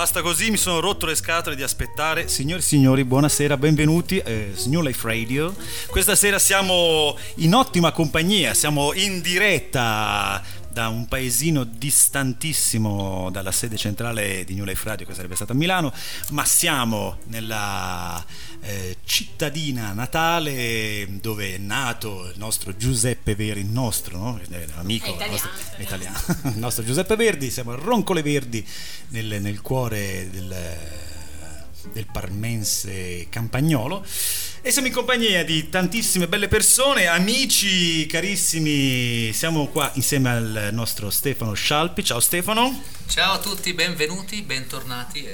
basta così, mi sono rotto le scatole di aspettare. Signori e signori, buonasera, benvenuti su New Life Radio. Questa sera siamo in ottima compagnia, siamo in diretta da un paesino distantissimo dalla sede centrale di New Life Radio, che sarebbe stata a Milano, ma siamo nella cittadina natale dove è nato il nostro Giuseppe Verdi, il nostro, no? Amico italiano. Il nostro Giuseppe Verdi. Siamo a Roncole Verdi nel cuore del parmense campagnolo, e siamo in compagnia di tantissime belle persone, amici carissimi. Siamo qua insieme al nostro Stefano Scialpi. Ciao Stefano. Ciao a tutti, benvenuti, bentornati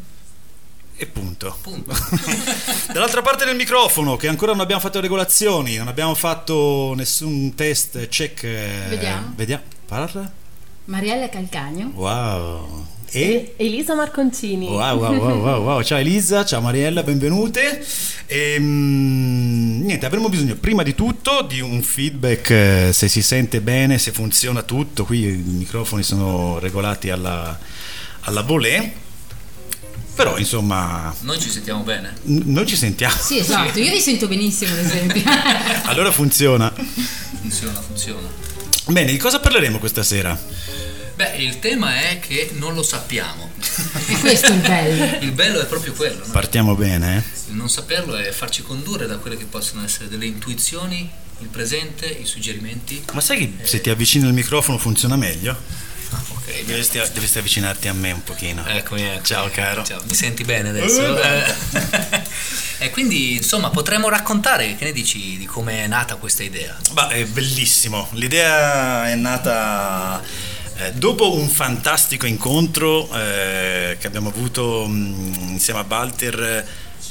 e punto. Dall'altra parte del microfono, che ancora non abbiamo fatto regolazioni, non abbiamo fatto nessun test, check. Vediamo. Parla. Mariella Calcagno. Wow. E Elisa Marconcini. Wow. Ciao Elisa, ciao Mariella, benvenute. Niente, avremo bisogno prima di tutto di un feedback, se si sente bene, se funziona tutto. Qui i microfoni sono regolati alla volée. Però insomma, noi ci sentiamo bene. Noi ci sentiamo. Sì, esatto, io vi sento benissimo, ad esempio. Allora funziona. Funziona. Bene, di cosa parleremo questa sera? Beh, il tema è che non lo sappiamo. E questo è il bello. Il bello è proprio quello, no? Partiamo bene. Il non saperlo è farci condurre da quelle che possono essere delle intuizioni, il presente, i suggerimenti. Ma sai che se ti avvicini al microfono funziona meglio? Ok. Dovresti avvicinarti a me un pochino. Eccomi. Ciao caro. Ciao, mi senti bene adesso? E quindi insomma potremmo raccontare, che ne dici, di come è nata questa idea? Beh, è bellissimo. L'idea è nata dopo un fantastico incontro che abbiamo avuto insieme a Walter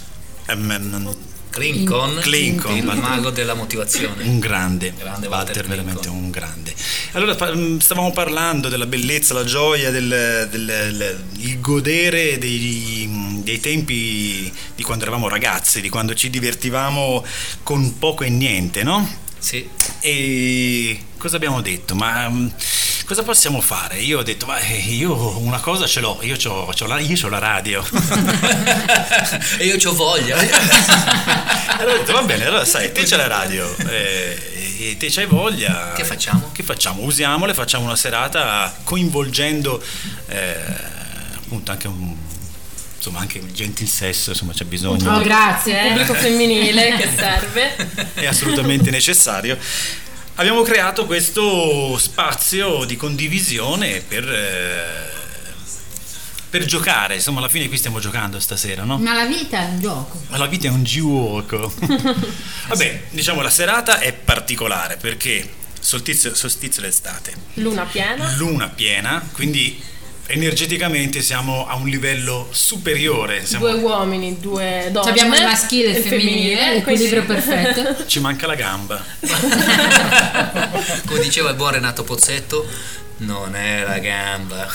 Clinton, il mago della motivazione. Un grande Walter, veramente un grande. Allora stavamo parlando della bellezza, la gioia, il godere dei tempi di quando eravamo ragazzi, di quando ci divertivamo con poco e niente, no? Sì. E cosa abbiamo detto? Ma cosa possiamo fare? Io ho detto, ma io una cosa ce l'ho, io c'ho la radio. E io c'ho voglia. Allora ho detto, va bene, allora sai, te c'hai la radio e te c'hai voglia. Che facciamo? Usiamole, facciamo una serata coinvolgendo appunto anche anche il gentil sesso, insomma c'è bisogno. Oh, grazie. Il pubblico femminile che serve. È assolutamente necessario. Abbiamo creato questo spazio di condivisione per giocare, insomma alla fine qui stiamo giocando stasera, no? Ma la vita è un gioco. Ma la vita è un gioco. Vabbè, diciamo la serata è particolare perché solstizio d'estate. Luna piena, quindi energeticamente siamo a un livello superiore. Due uomini, due donne. Abbiamo il maschile e il femminile, l'equilibrio perfetto. Ci manca la gamba. Come diceva il buon Renato Pozzetto, non è la gamba.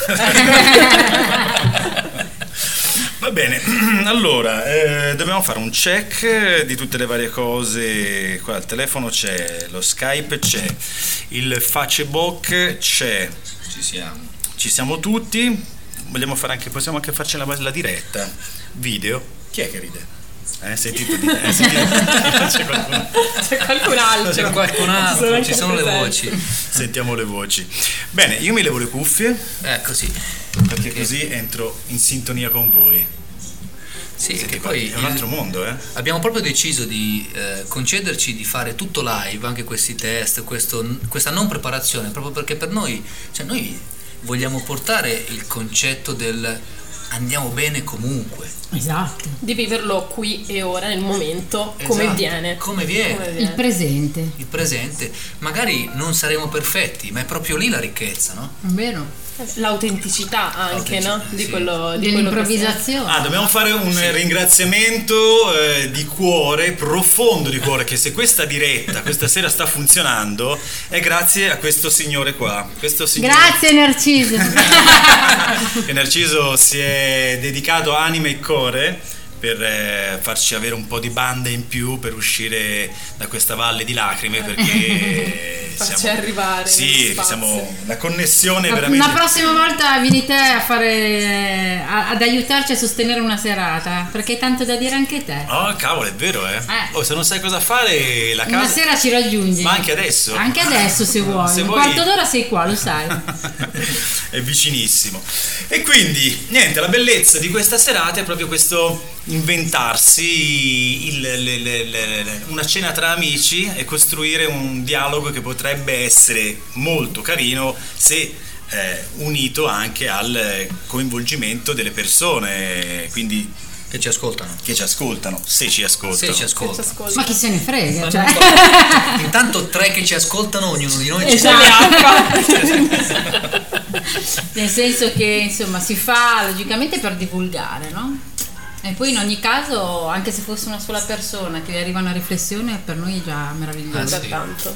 Va bene, allora dobbiamo fare un check di tutte le varie cose. Qua il telefono c'è, lo Skype c'è, il Facebook c'è. Ci siamo tutti. Possiamo anche farci la diretta video. Chi è che ride? Sentite dire. C'è qualcun altro. Ci sono le voci. Sentiamo le voci. Bene, io mi levo le cuffie. Così. Perché così entro in sintonia con voi. Sì, che poi è un altro mondo, Abbiamo proprio deciso di concederci di fare tutto live, anche questi test, questa non preparazione, proprio perché per noi, cioè noi vogliamo portare il concetto del andiamo bene comunque. Esatto. Di viverlo qui e ora, nel momento, Esatto. come viene. Il presente. Il presente. Magari non saremo perfetti, ma è proprio lì la ricchezza, no? È vero. L'autenticità anche, no? Di sì. quello Dell'improvvisazione. Dobbiamo fare un ringraziamento di cuore, profondo di cuore, che se questa diretta questa sera sta funzionando è grazie a questo signore qua. Grazie Narciso. Che Narciso si è dedicato anima e cuore per farci avere un po' di bande in più per uscire da questa valle di lacrime, perché farci arrivare sì, siamo la connessione veramente. La prossima volta vieni te a fare ad aiutarci a sostenere una serata, perché hai tanto da dire anche te. Oh cavolo, è vero, Oh, se non sai cosa fare, la casa una sera ci raggiungi, ma anche adesso se vuoi, se un vuoi... quarto d'ora sei qua, lo sai. È vicinissimo. E quindi niente, la bellezza di questa serata è proprio questo inventarsi una cena tra amici e costruire un dialogo che potrebbe essere molto carino se unito anche al coinvolgimento delle persone, quindi che ci ascoltano, se ci ascoltano. Ma chi se ne frega, cioè. Intanto 3 che ci ascoltano, ognuno di noi nel senso che insomma si fa logicamente per divulgare, no? E poi in ogni caso, anche se fosse una sola persona che arriva a una riflessione, per noi è già meraviglioso. Tanto.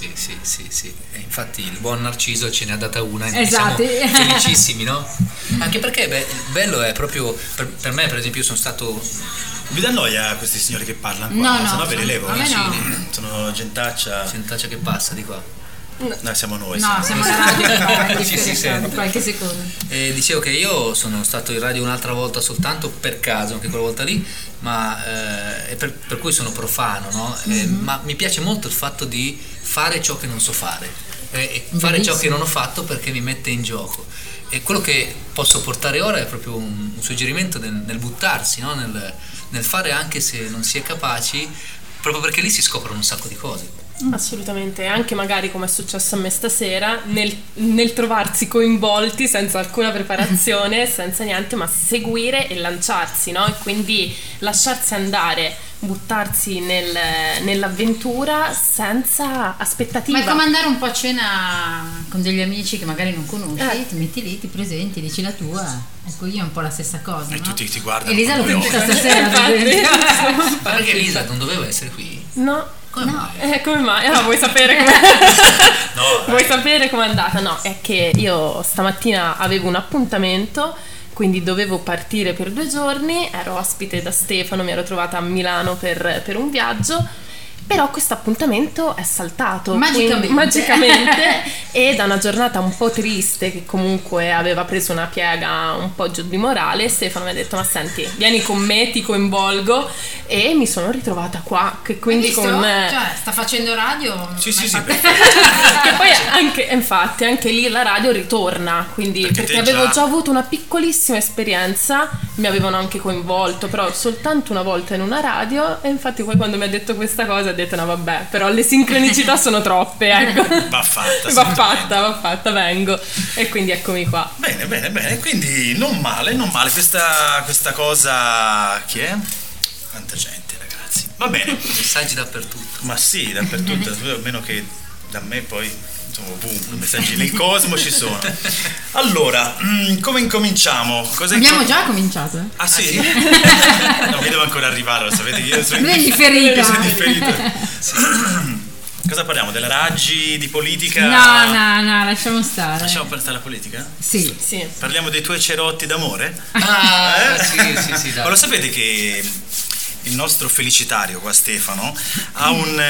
Sì. E infatti il buon Narciso ce ne ha data una e esatto. Siamo felicissimi, no? Anche perché bello è proprio per me, per esempio, io sono stato... Vi dà noia questi signori che parlano qua? No, se no ve li levo. A me no. Sono gentaccia che passa di qua. No, siamo noi. No, siamo la radio che fa sì. qualche secondo. Dicevo che io sono stato in radio un'altra volta soltanto per caso, anche quella volta lì, ma per cui sono profano, no? Ma mi piace molto il fatto di fare ciò che non so fare, e fare ciò che non ho fatto perché mi mette in gioco. E quello che posso portare ora è proprio un suggerimento nel buttarsi, no? Nel fare anche se non si è capaci, proprio perché lì si scoprono un sacco di cose. Assolutamente, anche magari come è successo a me stasera, nel trovarsi coinvolti senza alcuna preparazione, senza niente, ma seguire e lanciarsi, no? E quindi lasciarsi andare, buttarsi nell'avventura senza aspettativa. Ma è come andare un po' a cena con degli amici che magari non conosci, ti metti lì, ti presenti, dici la tua. Ecco, io è un po' la stessa cosa, e no? tutti ti guardano. Elisa l'ho sentita stasera, per esempio. Ma perché Elisa non doveva essere qui? No. Come mai? Come mai? Ah, vuoi sapere com'è? No, vuoi sapere com'è andata? No, è che io stamattina avevo un appuntamento, quindi dovevo partire per 2 giorni, ero ospite da Stefano, mi ero trovata a Milano per un viaggio, però questo appuntamento è saltato magicamente e da una giornata un po' triste che comunque aveva preso una piega un po' giù di morale, Stefano mi ha detto: ma senti, vieni con me, ti coinvolgo, e mi sono ritrovata qua, che quindi cioè, sta facendo radio. Sì, che poi infatti anche lì la radio ritorna, quindi perché avevo già avuto una piccolissima esperienza, mi avevano anche coinvolto, però soltanto una volta in una radio, e infatti poi quando mi ha detto questa cosa ho detto: no vabbè, però le sincronicità sono troppe, ecco. Va fatta, vengo, e quindi eccomi qua. Bene, quindi non male questa cosa. Chi è? Quanta gente, ragazzi. Va bene. Messaggi dappertutto. Ma sì, dappertutto, almeno che da me poi insomma ovunque, messaggi nel cosmo ci sono. Allora, come incominciamo? Abbiamo già cominciato, eh? Ah sì? No, mi devo ancora arrivare, lo sapete che io sono differita. Sì. Cosa parliamo? Della Raggi, di politica? No, lasciamo stare. Lasciamo stare la politica? Sì. Parliamo dei tuoi cerotti d'amore? Sì, dai. Ma lo sapete che il nostro felicitario qua, Stefano, ha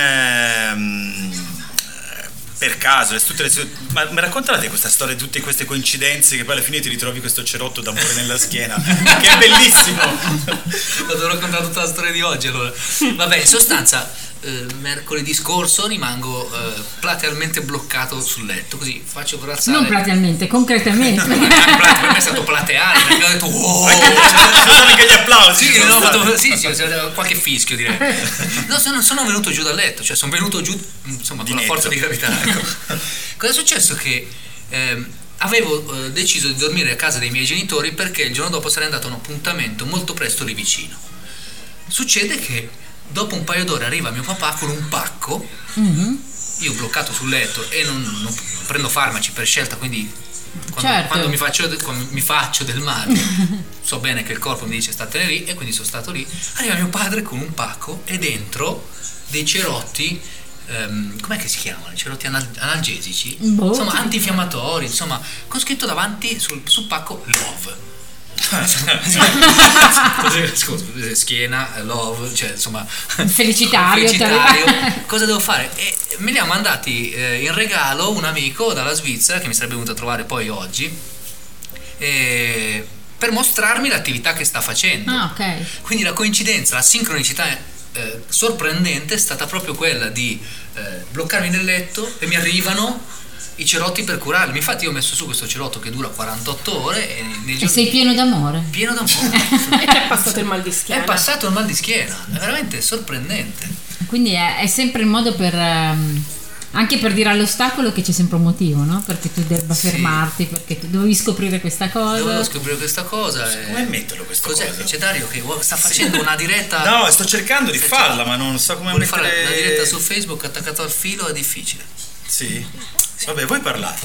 un... per caso, ma raccontate questa storia, tutte queste coincidenze che poi alla fine ti ritrovi questo cerotto d'amore nella schiena, che è bellissimo. Lo devo raccontare tutta la storia di oggi, allora. Vabbè, in sostanza mercoledì scorso rimango platealmente bloccato sul letto, così faccio per alzare. Non platealmente, concretamente. Per me è stato plateale, perché ho detto wow. Ci sono anche gli applausi. Sì, qualche fischio direi. No, sono venuto giù dal letto, cioè sono venuto giù insomma con la forza di gravità, ecco. Cosa è successo? Che avevo deciso di dormire a casa dei miei genitori perché il giorno dopo sarei andato a un appuntamento molto presto lì vicino. Succede che dopo un paio d'ore arriva mio papà con un pacco, io bloccato sul letto e non prendo farmaci per scelta, quindi quando mi faccio del male so bene che il corpo mi dice statene lì, e quindi sono stato lì. Arriva mio padre con un pacco e dentro dei cerotti, com'è che si chiamano? Cerotti analgesici, insomma antinfiammatori, insomma, con scritto davanti sul pacco Love. Scusa, schiena, love, cioè insomma felicitario. Cosa devo fare? E me li ha mandati in regalo un amico dalla Svizzera che mi sarebbe venuto a trovare poi oggi, per mostrarmi l'attività che sta facendo. Ok. Quindi la coincidenza, la sincronicità sorprendente è stata proprio quella di bloccarmi nel letto e mi arrivano i cerotti per curarli. Infatti io ho messo su questo cerotto che dura 48 ore e sei pieno d'amore. Pieno d'amore. E ti è passato il mal di schiena. È passato il mal di schiena, è veramente sorprendente. Quindi è sempre il modo per anche per dire all'ostacolo che c'è sempre un motivo, no? Perché tu debba fermarti, perché tu dovevi scoprire questa cosa. Dovevo scoprire questa cosa. Come metterlo questa cosa? C'è Dario che sta facendo una diretta. No, sto cercando di farla, ma non so come Vuole mettere. fare una diretta su Facebook attaccato al filo, è difficile. Sì. Vabbè, voi parlate.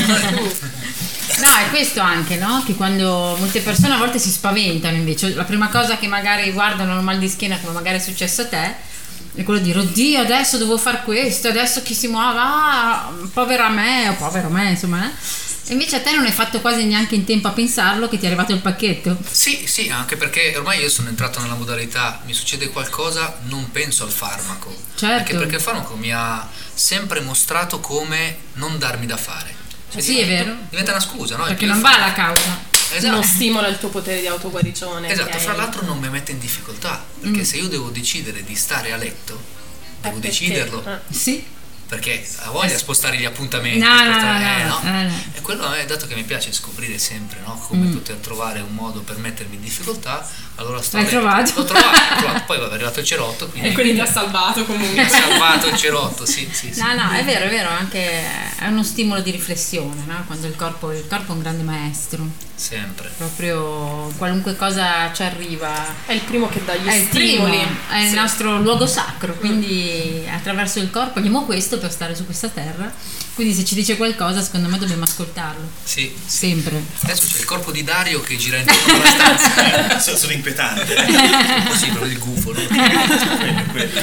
No, è questo anche, no? Che quando molte persone a volte si spaventano, invece la prima cosa che magari guardano il mal di schiena, come magari è successo a te, è quello di dire oddio adesso devo fare questo, adesso chi si muove, povera me o povero me, insomma, E invece a te non hai fatto quasi neanche in tempo a pensarlo che ti è arrivato il pacchetto. Sì, anche perché ormai io sono entrato nella modalità, mi succede qualcosa, non penso al farmaco. Certo. Anche perché il farmaco mi ha sempre mostrato come non darmi da fare. Cioè, sì, è vero. Diventa una scusa, no? Perché non va alla causa. Esatto. Non stimola il tuo potere di autoguarigione. Esatto, fra l'altro non mi mette in difficoltà, perché se io devo decidere di stare a letto, devo deciderlo. Sì. Perché ha voglia di spostare gli appuntamenti. No. E quello è dato che mi piace scoprire sempre, no? Come poter trovare un modo per mettermi in difficoltà. Allora l'hai trovato? L'ho trovato. Poi è arrivato il cerotto. E quindi ti ha salvato comunque. Mi ha salvato il cerotto, sì. No, è vero, anche è uno stimolo di riflessione, no? Quando il corpo è un grande maestro. Sempre. Proprio qualunque cosa ci arriva. È il primo che dà gli è stimoli. È il nostro luogo sacro, quindi attraverso il corpo abbiamo questo per stare su questa terra. Quindi se ci dice qualcosa, secondo me dobbiamo ascoltarlo. Sì. Sempre. Adesso c'è il corpo di Dario che gira intorno alla stanza. Sono inquietante. Così, proprio il gufo, no? Quello.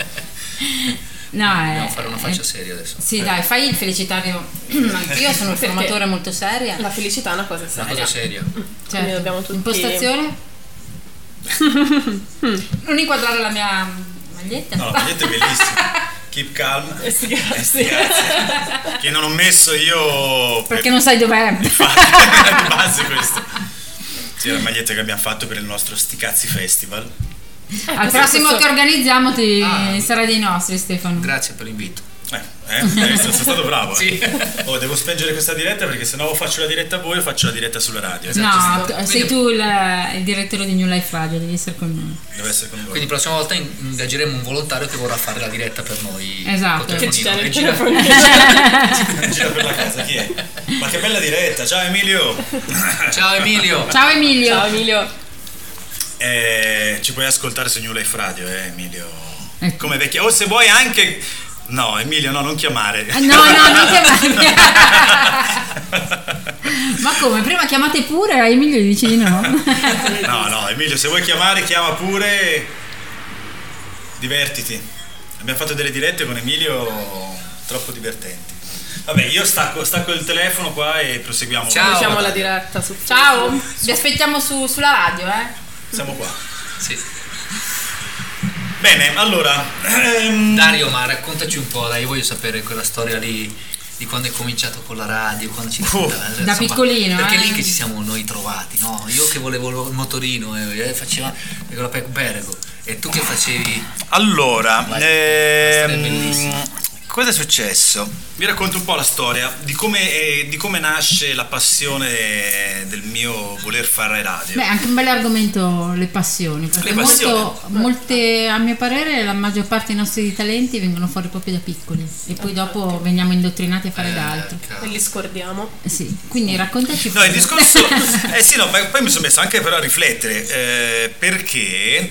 No, dobbiamo fare una faccia seria adesso. Sì, dai, fai il felicitario. Anch'io sono un formatore molto seria. La felicità è una cosa seria. Una cosa seria. Certo. Dobbiamo tutti... Impostazione? Non inquadrare la mia maglietta? No, la maglietta è bellissima. Keep calm. Grazie. Che non ho messo io perché non sai dov'è. Di base questo. Sì, la maglietta che abbiamo fatto per il nostro Sticazzi Festival. Al prossimo che organizziamo sarai dei nostri, Stefano. Grazie per l'invito. Sono stato bravo. Sì. Devo spengere questa diretta perché sennò o faccio la diretta a voi o faccio la diretta sulla radio. No, sei tu il direttore di New Life Radio, devi essere con noi. Devo essere con voi. Quindi la prossima volta ingaggeremo un volontario che vorrà fare la diretta per noi. Esatto. Che ci tiene il gira per la casa, chi è? Ma che bella diretta, ciao Emilio. Ciao Emilio. Ciao Emilio. Ciao Emilio. Ci puoi ascoltare su New Life Radio, Emilio. Come vecchia. O se vuoi anche. No, Emilio, no, non chiamare. No, non chiamare. Ma come? Prima chiamate pure, a Emilio gli dici di no. No, Emilio, se vuoi chiamare, chiama pure. Divertiti. Abbiamo fatto delle dirette con Emilio troppo divertenti. Vabbè, io stacco il telefono qua e proseguiamo. Ciao. Facciamo la diretta su Ciao, vi aspettiamo sulla radio, Siamo qua. Sì. Bene, allora Dario, ma raccontaci un po', dai, io voglio sapere quella storia lì di quando hai cominciato con la radio, quando ci da piccolino, perché è lì che ci siamo noi trovati, no? Io che volevo il motorino faceva la Berego e tu che facevi. Allora, storia bellissima. cosa è successo? Vi racconto un po' la storia di come nasce la passione del mio voler fare radio. Beh, anche un bel argomento, le passioni, perché molte, a mio parere, la maggior parte dei nostri talenti vengono fuori proprio da piccoli e poi dopo veniamo indottrinati a fare d'altro. E li scordiamo. Sì, quindi raccontaci. No, il discorso poi mi sono messo anche però a riflettere perché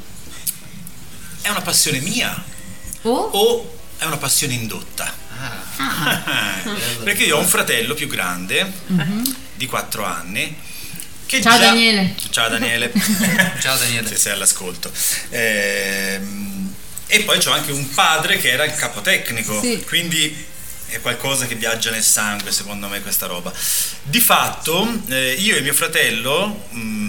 è una passione mia o è una passione indotta. Perché io ho un fratello più grande di 4 anni che Ciao Daniele. Ciao Daniele. Ciao Daniele. Se sei all'ascolto. E poi c'ho anche un padre che era il capotecnico, sì. Quindi è qualcosa che viaggia nel sangue, secondo me, questa roba. Di fatto, io e mio fratello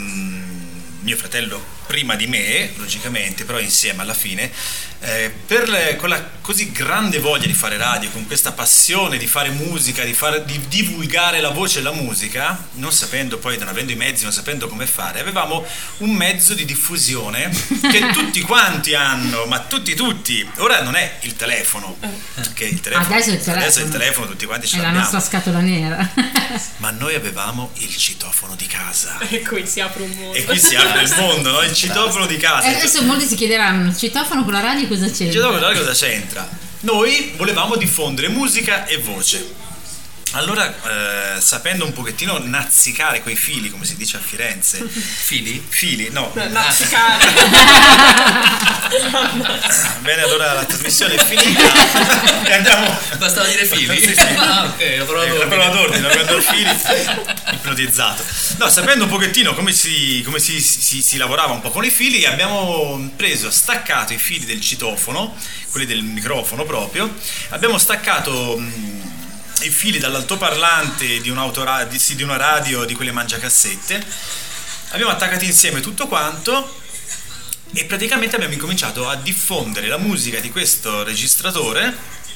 prima di me, logicamente, però insieme alla fine, con la così grande voglia di fare radio, con questa passione di fare musica, di divulgare la voce e la musica, non sapendo poi, non avendo i mezzi, non sapendo come fare, avevamo un mezzo di diffusione che tutti quanti hanno, ma tutti, ora non è il telefono, che adesso il telefono tutti quanti ce è l'abbiamo. la nostra scatola nera. Ma noi avevamo il citofono di casa. E qui si apre un mondo. E qui si apre il mondo, no? Il citofono di casa. E adesso molti si chiederanno: il citofono con la radio cosa c'entra? Il citofono con la radio cosa c'entra? Noi volevamo diffondere musica e voce. Allora, sapendo un pochettino nazzicare quei fili, come si dice a Firenze. Fili? No. Nazzicare. Bene, allora la trasmissione è finita e andiamo. Bastava dire fili? Sì. Ah, ok, la prova d'ordine, prendo il fili, ipnotizzato. No, sapendo un pochettino come si lavorava un po' con i fili, abbiamo staccato i fili del citofono, quelli del microfono proprio, abbiamo staccato i fili dall'altoparlante di una radio, di quelle mangiacassette, abbiamo attaccato insieme tutto quanto e praticamente abbiamo incominciato a diffondere la musica di questo registratore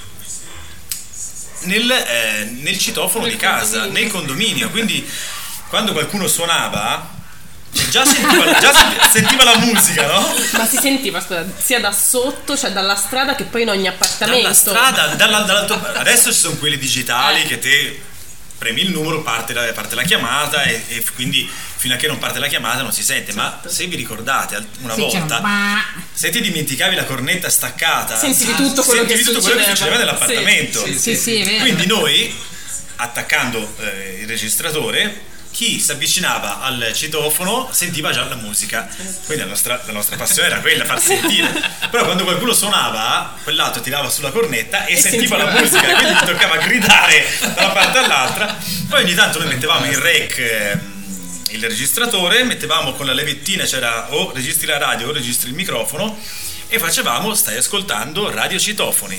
nel citofono di casa, nel condominio. Quindi quando qualcuno suonava già sentiva la musica, no? Ma si sentiva, scusa, sia da sotto, cioè dalla strada, che poi in ogni appartamento. Dalla strada, adesso ci sono quelli digitali che te premi il numero, parte la chiamata e quindi fino a che non parte la chiamata non si sente. Ma se vi ricordate una volta, se ti dimenticavi la cornetta staccata, sentivi tutto quello che succedeva nell'appartamento. Sì, è vero. Quindi noi, attaccando il registratore, chi si avvicinava al citofono sentiva già la musica, quindi la nostra passione era quella, far sentire. Però quando qualcuno suonava, quell'altro tirava sulla cornetta e sentiva la musica, quindi ti toccava gridare da una parte all'altra. Poi ogni tanto noi mettevamo in rec il registratore, mettevamo con la levettina, c'era o registri la radio o registri il microfono, e facevamo stai ascoltando Radio Citofoni.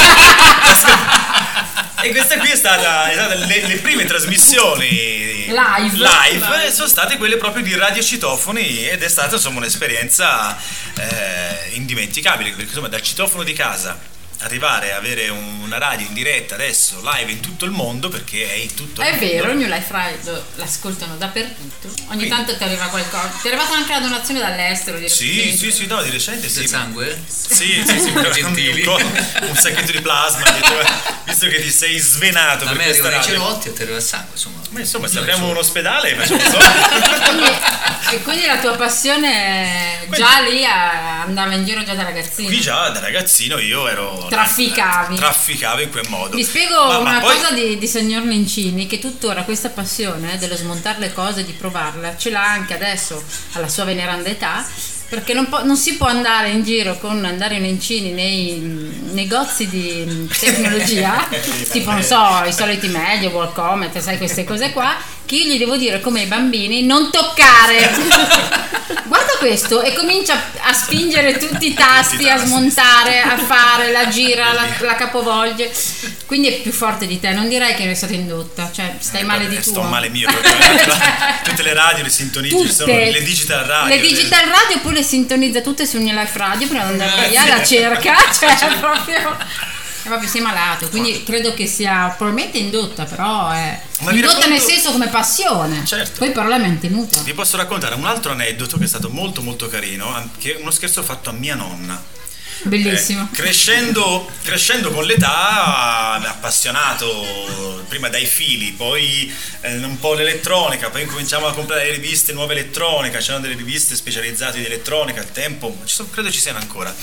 E questa qui è stata le prime trasmissioni live sono state quelle proprio di Radio Citofoni, ed è stata insomma un'esperienza indimenticabile, perché insomma dal citofono di casa arrivare a avere una radio in diretta adesso live in tutto il mondo, perché è in tutto il mondo. È vero, il New Life Radio l'ascoltano dappertutto. Ogni tanto ti arriva qualcosa. Ti è arrivata anche la donazione dall'estero di recente? Sì, no, di recente sì. Del sangue? Sì, un sacchetto di plasma, visto che ti sei svenato a per me questa arrivano i radio. cerotti e ti arriva il sangue, insomma. Ma insomma, se apriamo un ospedale facciamo soldi. E quindi la tua passione già lì andava in giro già da ragazzino? Qui già da ragazzino io ero trafficavo in quel modo. Vi spiego una cosa di signor Nencini, che tuttora questa passione dello smontare le cose, di provarle, ce l'ha anche adesso alla sua veneranda età, perché non si può andare in giro con Dario Nencini nei negozi di tecnologia tipo, non so, i soliti Media, Wallcomet, sai, queste cose qua, che io gli devo dire come ai bambini: non toccare. Guarda questo, e comincia a spingere tutti i tasti, a smontare, a fare la gira, la capovolge. Quindi è più forte di te. Non direi che ne è stata indotta, cioè stai male di tuo. Sto male mio, tutte le radio le sintonizzo, sono le digital radio. Le digital radio poi le sintonizza tutte su New Life Radio prima di andare via, la cerca, cioè proprio sei malato, quindi credo che sia probabilmente indotta, però è indotta nel senso come passione. Certo. Poi però la mantenuta. Vi posso raccontare un altro aneddoto che è stato molto molto carino, che è uno scherzo fatto a mia nonna. Bellissimo. Crescendo con l'età mi ha appassionato prima dai fili, poi un po' l'elettronica, poi incominciamo a comprare le riviste nuove elettronica, c'erano delle riviste specializzate di elettronica al tempo, credo ci siano ancora.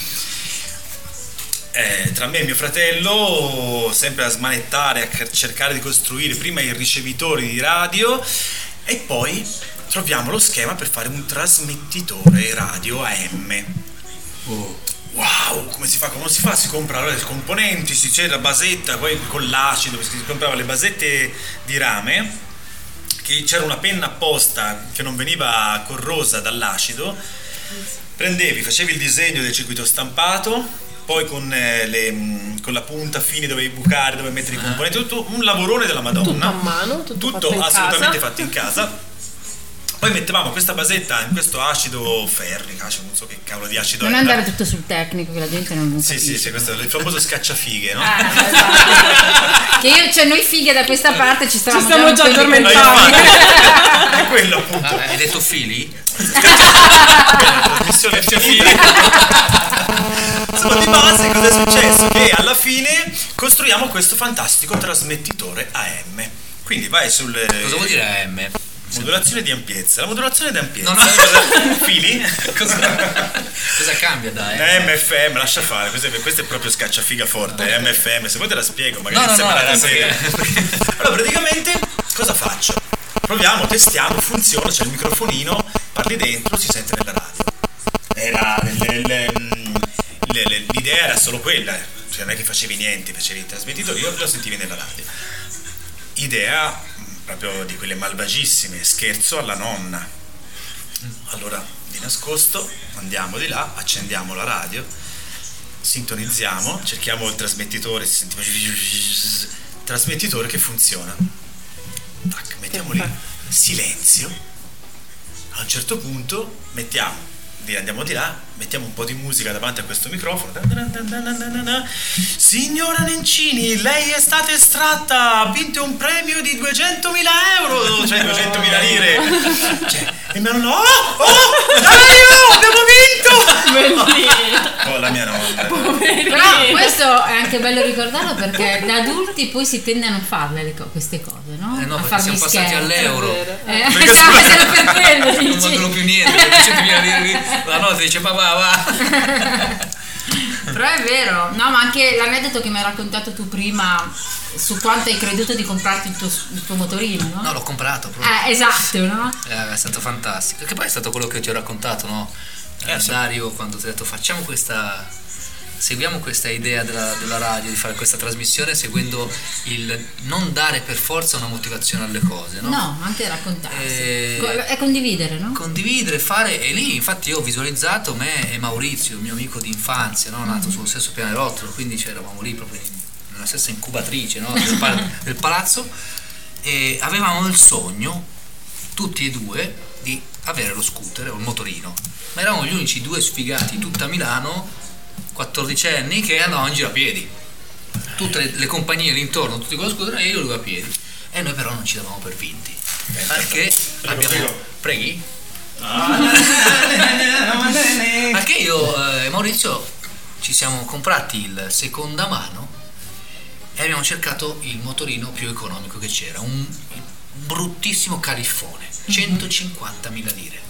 Tra me e mio fratello, sempre a smanettare, a cercare di costruire prima i ricevitori di radio e poi troviamo lo schema per fare un trasmettitore radio AM. Wow, come si fa? Come si fa? Si compra le componenti, c'era la basetta, poi con l'acido, si comprava le basette di rame, che c'era una penna apposta che non veniva corrosa dall'acido, facevi il disegno del circuito stampato, poi con la punta fine dovevi bucare, dovevi mettere i componenti, tutto un lavorone della Madonna. Tutto a mano, tutto fatto in assolutamente casa. fatto in casa. Poi mettevamo questa basetta in questo acido ferrico, non so che cavolo di acido Non è. andare tutto sul tecnico, che la gente non capisce. Sì, questo è il famoso scacciafighe, no? Esatto. Che noi fighe da questa parte ci stavamo già No, addormentando. infatti, è quello appunto. Hai detto fili? Trasmissione fili. Insomma, di base cosa è successo? Che alla fine costruiamo questo fantastico trasmettitore AM. Quindi vai sul Cosa vuol dire AM? modulazione di ampiezza. La modulazione di ampiezza. No. Fili? Cosa cambia da AM? MFM, lascia fare, questo è proprio scacciafiga forte, MFM, se vuoi te la spiego, magari No, sembra era una sera. Allora, praticamente cosa faccio? Proviamo, testiamo, funziona, c'è il microfonino, parli dentro, si sente nella radio. L'idea era solo quella, cioè non è che facevi niente, facevi il trasmettitore, io lo sentivi nella radio. Idea proprio di quelle malvagissime, scherzo alla nonna. Allora, di nascosto, andiamo di là, accendiamo la radio, sintonizziamo, cerchiamo il trasmettitore, si sentiva trasmettitore che funziona. Tac, mettiamo lì silenzio. A un certo punto andiamo di là, mettiamo un po' di musica davanti a questo microfono. Signora Nencini, lei è stata estratta, ha vinto un premio di 200.000 euro, cioè 200.000 lire. E mi hanno dai, abbiamo vinto! Oh, la mia nonna. Però questo è anche bello ricordarlo, perché da adulti poi si tende a non farle queste cose, no? No, a perché fargli siamo passati scherzi. all'euro. Esatto, per quello Non dici. valgono più niente, 200.000 lire. La nonna dice papà va. Però è vero, no, ma anche l'aneddoto che mi hai raccontato tu prima su quanto hai creduto di comprarti il tuo motorino, no? No, l'ho comprato proprio. Esatto, no? È stato fantastico. Che poi è stato quello che ti ho raccontato, no? Sì. Dario, quando ti ho detto seguiamo questa idea della radio, di fare questa trasmissione seguendo il non dare per forza una motivazione alle cose, no? No, anche raccontarsi. E- È condividere, no? Condividere, fare, e lì infatti io ho visualizzato me e Maurizio, il mio amico di infanzia, no? Nato sullo stesso pianerottolo, quindi eravamo lì proprio nella stessa incubatrice, no? del palazzo, e avevamo il sogno, tutti e due, di avere lo scooter o il motorino, ma eravamo gli unici due sfigati tutta Milano, 14 anni, che andavano in giro a piedi, tutte le compagnie lì intorno, tutti con lo scooter, e io lui a piedi, e noi però non ci davamo per vinti, perché abbiamo... Preghi? Perché io e Maurizio ci siamo comprati il seconda mano e abbiamo cercato il motorino più economico che c'era, un bruttissimo califfone, 150.000 lire.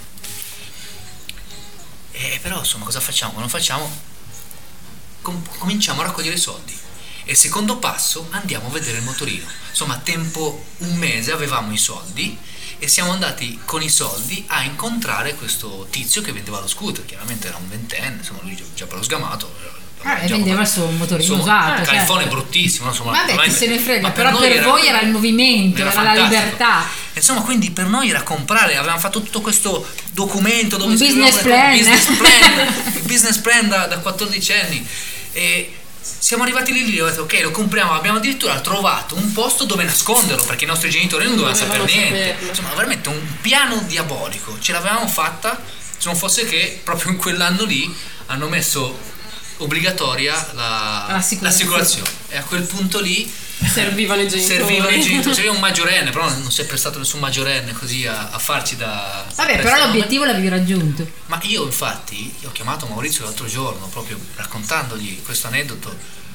E però insomma cosa facciamo? Quando facciamo? Cominciamo a raccogliere i soldi. E il secondo passo, andiamo a vedere il motorino. Insomma, a tempo un mese avevamo i soldi e siamo andati con i soldi a incontrare questo tizio che vendeva lo scooter. Chiaramente era un ventenne, insomma, lui già bello sgamato. E vendeva il suo motorino usato. Califfone certo. bruttissimo, insomma. Vabbè, chi se ne frega, ma però per voi era il movimento, era la fantastico. libertà. Insomma, quindi per noi era comprare, avevamo fatto tutto questo documento dove Un scrivevamo business plan. il business plan da 14 anni, e siamo arrivati lì, ho detto ok, lo compriamo, abbiamo addirittura trovato un posto dove nasconderlo perché i nostri genitori non dovevano sapere niente, saperlo. insomma veramente un piano diabolico, ce l'avevamo fatta, se non fosse che proprio in quell'anno lì hanno messo obbligatoria l'assicurazione, e a quel punto lì Servivano i genitori. serviva un maggiorenne, però non si è prestato nessun maggiorenne così a farci da Vabbè, però prestare. l'obiettivo l'avevi raggiunto. Ma io infatti ho chiamato Maurizio l'altro giorno proprio raccontandogli questo aneddoto,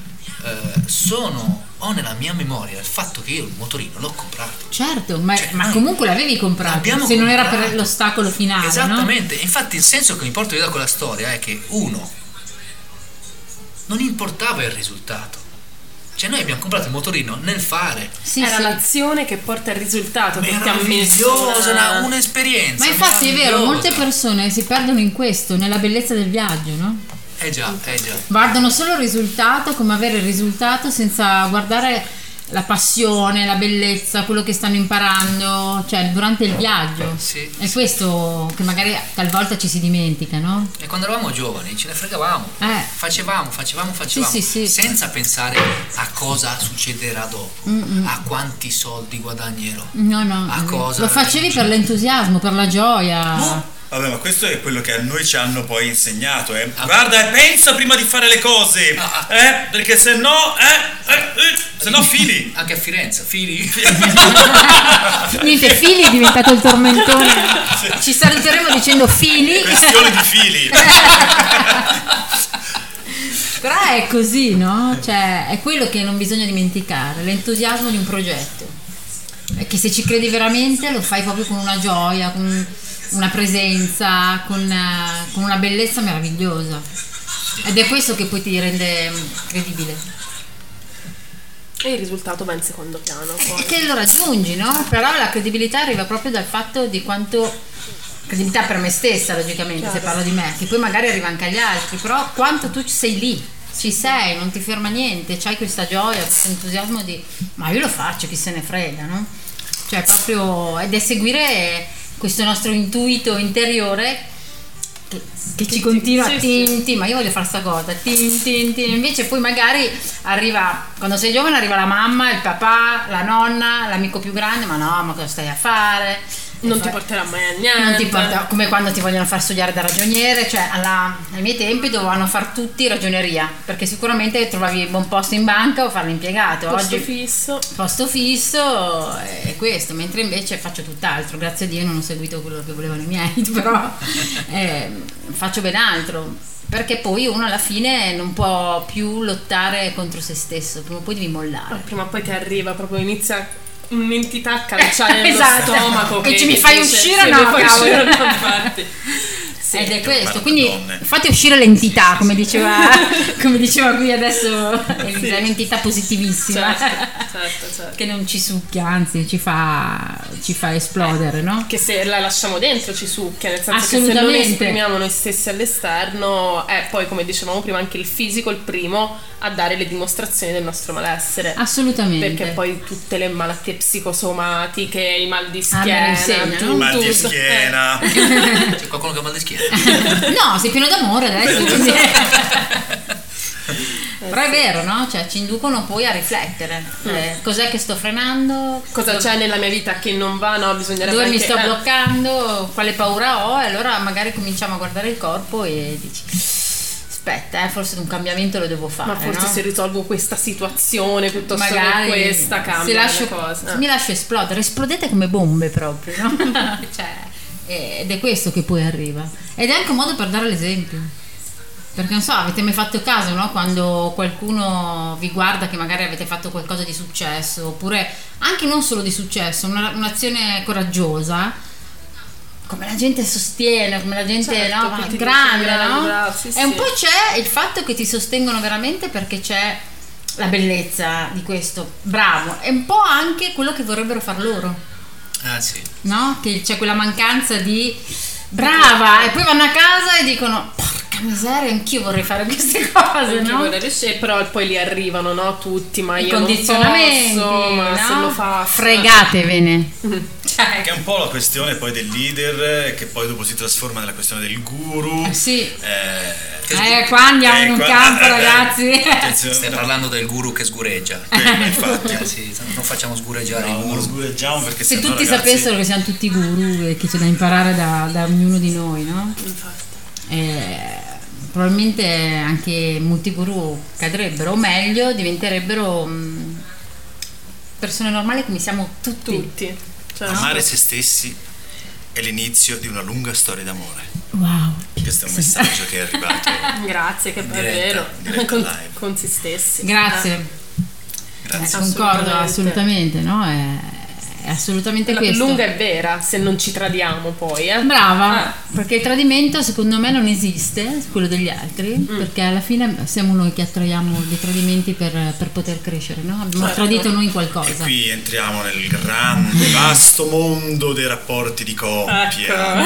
ho nella mia memoria il fatto che io il motorino l'ho comprato. Certo, ma noi comunque l'avevi comprato, l'abbiamo se non era comprato. per l'ostacolo finale, Esattamente, infatti il senso che mi porto io da quella storia è che non importava il risultato, cioè noi abbiamo comprato il motorino nel fare, no? Sì, Era sì. l'azione che porta il risultato, che ti ha messo meravigliosa, un'esperienza. Ma infatti è vero, meravigliosa. molte persone si perdono in questo, nella bellezza del viaggio, no? Già. Guardano solo il risultato, come avere il risultato, senza guardare la passione, la bellezza, quello che stanno imparando, cioè durante il viaggio. Sì, È questo che magari talvolta ci si dimentica, no? E quando eravamo giovani ce ne fregavamo, facevamo, Sì. senza pensare a cosa succederà dopo, a quanti soldi guadagnerò, No, a cosa lo facevi per l'entusiasmo, per la gioia. Vabbè, ma questo è quello che a noi ci hanno poi insegnato, Guarda, pensa prima di fare le cose, perché se no fili. Anche a Firenze, fili. Niente, Fili è diventato il tormentone. Ci saluteremo dicendo Fili. Questione di fili. Però è così, no? Cioè, è quello che non bisogna dimenticare, l'entusiasmo di un progetto. È che se ci credi veramente lo fai proprio con una gioia, con una presenza, con una bellezza meravigliosa. Ed è questo che poi ti rende credibile. E il risultato va in secondo piano. Poi. E che lo raggiungi, no? Però la credibilità arriva proprio dal fatto di quanto... Credibilità per me stessa, logicamente, Chiaro. se parlo di me, che poi magari arriva anche agli altri, però quanto tu sei lì, ci sei, non ti ferma niente, c'hai questa gioia, questo entusiasmo di ma io lo faccio, chi se ne frega, no? Cioè proprio, ed è seguire questo nostro intuito interiore che ci continua ma io voglio fare sta cosa, invece poi magari arriva, quando sei giovane arriva la mamma, il papà, la nonna, l'amico più grande, ma cosa stai a fare? Non ti porterà mai a niente. Non ti porta, come quando ti vogliono far studiare da ragioniere, cioè ai miei tempi dovevano far tutti ragioneria, perché sicuramente trovavi buon posto in banca o fare l'impiegato. Posto Oggi posto fisso è questo, mentre invece faccio tutt'altro, grazie a Dio non ho seguito quello che volevano i miei, però faccio ben altro, perché poi uno alla fine non può più lottare contro se stesso, prima o poi devi mollare. Prima o poi ti arriva, proprio inizia un'entità a calciare nello Esatto. stomaco che ci mi fai uscire, no, cavolo. Infatti. Sì. Ed è questo, quindi fate uscire l'entità, come diceva qui adesso Elisa, è un'entità positivissima, certo. che non ci succhia, anzi ci fa esplodere, no? Che se la lasciamo dentro ci succhia, nel senso che se Assolutamente. non esprimiamo noi stessi all'esterno è poi, come dicevamo prima, anche il fisico il primo a dare le dimostrazioni del nostro malessere. Assolutamente. Perché poi tutte le malattie psicosomatiche, i mal di me lo schiena, insegnano. Il mal di schiena. C'è qualcuno che ha mal di schiena? No, sei pieno d'amore adesso, quindi... Però è vero, no? Cioè ci inducono poi a riflettere, cos'è che sto frenando, cosa c'è nella mia vita che non va, no? Bisognerebbe dove mi anche, sto bloccando, quale paura ho, e allora magari cominciamo a guardare il corpo e dici aspetta, forse un cambiamento lo devo fare, ma forse no? se risolvo questa situazione piuttosto Magari che questa cambia le cose. mi lascio esplodere, esplodete come bombe proprio, no? Cioè, ed è questo che poi arriva, ed è anche un modo per dare l'esempio, perché non so, avete mai fatto caso, no? Quando qualcuno vi guarda che magari avete fatto qualcosa di successo, oppure anche non solo di successo, un'azione coraggiosa, come la gente sostiene, come la gente, certo, no? ti Grande, dice, no? bravo, sì, E un sì. po' c'è il fatto che ti sostengono veramente perché c'è la bellezza di questo, bravo, e un po' anche quello che vorrebbero far loro, Ah sì. no? Che c'è quella mancanza di brava, e poi vanno a casa e dicono porca miseria, anch'io vorrei fare queste cose, no? Però poi li arrivano, no? Tutti, ma I io non condizionamenti, posso, ma no? se lo faccio Fregatevene. Cioè, Che è un po' la questione poi del leader, che poi dopo si trasforma nella questione del guru. sì. Che Qua andiamo in un qua- campo, ragazzi. Attenzione. Stai parlando del guru che sgureggia. Infatti. Sì, non facciamo sgureggiare i No, non guru. sgureggiamo perché Se sennò, tutti ragazzi, sapessero che siamo tutti guru e che c'è da imparare da ognuno di noi, no? infatti. Probabilmente anche molti guru cadrebbero, o meglio diventerebbero persone normali come siamo tutti. Cioè, amare se stessi è l'inizio di una lunga storia d'amore. Wow. Questo è un messaggio che è arrivato. grazie, che è Diretta vero, live. con se stessi. Grazie. Grazie. Concordo assolutamente, no? È assolutamente La più questo. lunga è vera, se non ci tradiamo poi, Brava, perché il tradimento secondo me non esiste, quello degli altri, perché alla fine siamo noi che attraiamo dei tradimenti per poter crescere, no? Abbiamo tradito noi in E qualcosa. qui entriamo nel grande, vasto mondo dei rapporti di coppia.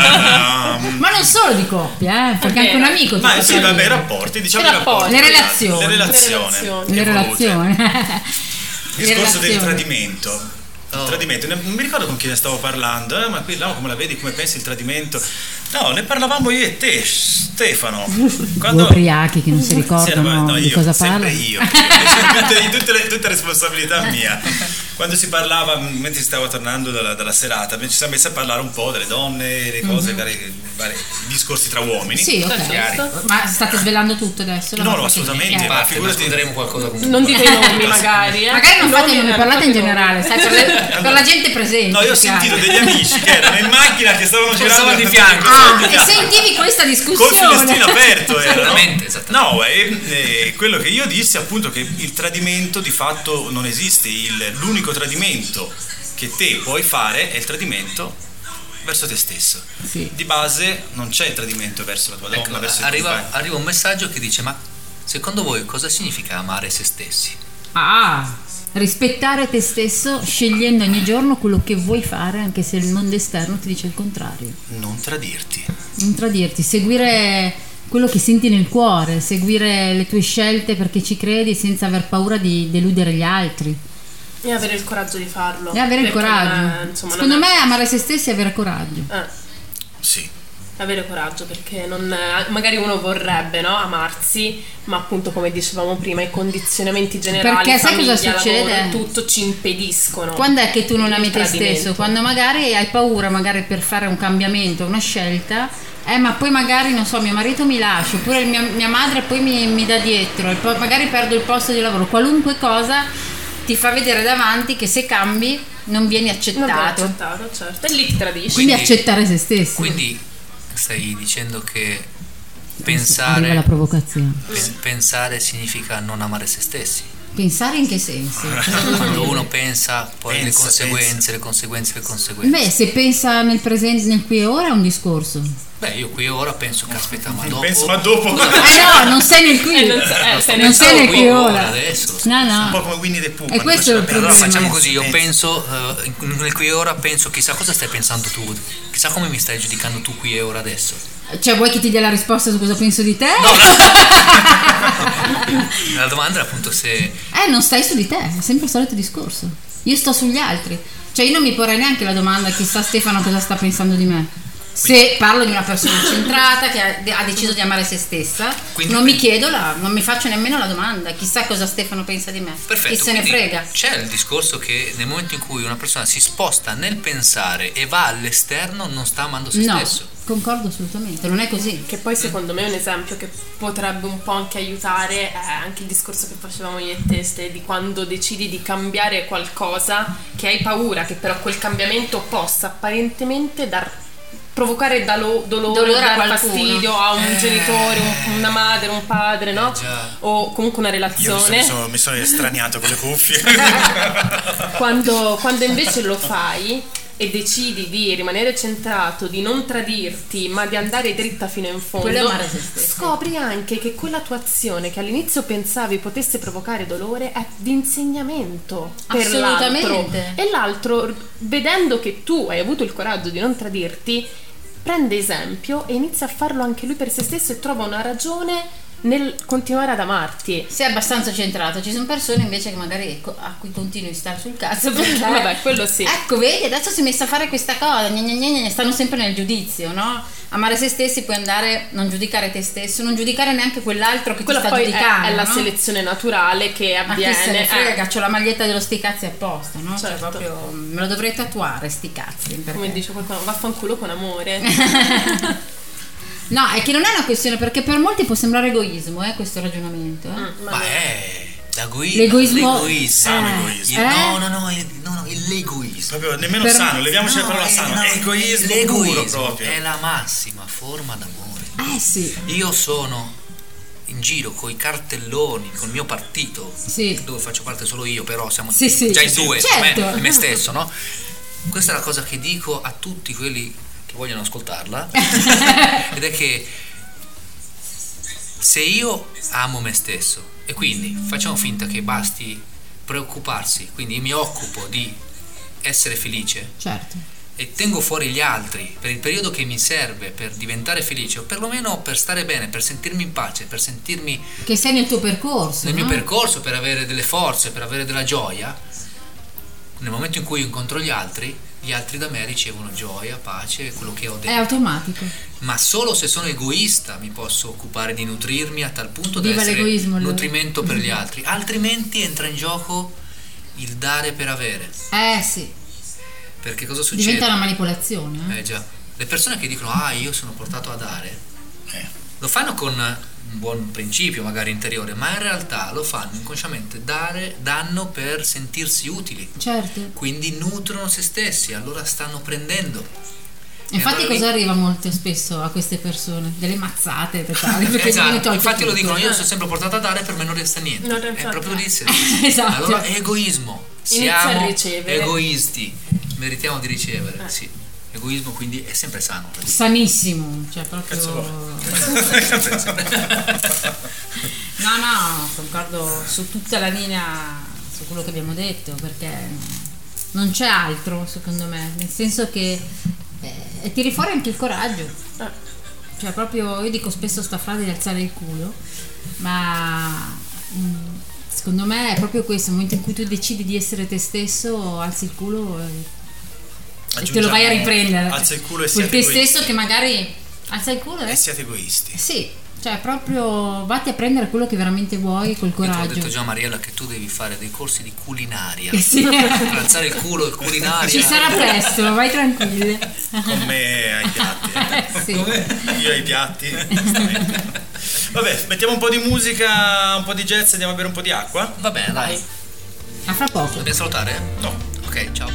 Ma non solo di coppia, perché anche un amico ti Ma può sì, vabbè, i tradire. rapporti, diciamo I i rapporti. rapporti. Le relazioni. Le relazioni. Le evolute. relazioni. discorso del relazioni. tradimento. Il tradimento, non mi ricordo con chi ne stavo parlando, ma qui come la vedi, come pensi il tradimento? No, ne parlavamo io e te, Stefano. Due ubriachi che non si ricordano di cosa sempre parlano. io. Tutte responsabilità mia. Quando si parlava, mentre stavo tornando dalla serata, ci siamo messi a parlare un po' delle donne, le cose, vari discorsi tra uomini. Sì, ok. Ma state svelando tutto adesso? No, assolutamente. Ma figurati, nasconderemo qualcosa comunque. Non dite i nomi magari. Magari non fate nomi, parlate in generale, sai, per la gente presente. No, io ho sentito degli amici che erano in macchina che stavano girando di fianco. E sentivi questa col discussione. finestrino aperto erano. Esattamente. No, quello che io dissi appunto che il tradimento di fatto non esiste, l'unico tradimento che te puoi fare è il tradimento verso te stesso. Sì. Di base non c'è il tradimento verso la tua donna, verso il tuo compagno. Arriva un messaggio che dice: ma secondo voi cosa significa amare se stessi? Rispettare te stesso scegliendo ogni giorno quello che vuoi fare, anche se il mondo esterno ti dice il contrario. Non tradirti. Non tradirti, seguire quello che senti nel cuore, seguire le tue scelte perché ci credi senza aver paura di deludere gli altri. E avere il coraggio di farlo. E avere il Perché coraggio. Secondo me amare se stessi è avere coraggio. Sì. Avere coraggio, perché magari uno vorrebbe, no, amarsi, ma appunto come dicevamo prima i condizionamenti generali, Perché sai famiglia, cosa succede? lavoro, tutto ci impediscono. Quando è che tu non ami te tradimento. stesso? Quando magari hai paura magari per fare un cambiamento, una scelta, ma poi magari non so, mio marito mi lascia, oppure mia madre poi mi dà dietro, e poi magari perdo il posto di lavoro, qualunque cosa ti fa vedere davanti che se cambi non vieni accettato. Non viene accettato, certo. E lì ti tradisci. Quindi accettare se stessi. Quindi stai dicendo che Arriva la provocazione. pensare significa non amare se stessi. Pensare in che senso? Quando uno pensa, poi le conseguenze. Beh, se pensa nel presente, nel qui e ora è un discorso. Beh, io qui e ora penso, caspita, ma dopo. Penso, ma dopo. No, non sei nel qui. Non sei nel qui e ora. Adesso. No. Un po' come Winnie the Pooh. E questo è il problema. Allora facciamo così, io penso nel qui e ora penso, chissà cosa stai pensando tu, chissà come mi stai giudicando tu qui e ora adesso. Cioè, vuoi che ti dia la risposta su cosa penso di te? La domanda è appunto se Non stai su di te, è sempre il solito discorso. Io sto sugli altri. Cioè, io non mi porrei neanche la domanda chissà Stefano cosa sta pensando di me. Se parlo di una persona centrata che ha deciso di amare se stessa, non mi faccio nemmeno la domanda chissà cosa Stefano pensa di me. perfetto, Chi se ne quindi frega. c'è il discorso che nel momento in cui una persona si sposta nel pensare e va all'esterno non sta amando se No, stesso. concordo assolutamente, non è così. Che poi secondo me è un esempio che potrebbe un po' anche aiutare è anche il discorso che facevamo io e te, di quando decidi di cambiare qualcosa che hai paura che però quel cambiamento possa apparentemente provocare dolore, a dar qualcuno. fastidio a un genitore, una madre, un padre, no? Già. O comunque una Io relazione. mi sono estraniato con le cuffie. Quando invece lo fai e decidi di rimanere centrato, di non tradirti, ma di andare dritta fino in Quello è fondo, amare se stessi. scopri anche che quella tua azione che all'inizio pensavi potesse provocare dolore è di insegnamento per l'altro. Assolutamente. E l'altro, vedendo che tu hai avuto il coraggio di non tradirti, prende esempio e inizia a farlo anche lui per se stesso e trova una ragione nel continuare ad amarti. Sei abbastanza centrato, ci sono persone invece che magari a cui continui a stare sul cazzo perché Vabbè, quello sì. ecco, vedi, adesso si è messa a fare questa cosa, stanno sempre nel giudizio, no? Amare se stessi puoi andare, non giudicare te stesso, non giudicare neanche quell'altro che Quella ti sta poi giudicando, è la no? selezione naturale che Ma chi se ne avviene. frega, c'ho la maglietta dello sti cazzi apposta, no? Cioè Certo. proprio me lo dovrei tatuare sti cazzi perché... Come dice qualcuno, vaffanculo con amore. No, è che non è una questione, perché per molti può sembrare egoismo, questo ragionamento. Ma è L'egoismo. Sano egoismo. No, l'egoismo. Proprio nemmeno sano, leviamoci la parola sano. È egoismo puro L'egoismo proprio. è la massima forma d'amore. Sì. Io sono in giro con i cartelloni col mio partito, Sì. dove faccio parte solo io, però siamo Sì, sì. già in due, Certo. me e me stesso, no? Questa è la cosa che dico a tutti quelli che vogliono ascoltarla ed è che se io amo me stesso e quindi facciamo finta che basti preoccuparsi, quindi io mi occupo di essere felice Certo. e tengo fuori gli altri per il periodo che mi serve per diventare felice o perlomeno per stare bene, per sentirmi in pace, per sentirmi Che sei nel tuo percorso. nel mio no? percorso, per avere delle forze, per avere della gioia, nel momento in cui incontro gli altri da me ricevono gioia, pace, quello che ho dentro. È automatico. Ma solo se sono egoista mi posso occupare di nutrirmi a tal punto da Viva essere l'egoismo, nutrimento per gli altri, altrimenti entra in gioco il dare per avere. Sì. Perché cosa succede? Diventa una manipolazione. Già. Le persone che dicono io sono portato a dare, lo fanno con un buon principio magari interiore, ma in realtà lo fanno inconsciamente, danno per sentirsi utili. Certo. Quindi nutrono se stessi, allora stanno prendendo. Infatti allora cosa arriva molto spesso a queste persone? Delle mazzate totali. Perché esatto, infatti lo dicono, io sono sempre portato a dare, per me non resta niente. Non è resta proprio lì. Esatto. Allora egoismo. Inizia a Siamo ricevere. egoisti, meritiamo di ricevere, sì. Egoismo quindi è sempre sano. Sanissimo, cioè proprio. No, concordo su tutta la linea, su quello che abbiamo detto, perché non c'è altro secondo me, nel senso che tiri fuori anche il coraggio, cioè proprio, io dico spesso sta frase di alzare il culo, ma secondo me è proprio questo, il momento in cui tu decidi di essere te stesso, alzi il culo e te lo vai a riprendere. Alza il culo e quel siate te egoisti. stesso che magari alza il culo E siate egoisti. sì, cioè proprio vatti a prendere quello che veramente vuoi col Io ti ho coraggio. detto già, Mariella, che tu devi fare dei corsi di culinaria. Sì. Per alzare il culo e culinaria. Ci sarà presto, vai tranquilli. Con me ai piatti. Sì. Io ai piatti. Vabbè, mettiamo un po' di musica, un po' di jazz, andiamo a bere un po' di acqua. Va bene, dai. A fra poco. Dobbiamo salutare? No. Ok, ciao.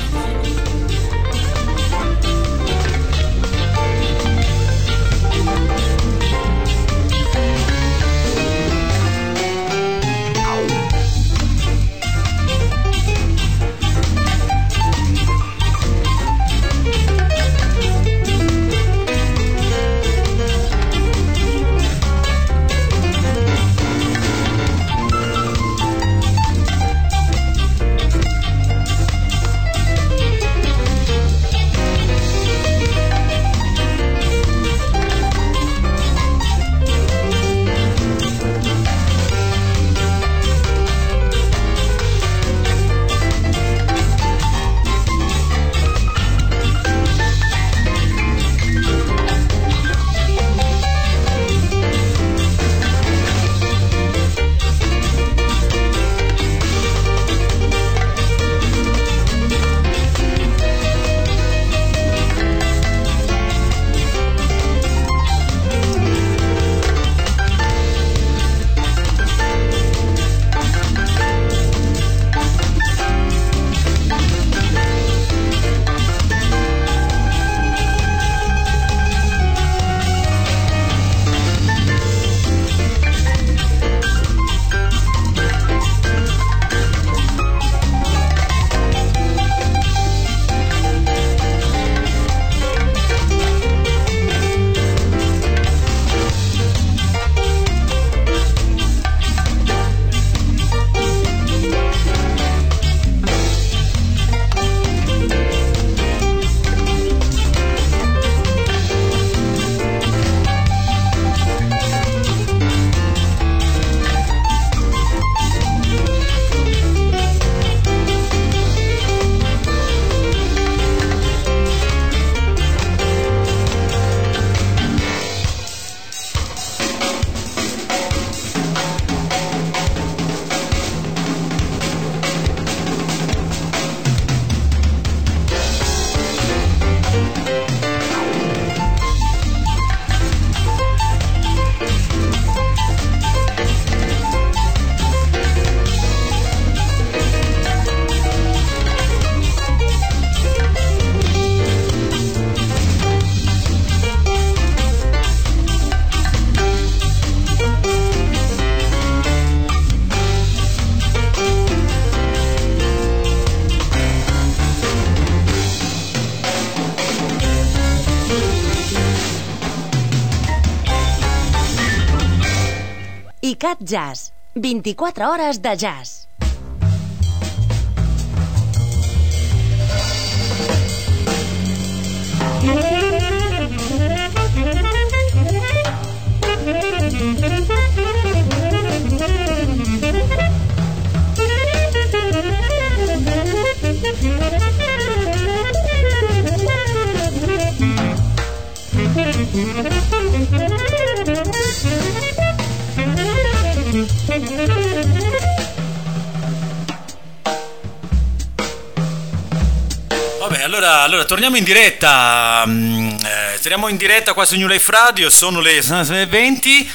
ICAT Jazz, 24 hores de jazz. Vabbè, allora torniamo in diretta. Torniamo in diretta qua su New Life Radio. Sono le 20.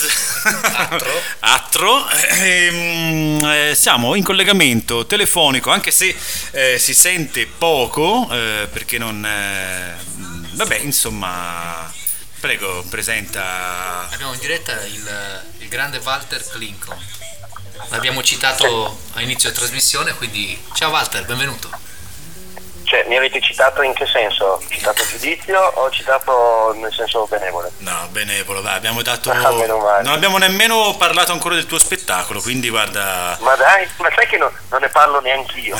Attro. Siamo in collegamento telefonico, anche se si sente poco, perché non. Vabbè, insomma. Prego, presenta. Abbiamo in diretta il grande Walter Klinko. L'abbiamo citato a inizio trasmissione, quindi ciao Walter, benvenuto. Cioè, mi avete citato in che senso? Citato giudizio o citato nel senso benevolo? No, benevolo, dai, abbiamo dato. Meno male. Non abbiamo nemmeno parlato ancora del tuo spettacolo, quindi guarda. Ma dai, ma sai che non ne parlo neanch'io.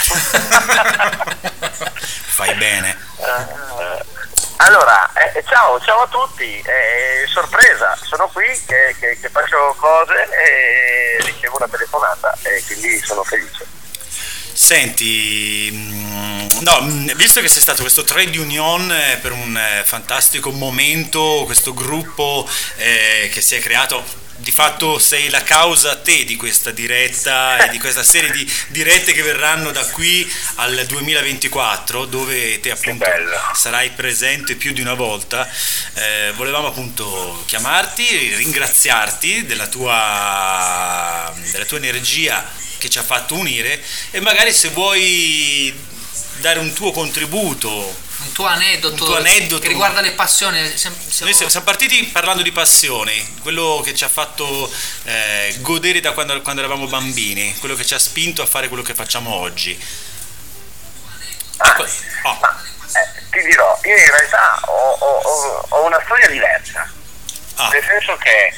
Fai bene. Allora, ciao a tutti, sorpresa, sono qui che faccio cose e ricevo una telefonata e quindi sono felice. Senti, no, visto che sei stato questo trade union per un fantastico momento, questo gruppo che si è creato, di fatto sei la causa te di questa diretta e di questa serie di dirette che verranno da qui al 2024, dove te appunto sarai presente più di una volta. Volevamo appunto chiamarti, ringraziarti della tua energia che ci ha fatto unire, e magari se vuoi dare un tuo contributo, un tuo aneddoto che riguarda le passioni. Noi siamo partiti parlando di passioni, quello che ci ha fatto godere da quando eravamo bambini, quello che ci ha spinto a fare quello che facciamo oggi. Ti dirò, io in realtà ho una storia diversa, nel senso che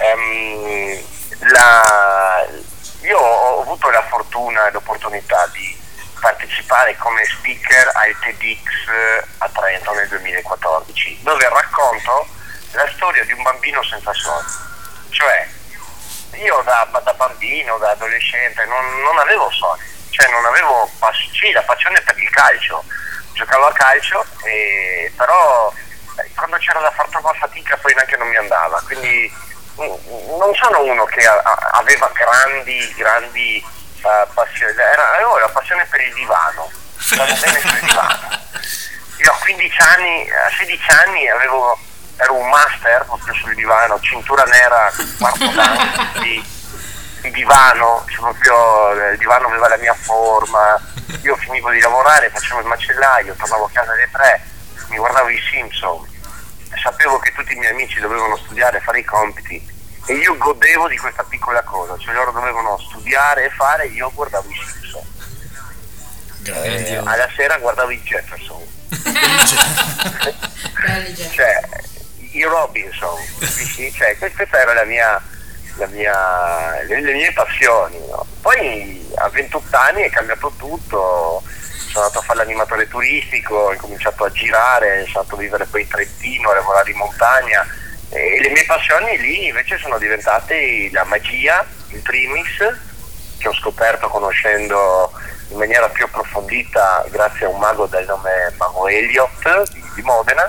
io ho avuto la fortuna e l'opportunità di partecipare come speaker al TEDx a Trento nel 2014, dove racconto la storia di un bambino senza sogni. Cioè, io da bambino, da adolescente, non avevo sogni, cioè non avevo la passione per il calcio, giocavo a calcio, però quando c'era da far troppa fatica poi neanche non mi andava, quindi non sono uno che aveva grandi passioni, avevo la passione per il divano, stavo bene sul divano. Io a 16 anni ero un master proprio sul divano, cintura nera, quarto dan di divano, cioè proprio il divano aveva la mia forma. Io finivo di lavorare, facevo il macellaio, tornavo a casa alle 3, mi guardavo i Simpson, sapevo che tutti i miei amici dovevano studiare e fare i compiti e io godevo di questa piccola cosa, cioè loro dovevano studiare e fare, io guardavo i Simpson, alla sera guardavo i Jefferson, cioè i Robinson, cioè questa era le mie passioni, no? Poi a 28 anni è cambiato tutto, sono andato a fare l'animatore turistico, ho cominciato a girare, sono andato a vivere poi in Trentino, a lavorare in montagna, e le mie passioni lì invece sono diventate la magia, in primis, che ho scoperto conoscendo in maniera più approfondita grazie a un mago del nome Mago Elliott di Modena,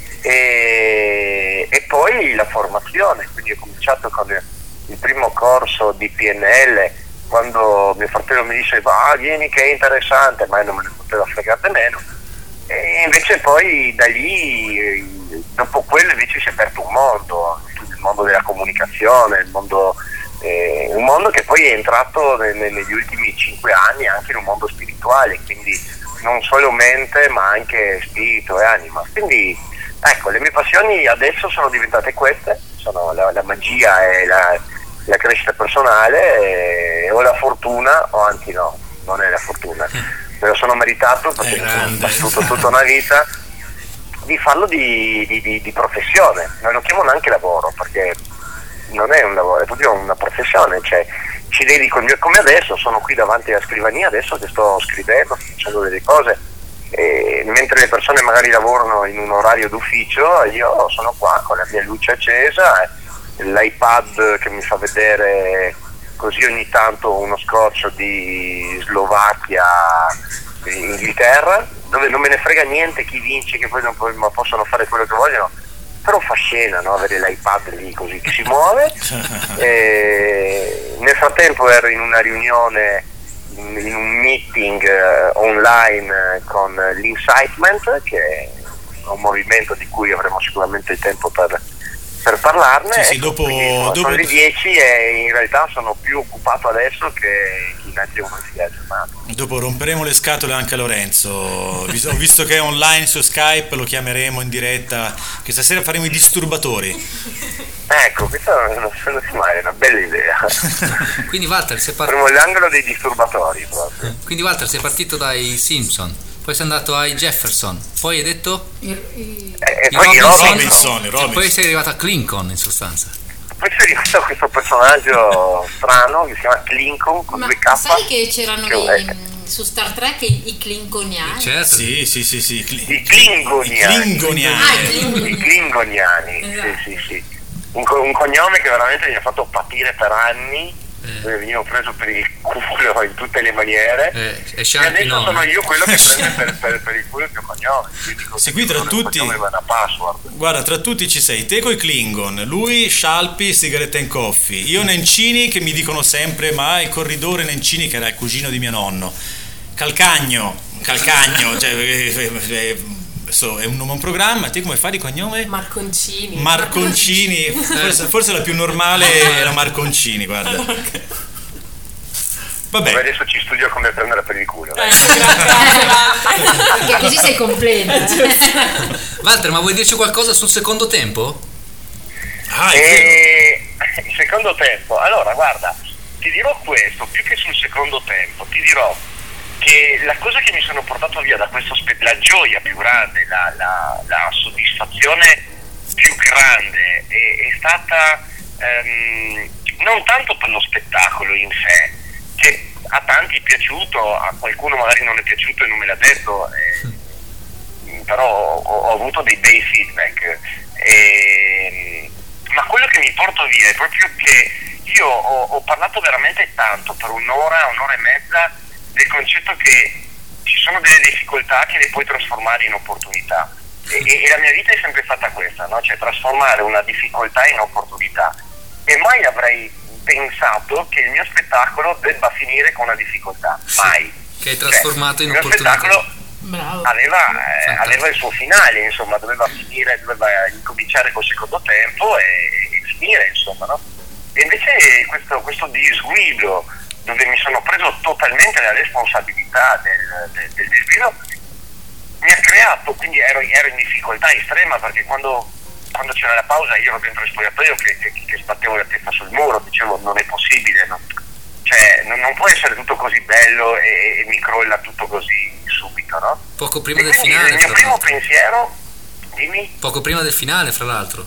e poi la formazione, quindi ho cominciato con il primo corso di PNL, quando mio fratello mi disse vieni che è interessante, ma io non me ne poteva fregare meno, e invece poi da lì, dopo quello invece si è aperto un mondo, il mondo della comunicazione, un mondo che poi è entrato negli ultimi 5 anni anche in un mondo spirituale, quindi non solo mente ma anche spirito e anima. Quindi ecco, le mie passioni adesso sono diventate queste, sono la magia e la crescita personale, e ho la fortuna, o anzi no, non è la fortuna, me lo sono meritato perché ho passato tutta una vita di farlo di professione, non lo chiamo neanche lavoro perché non è un lavoro, è proprio una professione, cioè ci dedico come adesso, sono qui davanti alla scrivania adesso che sto scrivendo, sto facendo delle cose, e mentre le persone magari lavorano in un orario d'ufficio, io sono qua con la mia luce accesa, l'iPad che mi fa vedere così ogni tanto uno scorcio di Slovacchia, Inghilterra, dove non me ne frega niente chi vince, che poi non possono fare quello che vogliono, però fa scena, no? Avere l'iPad lì così che si muove, nel frattempo ero in una riunione, in un meeting online con l'Incitement, che è un movimento di cui avremo sicuramente il tempo per parlarne. Sì, dopo sono le 10 e in realtà sono più occupato adesso che in una giornata. Dopo romperemo le scatole anche a Lorenzo. Ho visto che è online su Skype, lo chiameremo in diretta, che stasera faremo i disturbatori. Ecco, questa non è mai una bella idea. Quindi Walter, faremo l'angolo dei disturbatori proprio. Quindi Walter, sei partito dai Simpson, poi sei andato ai Jefferson, poi hai detto e poi Robinson. E poi sei arrivato a Clinton in sostanza. Poi c'è arrivato questo personaggio strano che si chiama Klingon con 2K. Sai che c'erano su Star Trek i Klingoniani? Certo. Sì. I Klingoniani. I Klingoniani. Esatto. Sì. Un cognome che veramente mi ha fatto patire per anni. Venivo preso per il culo in tutte le maniere e adesso sono io quello che prende per il culo il mio cognome. Sì, qui tra tutti, guarda, tra tutti ci sei te coi Klingon, lui Scialpi, Sigaretta and Coffee, io Nencini, che mi dicono sempre ma il corridore Nencini, che era il cugino di mio nonno, Calcagno cioè, è un nome, un programma. Te come fai di cognome? Marconcini. Forse la più normale era Marconcini, guarda. Vabbè. Adesso ci studio come prendere per il culo. Perché così sei completo. Walter, ma vuoi dirci qualcosa sul secondo tempo? Il secondo tempo, allora guarda, ti dirò questo, più che sul secondo tempo, ti dirò che la cosa che mi sono portato via da questo la gioia più grande, la soddisfazione più grande è stata non tanto per lo spettacolo in sé, che a tanti è piaciuto, a qualcuno magari non è piaciuto e non me l'ha detto, però ho avuto dei bei feedback, ma quello che mi porto via è proprio che io ho parlato veramente tanto per un'ora e mezza del concetto che ci sono delle difficoltà che le puoi trasformare in opportunità e la mia vita è sempre stata questa, no? Cioè trasformare una difficoltà in opportunità, e mai avrei pensato che il mio spettacolo debba finire con una difficoltà, mai. Che hai trasformato in opportunità. Il mio spettacolo aveva il suo finale, insomma, doveva incominciare col secondo tempo e finire, insomma, no? E invece questo disguido, dove mi sono preso totalmente la responsabilità del disguido, mi ha creato, quindi ero in difficoltà estrema, perché quando c'era la pausa io ero dentro il spogliatoio che sbattevo la testa sul muro, dicevo non è possibile, no? Cioè non può essere tutto così bello e mi crolla tutto così subito, no? Poco prima del finale. Il mio primo pensiero, dimmi? Poco prima del finale, fra l'altro.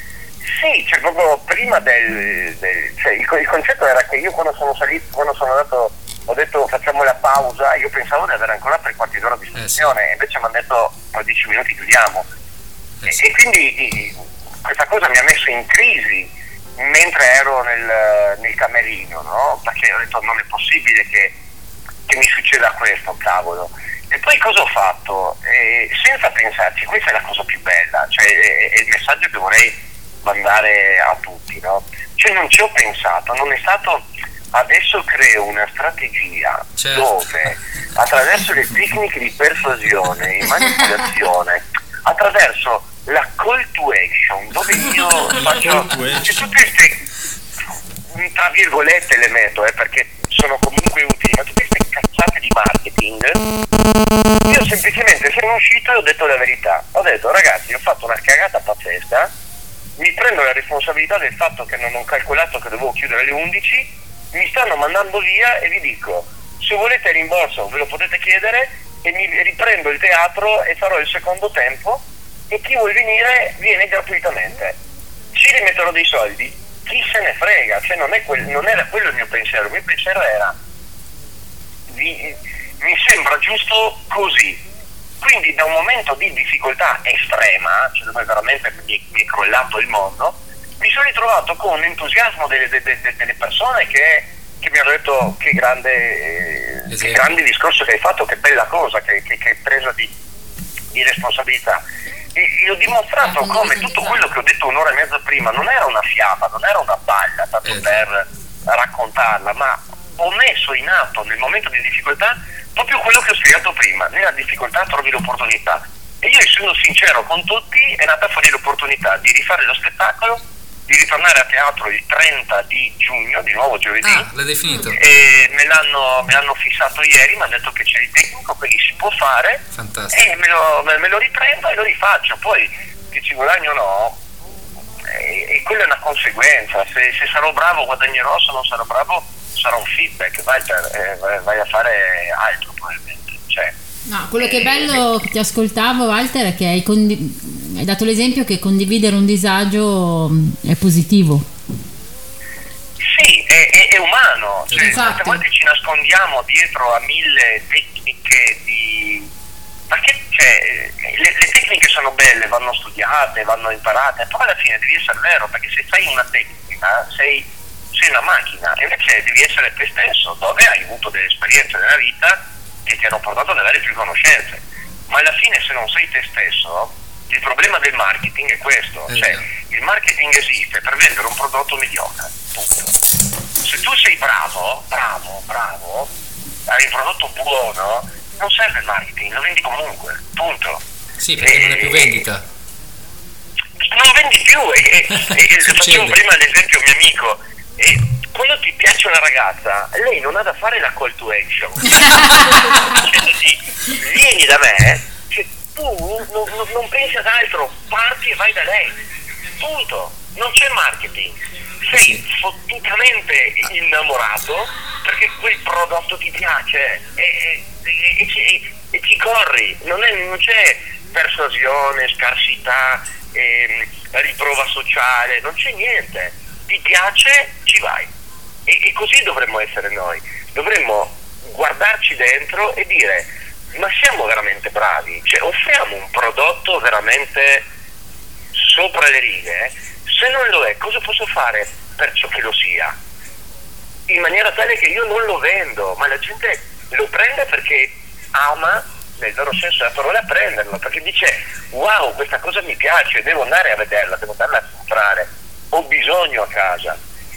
Sì, cioè proprio prima cioè il concetto era che io quando sono andato, ho detto facciamo la pausa, io pensavo di avere ancora 3/4 d'ora di discussione, invece mi hanno detto tra 10 minuti chiudiamo. E quindi questa cosa mi ha messo in crisi mentre ero nel camerino, no? Perché ho detto non è possibile che mi succeda questo, cavolo. E poi cosa ho fatto? Senza pensarci, questa è la cosa più bella, cioè è il messaggio che vorrei mandare a tutti, no? Cioè non ci ho pensato, non è stato adesso creo una strategia, certo, dove attraverso le tecniche di persuasione e manipolazione, attraverso la call to action, dove io faccio tutte queste, tra virgolette le metto, perché sono comunque utili, ma tutte queste cazzate di marketing, io semplicemente sono uscito e ho detto la verità, ho detto ragazzi ho fatto una cagata pazzesca, mi prendo la responsabilità del fatto che non ho calcolato che dovevo chiudere alle 11, mi stanno mandando via e vi dico, se volete il rimborso ve lo potete chiedere e mi riprendo il teatro e farò il secondo tempo e chi vuol venire viene gratuitamente. Ci rimetterò dei soldi, chi se ne frega, cioè non era quello il mio pensiero era mi sembra giusto così. Quindi da un momento di difficoltà estrema, cioè dove veramente mi è crollato il mondo, mi sono ritrovato con l'entusiasmo delle persone che mi hanno detto che grande discorso che hai fatto, che bella cosa, che hai preso di responsabilità. E ho dimostrato come tutto quello che ho detto un'ora e mezza prima non era una fiaba, non era una balla, tanto per raccontarla, ma ho messo in atto nel momento di difficoltà proprio quello che ho spiegato prima. Nella difficoltà trovi l'opportunità, e io, essendo sincero con tutti, è nata fuori l'opportunità di rifare lo spettacolo, di ritornare a teatro il 30 di giugno, di nuovo giovedì. L'hai definito? E me l'hanno fissato ieri, mi hanno detto che c'è il tecnico, quindi si può fare. Fantastico. E me lo riprendo e lo rifaccio. Poi che ci guadagno o no, e quella è una conseguenza. Se sarò bravo guadagnerò, se non sarò bravo sarà un feedback. Vai a fare altro probabilmente. No, quello che è bello che ti ascoltavo, Walter, è che hai dato l'esempio che condividere un disagio è positivo. Sì, è umano. Esatto. Tante volte ci nascondiamo dietro a 1000 tecniche perché le tecniche sono belle, vanno studiate, vanno imparate, poi alla fine devi essere vero, perché se fai una tecnica sei una macchina, e invece devi essere te stesso, dove hai avuto delle esperienze nella vita che ti hanno portato ad avere più conoscenze. Ma alla fine, se non sei te stesso, il problema del marketing è questo, il marketing esiste per vendere un prodotto mediocre, punto. Se tu sei bravo, hai un prodotto buono, non serve il marketing, lo vendi comunque, punto. Sì, perché non è più vendita. Non vendi più, facevo prima l'esempio mio amico, quando ti piace una ragazza, lei non ha da fare la call to action. Vieni da me, tu non pensi ad altro, parti e vai da lei, punto. Non c'è marketing, sei fottutamente innamorato perché quel prodotto ti piace e ci corri, non c'è persuasione, scarsità, riprova sociale, non c'è niente, ti piace, ci vai. E così dovremmo essere noi, dovremmo guardarci dentro e dire: ma siamo veramente bravi? Offriamo un prodotto veramente sopra le righe? Se non lo è, cosa posso fare per ciò che lo sia? In maniera tale che io non lo vendo, ma la gente lo prende perché ama, nel vero senso della parola, prenderlo, perché dice: wow, questa cosa mi piace, devo andare a vederla, devo andarla a comprare, ho bisogno a casa.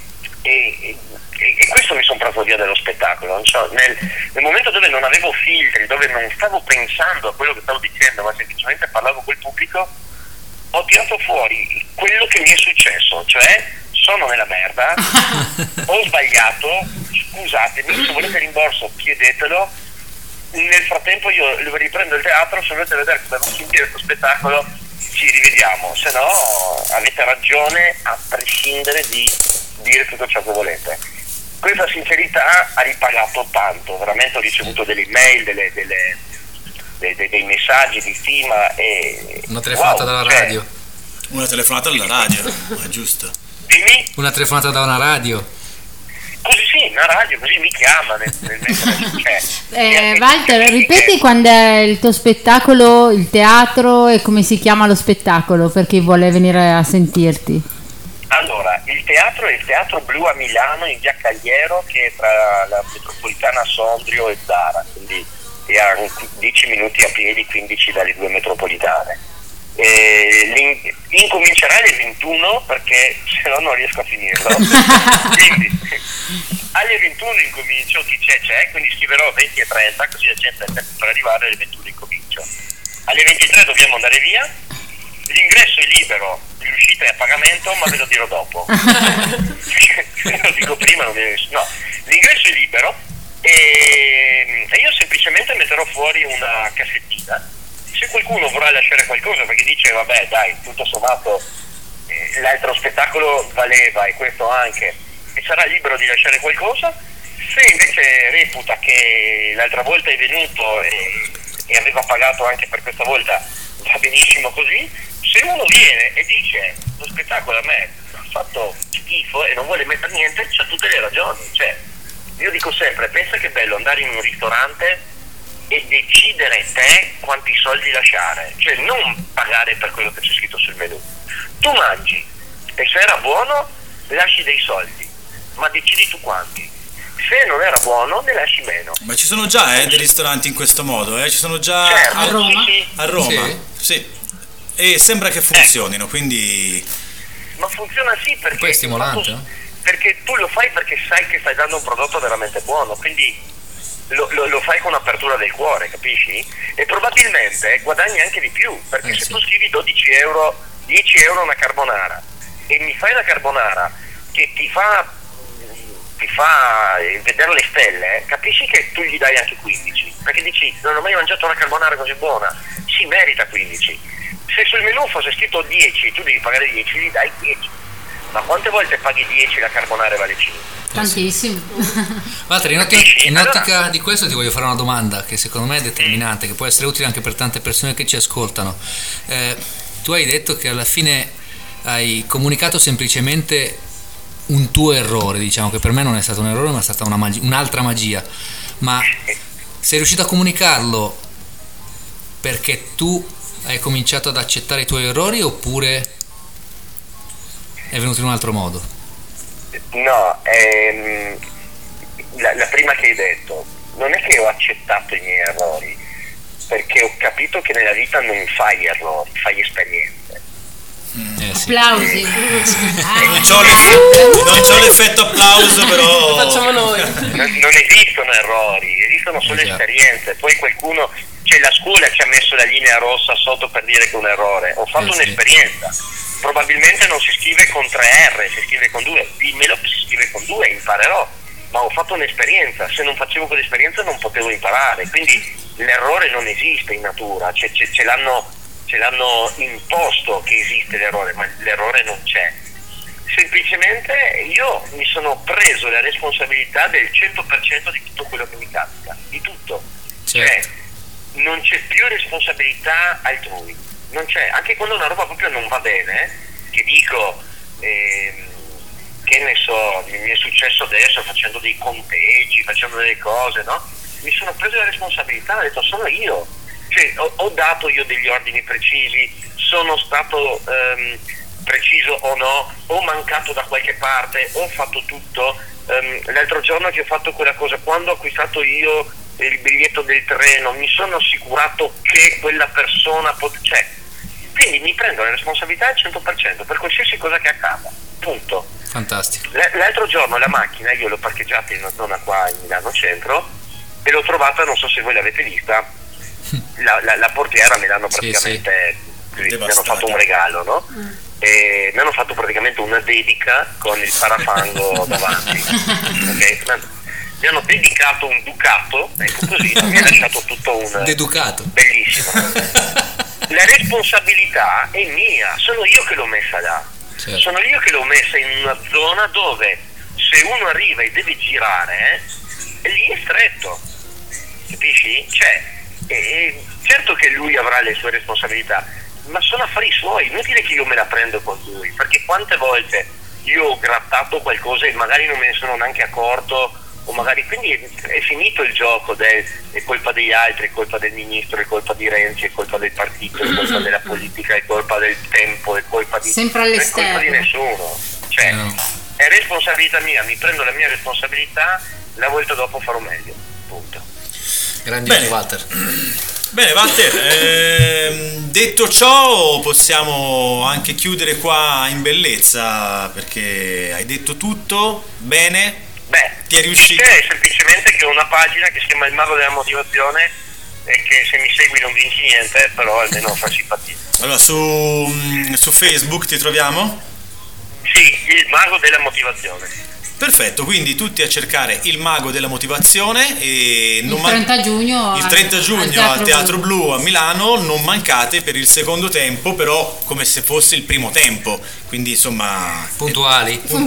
E questo mi sono preso via dello spettacolo, non so, nel momento dove non avevo filtri, dove non stavo pensando a quello che stavo dicendo, ma semplicemente parlavo col pubblico, ho tirato fuori quello che mi è successo, cioè sono nella merda, ho sbagliato, scusatemi, se volete rimborso chiedetelo, nel frattempo io riprendo il teatro, se volete vedere come va a sentire questo spettacolo ci rivediamo, se no avete ragione a prescindere di dire tutto ciò che volete. Questa sincerità ha ripagato tanto, veramente ho ricevuto delle email, dei messaggi di stima e una telefonata dalla radio. Una telefonata dalla radio, è giusto. Dimmi? Una telefonata da una radio. Così sì, una radio, così mi chiama nel Walter, ripeti quando è il tuo spettacolo, il teatro, e come si chiama lo spettacolo per chi vuole venire a sentirti. Allora, il teatro è il Teatro Blu a Milano, in via Cagliero, che è tra la metropolitana Sondrio e Zara, quindi è a 10 minuti a piedi, 15 dalle due metropolitane. Incomincerà alle 21 perché se no non riesco a finirlo. Quindi alle 21 incomincio, chi c'è, quindi scriverò 20 e 30, così la gente ha tempo per arrivare, alle 21 incomincio. Alle 23 dobbiamo andare via, l'ingresso è libero, l'uscita è a pagamento, ma ve lo dirò dopo. Lo dico prima, no, l'ingresso è libero e io semplicemente metterò fuori una cassettina. Se qualcuno vorrà lasciare qualcosa perché dice vabbè dai, tutto sommato l'altro spettacolo valeva e questo anche, e sarà libero di lasciare qualcosa. Se invece reputa che l'altra volta è venuto e aveva pagato anche per questa volta, va benissimo così. Se uno viene e dice lo spettacolo a me ha fatto schifo e non vuole mettere niente, c'ha tutte le ragioni. Io dico sempre, pensa che è bello andare in un ristorante e decidere te quanti soldi lasciare, cioè non pagare per quello che c'è scritto sul menù. Tu mangi e se era buono lasci dei soldi, ma decidi tu quanti. Se non era buono ne lasci meno. Ma ci sono già dei ristoranti in questo modo, ci sono già certo, a Roma? Sì. A Roma, sì. E sembra che funzionino, quindi ma funziona sì perché poi è stimolante, no? perché tu lo fai perché sai che stai dando un prodotto veramente buono, quindi lo fai con apertura del cuore, capisci? E probabilmente guadagni anche di più, perché se tu scrivi 12 euro, 10 euro una carbonara e mi fai la carbonara che ti fa vedere le stelle, capisci che tu gli dai anche 15, perché dici non ho mai mangiato una carbonara così buona, si merita 15. Se sul menù fosse scritto 10, tu devi pagare 10, gli dai 10. Ma quante volte paghi 10 la carbonara vale 5? Tantissimo. Walter, in ottica di questo ti voglio fare una domanda che secondo me è determinante, che può essere utile anche per tante persone che ci ascoltano. Tu hai detto che alla fine hai comunicato semplicemente un tuo errore, diciamo che per me non è stato un errore ma è stata un'altra magia, ma sei riuscito a comunicarlo perché tu hai cominciato ad accettare i tuoi errori oppure è venuto in un altro modo? No, la prima che hai detto, non è che ho accettato i miei errori, perché ho capito che nella vita non fai errori, fai esperienze. Applausi. Non c'ho l'effetto applauso, però Lo facciamo noi. Non esistono errori, esistono solo esperienze. Poi qualcuno, la scuola ci ha messo la linea rossa sotto per dire che è un errore. Ho fatto un'esperienza. Probabilmente non si scrive con 3 R, si scrive con 2. Dimmelo che si scrive con 2, imparerò. Ma ho fatto un'esperienza, se non facevo quell'esperienza non potevo imparare. Quindi l'errore non esiste in natura, ce l'hanno imposto che esiste l'errore, ma l'errore non c'è. Semplicemente io mi sono preso la responsabilità del 100% di tutto quello che mi capita, di tutto. Cioè, non c'è più responsabilità altrui, non c'è. Anche quando una roba proprio non va bene, che dico, che ne so, mi è successo adesso facendo dei conteggi, facendo delle cose, no? Mi sono preso la responsabilità, ho detto sono io. Cioè, ho dato io degli ordini precisi, sono stato preciso o no, ho mancato da qualche parte, ho fatto tutto. L'altro giorno che ho fatto quella cosa, quando ho acquistato io il biglietto del treno, mi sono assicurato che quella persona quindi mi prendo la responsabilità al 100% per qualsiasi cosa che accada, punto. Fantastico. L'altro giorno la macchina io l'ho parcheggiata in una zona qua in Milano Centro e l'ho trovata, non so se voi l'avete vista, la portiera me l'hanno praticamente mi hanno fatto un regalo, no? E mi hanno fatto praticamente una dedica con il parafango davanti. Okay? Mi hanno dedicato un ducato, ecco così, mi ha lasciato tutto un deducato. Bellissimo. La responsabilità è mia, sono io che l'ho messa là. Certo. Sono io che l'ho messa in una zona dove se uno arriva e deve girare, lì è stretto, capisci? Certo che lui avrà le sue responsabilità, ma sono affari suoi, inutile che io me la prendo con lui, perché quante volte io ho grattato qualcosa e magari non me ne sono neanche accorto, o magari, quindi è finito il gioco è colpa degli altri, è colpa del ministro, è colpa di Renzi, è colpa del partito, è colpa della politica, è colpa del tempo, è colpa di sempre all'esterno, non è colpa di nessuno, è responsabilità mia, mi prendo la mia responsabilità, la volta dopo farò meglio, punto. Grandioso Walter. Bene Walter, detto ciò possiamo anche chiudere qua in bellezza, perché hai detto tutto bene. Ti è riuscito? C'è semplicemente che ho una pagina che si chiama Il Mago della Motivazione e che se mi segui non vinci niente, però almeno fa simpatia. Allora su Facebook ti troviamo? Sì, Il Mago della Motivazione. Perfetto, quindi tutti a cercare Il Mago della Motivazione e il 30 giugno al Teatro Blu a Milano. Non mancate per il secondo tempo, però come se fosse il primo tempo, quindi insomma puntuali. Sì,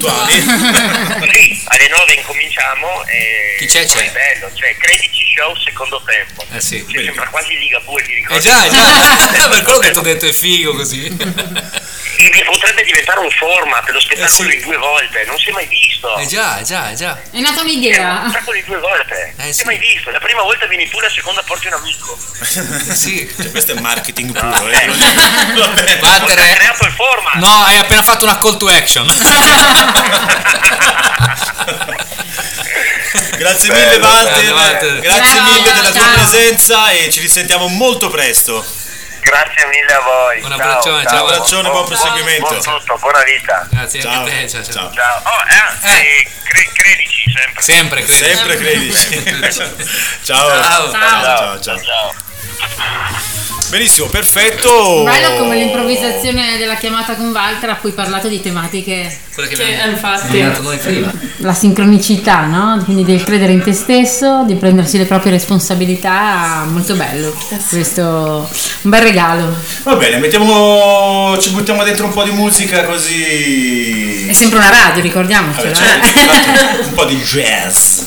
alle 9 incominciamo e chi c'è? È bello, 13 show secondo tempo. Sì. Sembra quasi Liga 2, ti ricordi? Già per quello che ti ho detto è figo così. Potrebbe diventare un format, lo spettacolo in 2 volte, non si è mai visto. Già. È nata un'idea. Lo spettacolo in 2 volte, non si è mai visto. La prima volta vieni tu, la seconda porti un amico. Sì. Questo è marketing puro. Walter, hai creato il format. No, hai appena fatto una call to action. Grazie mille Walter. Grazie mille della tua presenza e ci risentiamo molto presto. Grazie mille a voi. Un abbraccione, ciao. Un abbraccione, buon proseguimento. Buon tutto, buona vita. Grazie Ciao. anche a te, ciao. Ciao. Credici sempre. Sempre credici. Ciao. Ciao. Benissimo, perfetto. Bello come l'improvvisazione della chiamata con Walter, a cui parlato di tematiche, Quella che Che, abbiamo infatti. nominato noi prima. la sincronicità, no? Quindi del credere in te stesso, di prendersi le proprie responsabilità, molto bello. Questo un bel regalo. Va bene, ci buttiamo dentro un po' di musica così. È sempre una radio, ricordiamocelo. Vabbè, un po' di jazz.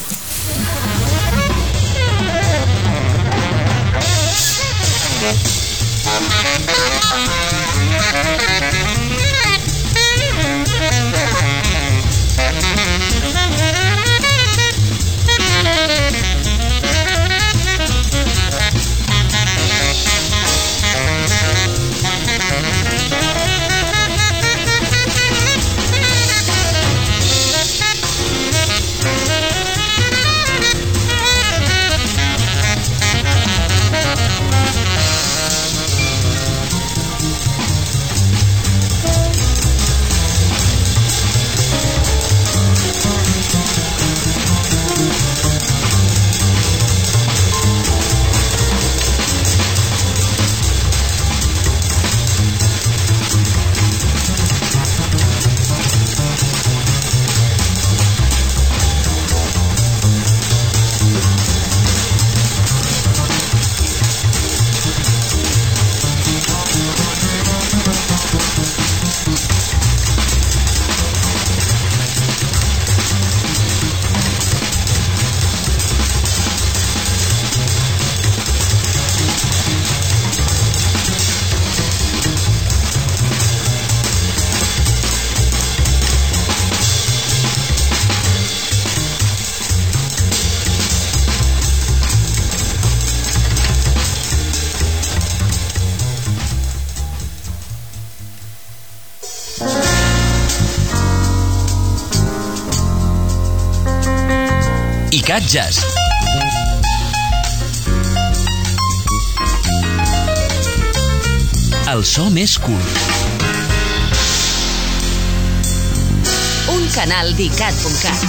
Cat Jazz. El so més curt. Un canal d'ICAT.cat.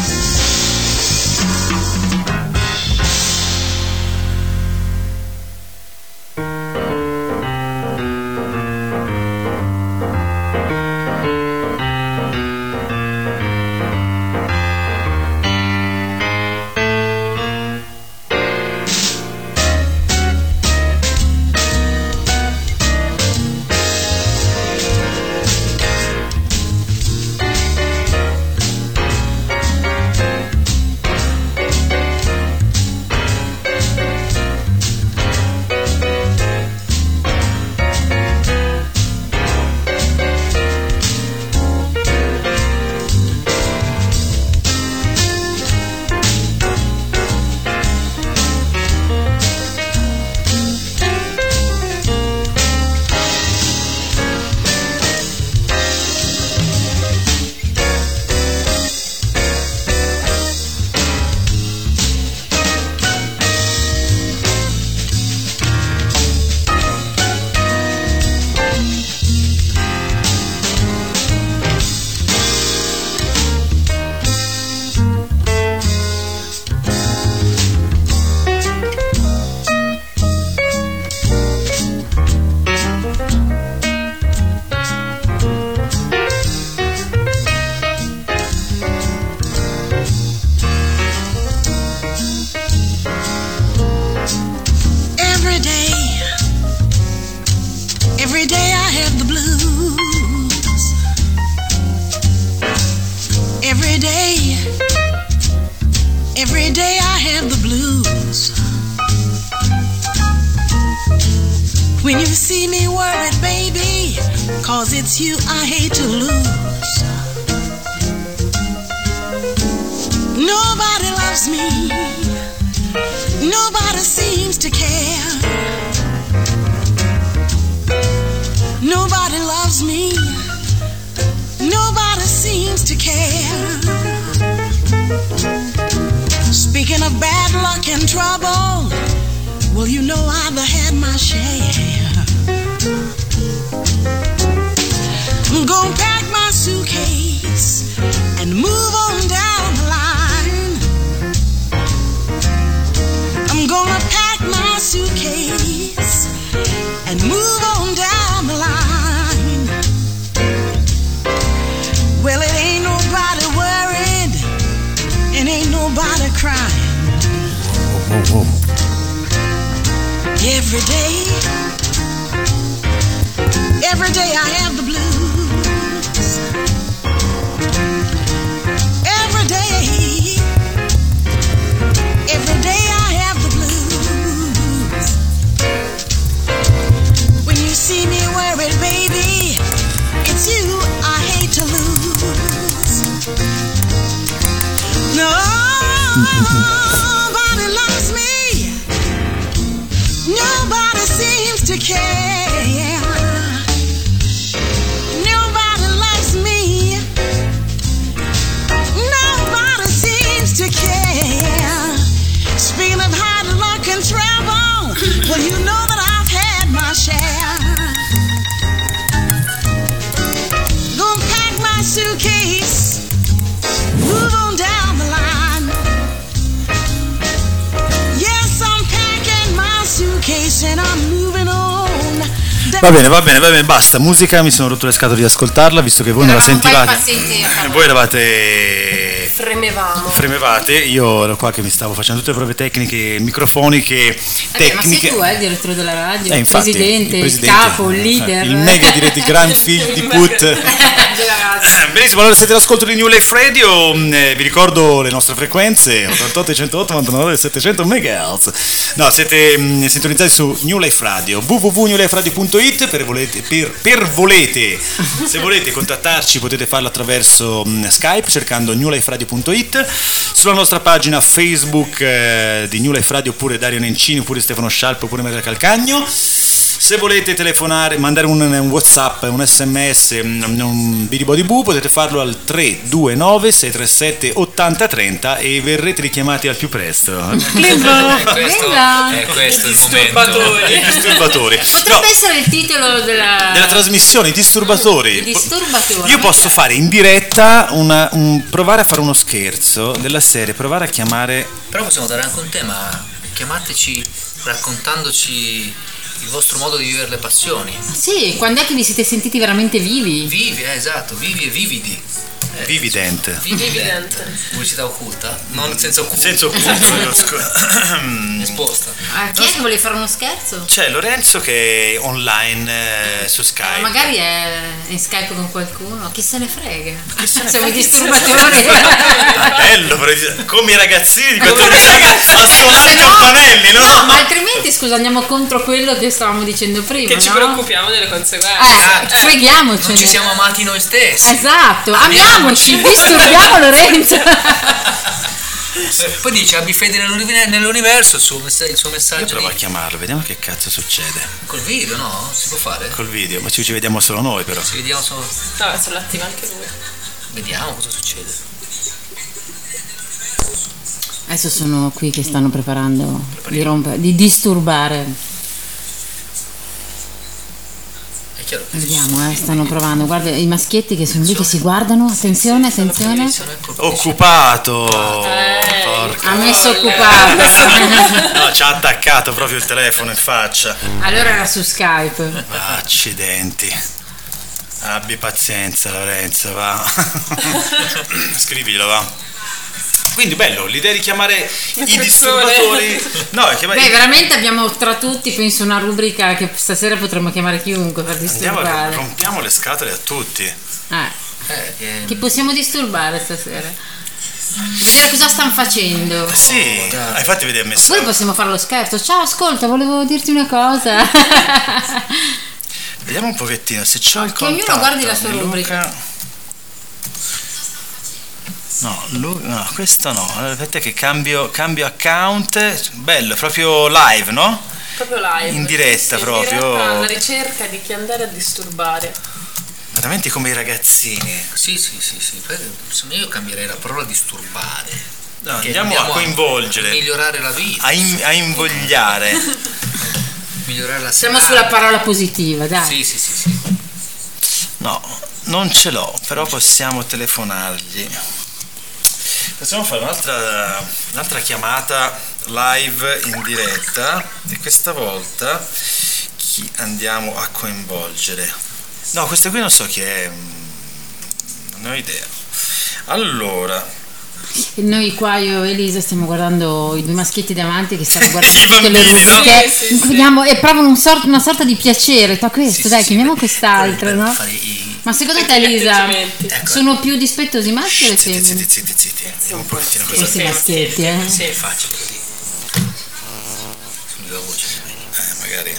Every day I have the blues. Every day I have the blues. When you see me worried, baby, 'cause it's you I hate to lose. Nobody loves me. Nobody seems to care. Nobody loves me. Nobody seems to care. Speaking of bad luck and trouble, well, you know I've had my share. I'm gonna pack my suitcase and move on down the line. I'm gonna pack my suitcase and move on down the line. Well, it ain't nobody worried, and ain't nobody crying. Every day I have the blues. Every day I have the blues. When you see me worried, baby, it's you I hate to lose. Nobody loves me. Nobody seems to care. Nobody loves me. Nobody seems to care. Speaking of hard luck and trouble, well, you know that I've had my share. Gonna pack my suitcase, move on down the line. Yes, I'm packing my suitcase and I'm moving on. Va bene, basta. Musica, mi sono rotto le scatole di ascoltarla, visto che voi non la sentivate. Voi eravate. Fremevate, io ero qua che mi stavo facendo tutte le prove tecniche, microfoniche, tecniche. Ma sei tu il direttore della radio, infatti, il presidente, il capo, il leader, il mega diretto, il gran figlio di put. Benissimo, allora siete all'ascolto di New Life Radio, vi ricordo le nostre frequenze 88 108 99 700 MHz. No, siete sintonizzati su New Life Radio, www.newliferadio.it se volete contattarci potete farlo attraverso Skype cercando newliferadio.it, sulla nostra pagina Facebook di New Life Radio, oppure Dario Nencini, oppure Stefano Scialpo, oppure Maria Calcagno. Se volete telefonare, mandare un WhatsApp, un SMS, un bidibodiboo, potete farlo al 329 637 8030 e verrete richiamati al più presto. È questo il momento. I disturbatori. Potrebbe essere il titolo della trasmissione, i disturbatori. I disturbatori. Io posso fare in diretta provare a fare uno scherzo della serie, provare a chiamare. Però possiamo dare anche un tema, chiamateci raccontandoci il vostro modo di vivere le passioni. Sì, quando è che vi siete sentiti veramente vivi? Esatto, vivi e vividi. Vividente. Pubblicità occulta? Non senza occulto. Senza occulto. Esposta. Chi è che vuole fare uno scherzo? C'è Lorenzo che è online su Skype. Magari è in Skype con qualcuno, chi se ne frega? Siamo i disturbatori. Bello, come i ragazzini di 14 anni a suonare i campanelli, no? No, ma altrimenti scusa, andiamo contro quello che stavamo dicendo prima. Che ci preoccupiamo delle conseguenze. Freghiamoci. Non ci siamo amati noi stessi. Esatto, amiamoci, disturbiamo Lorenzo. Poi dice abbi fede nell'universo, il suo messaggio. Io provo a chiamarlo, vediamo che cazzo succede. Col video, no? Si può fare? Col video, ma ci vediamo solo noi però. Ci vediamo solo. No, se lo attiva anche lui. Vediamo cosa succede. Adesso sono qui che stanno preparando di disturbare. Vediamo, stanno provando. Guarda i maschietti che sono lì che si guardano. Attenzione. Occupato. Ha messo occupato. No, ci ha attaccato proprio il telefono in faccia. Allora era su Skype. Accidenti. Abbi pazienza Lorenzo, va. Scrivilo, va. Quindi bello, l'idea di chiamare i disturbatori. No, veramente abbiamo tra tutti, penso, una rubrica che stasera potremmo chiamare chiunque per disturbare. Rompiamo le scatole a tutti. Chi possiamo disturbare stasera? Vedere cosa stanno facendo. Sì, infatti vedi, ha messo. Poi possiamo fare lo scherzo. Ciao, ascolta, volevo dirti una cosa. Vediamo un pochettino se c'ho il contatto. Che ognuno guardi la sua rubrica. No, questo no. Aspetta che cambio account. Bello, proprio live, no? Proprio live. In diretta, sì, proprio. In diretta alla ricerca di chi andare a disturbare. Veramente come i ragazzini. Sì. Io cambierei la parola disturbare. No, andiamo a coinvolgere. A migliorare la vita. A invogliare. migliorare la Siamo serata. sulla parola positiva, dai. Sì. No, non ce l'ho, però possiamo telefonargli. Possiamo fare un'altra chiamata live in diretta, e questa volta chi andiamo a coinvolgere? No, questa qui non so chi è, non ne ho idea. Allora, E noi qua, io e Elisa, stiamo guardando i due maschietti davanti che stanno guardando I tutte le bambini, no? rubriche. Sì. E provano una sorta di piacere. Questo, dai, chiamiamo quest'altro, per no? fare i- Ma secondo te, Elisa, atteggiamenti. sono più dispettosi i maschi o le femmine? zitti, un pochettino così. Questi maschietti, eh? Sì, facile così. Sulla voce. Magari.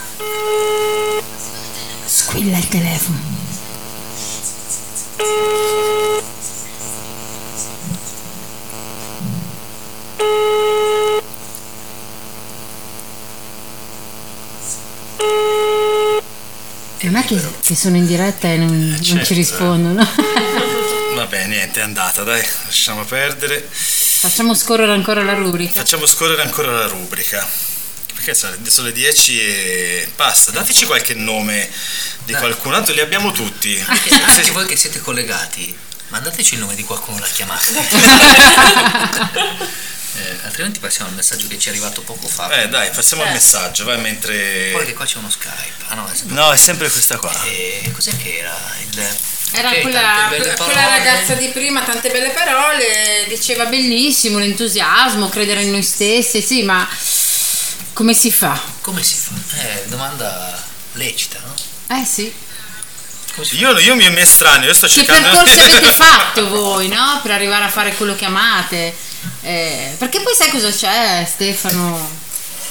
Squilla il telefono. Non è che sono in diretta e non Certo. ci rispondono. Vabbè, niente, è andata, dai, lasciamo perdere. Facciamo scorrere ancora la rubrica. Facciamo scorrere ancora la rubrica. Perché sono le 10 e basta. Dateci qualche nome di qualcun altro, li abbiamo tutti. Se voi che siete collegati, mandateci il nome di qualcuno da chiamare. Altrimenti passiamo al messaggio che ci è arrivato poco fa. Dai, passiamo al messaggio, vai, mentre... Poi che qua c'è uno Skype. Ah no, è sempre... No, è sempre questa qua. Cos'è che era? Era Ok, quella tante belle parole. ragazza di prima, tante belle parole, diceva bellissimo, l'entusiasmo, credere in noi stessi, sì, ma come si fa? Come si fa? Domanda lecita, no? Sì. Come si fa? Io mi estraneo, io sto Che cercando... percorsi avete fatto voi, no? Per arrivare a fare quello che amate? Perché poi sai cosa c'è, Stefano?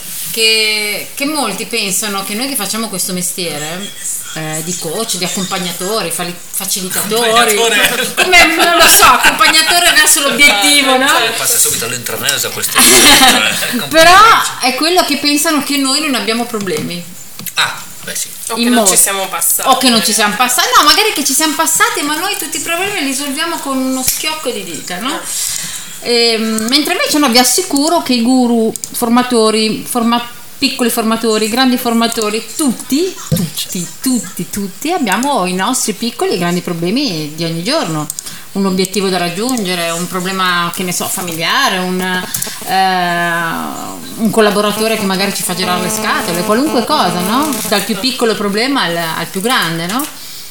Che molti pensano che noi che facciamo questo mestiere di coach, di accompagnatori, facilitatori, come non lo so, accompagnatore verso l'obiettivo, no? Passa subito all'intranesa questo. Però è quello che pensano che noi non abbiamo problemi. Ah, beh sì. O che In non modo. ci siamo passati. O che non ci siamo passati, no, magari che ci siamo passati, ma noi tutti i problemi li risolviamo con uno schiocco di dita, no? Mentre invece no, vi assicuro che i guru, formatori, piccoli formatori, grandi formatori, tutti abbiamo i nostri piccoli e grandi problemi di ogni giorno. Un obiettivo da raggiungere, un problema, che ne so, familiare, un collaboratore che magari ci fa girare le scatole, qualunque cosa, no? Dal più piccolo problema al più grande, no?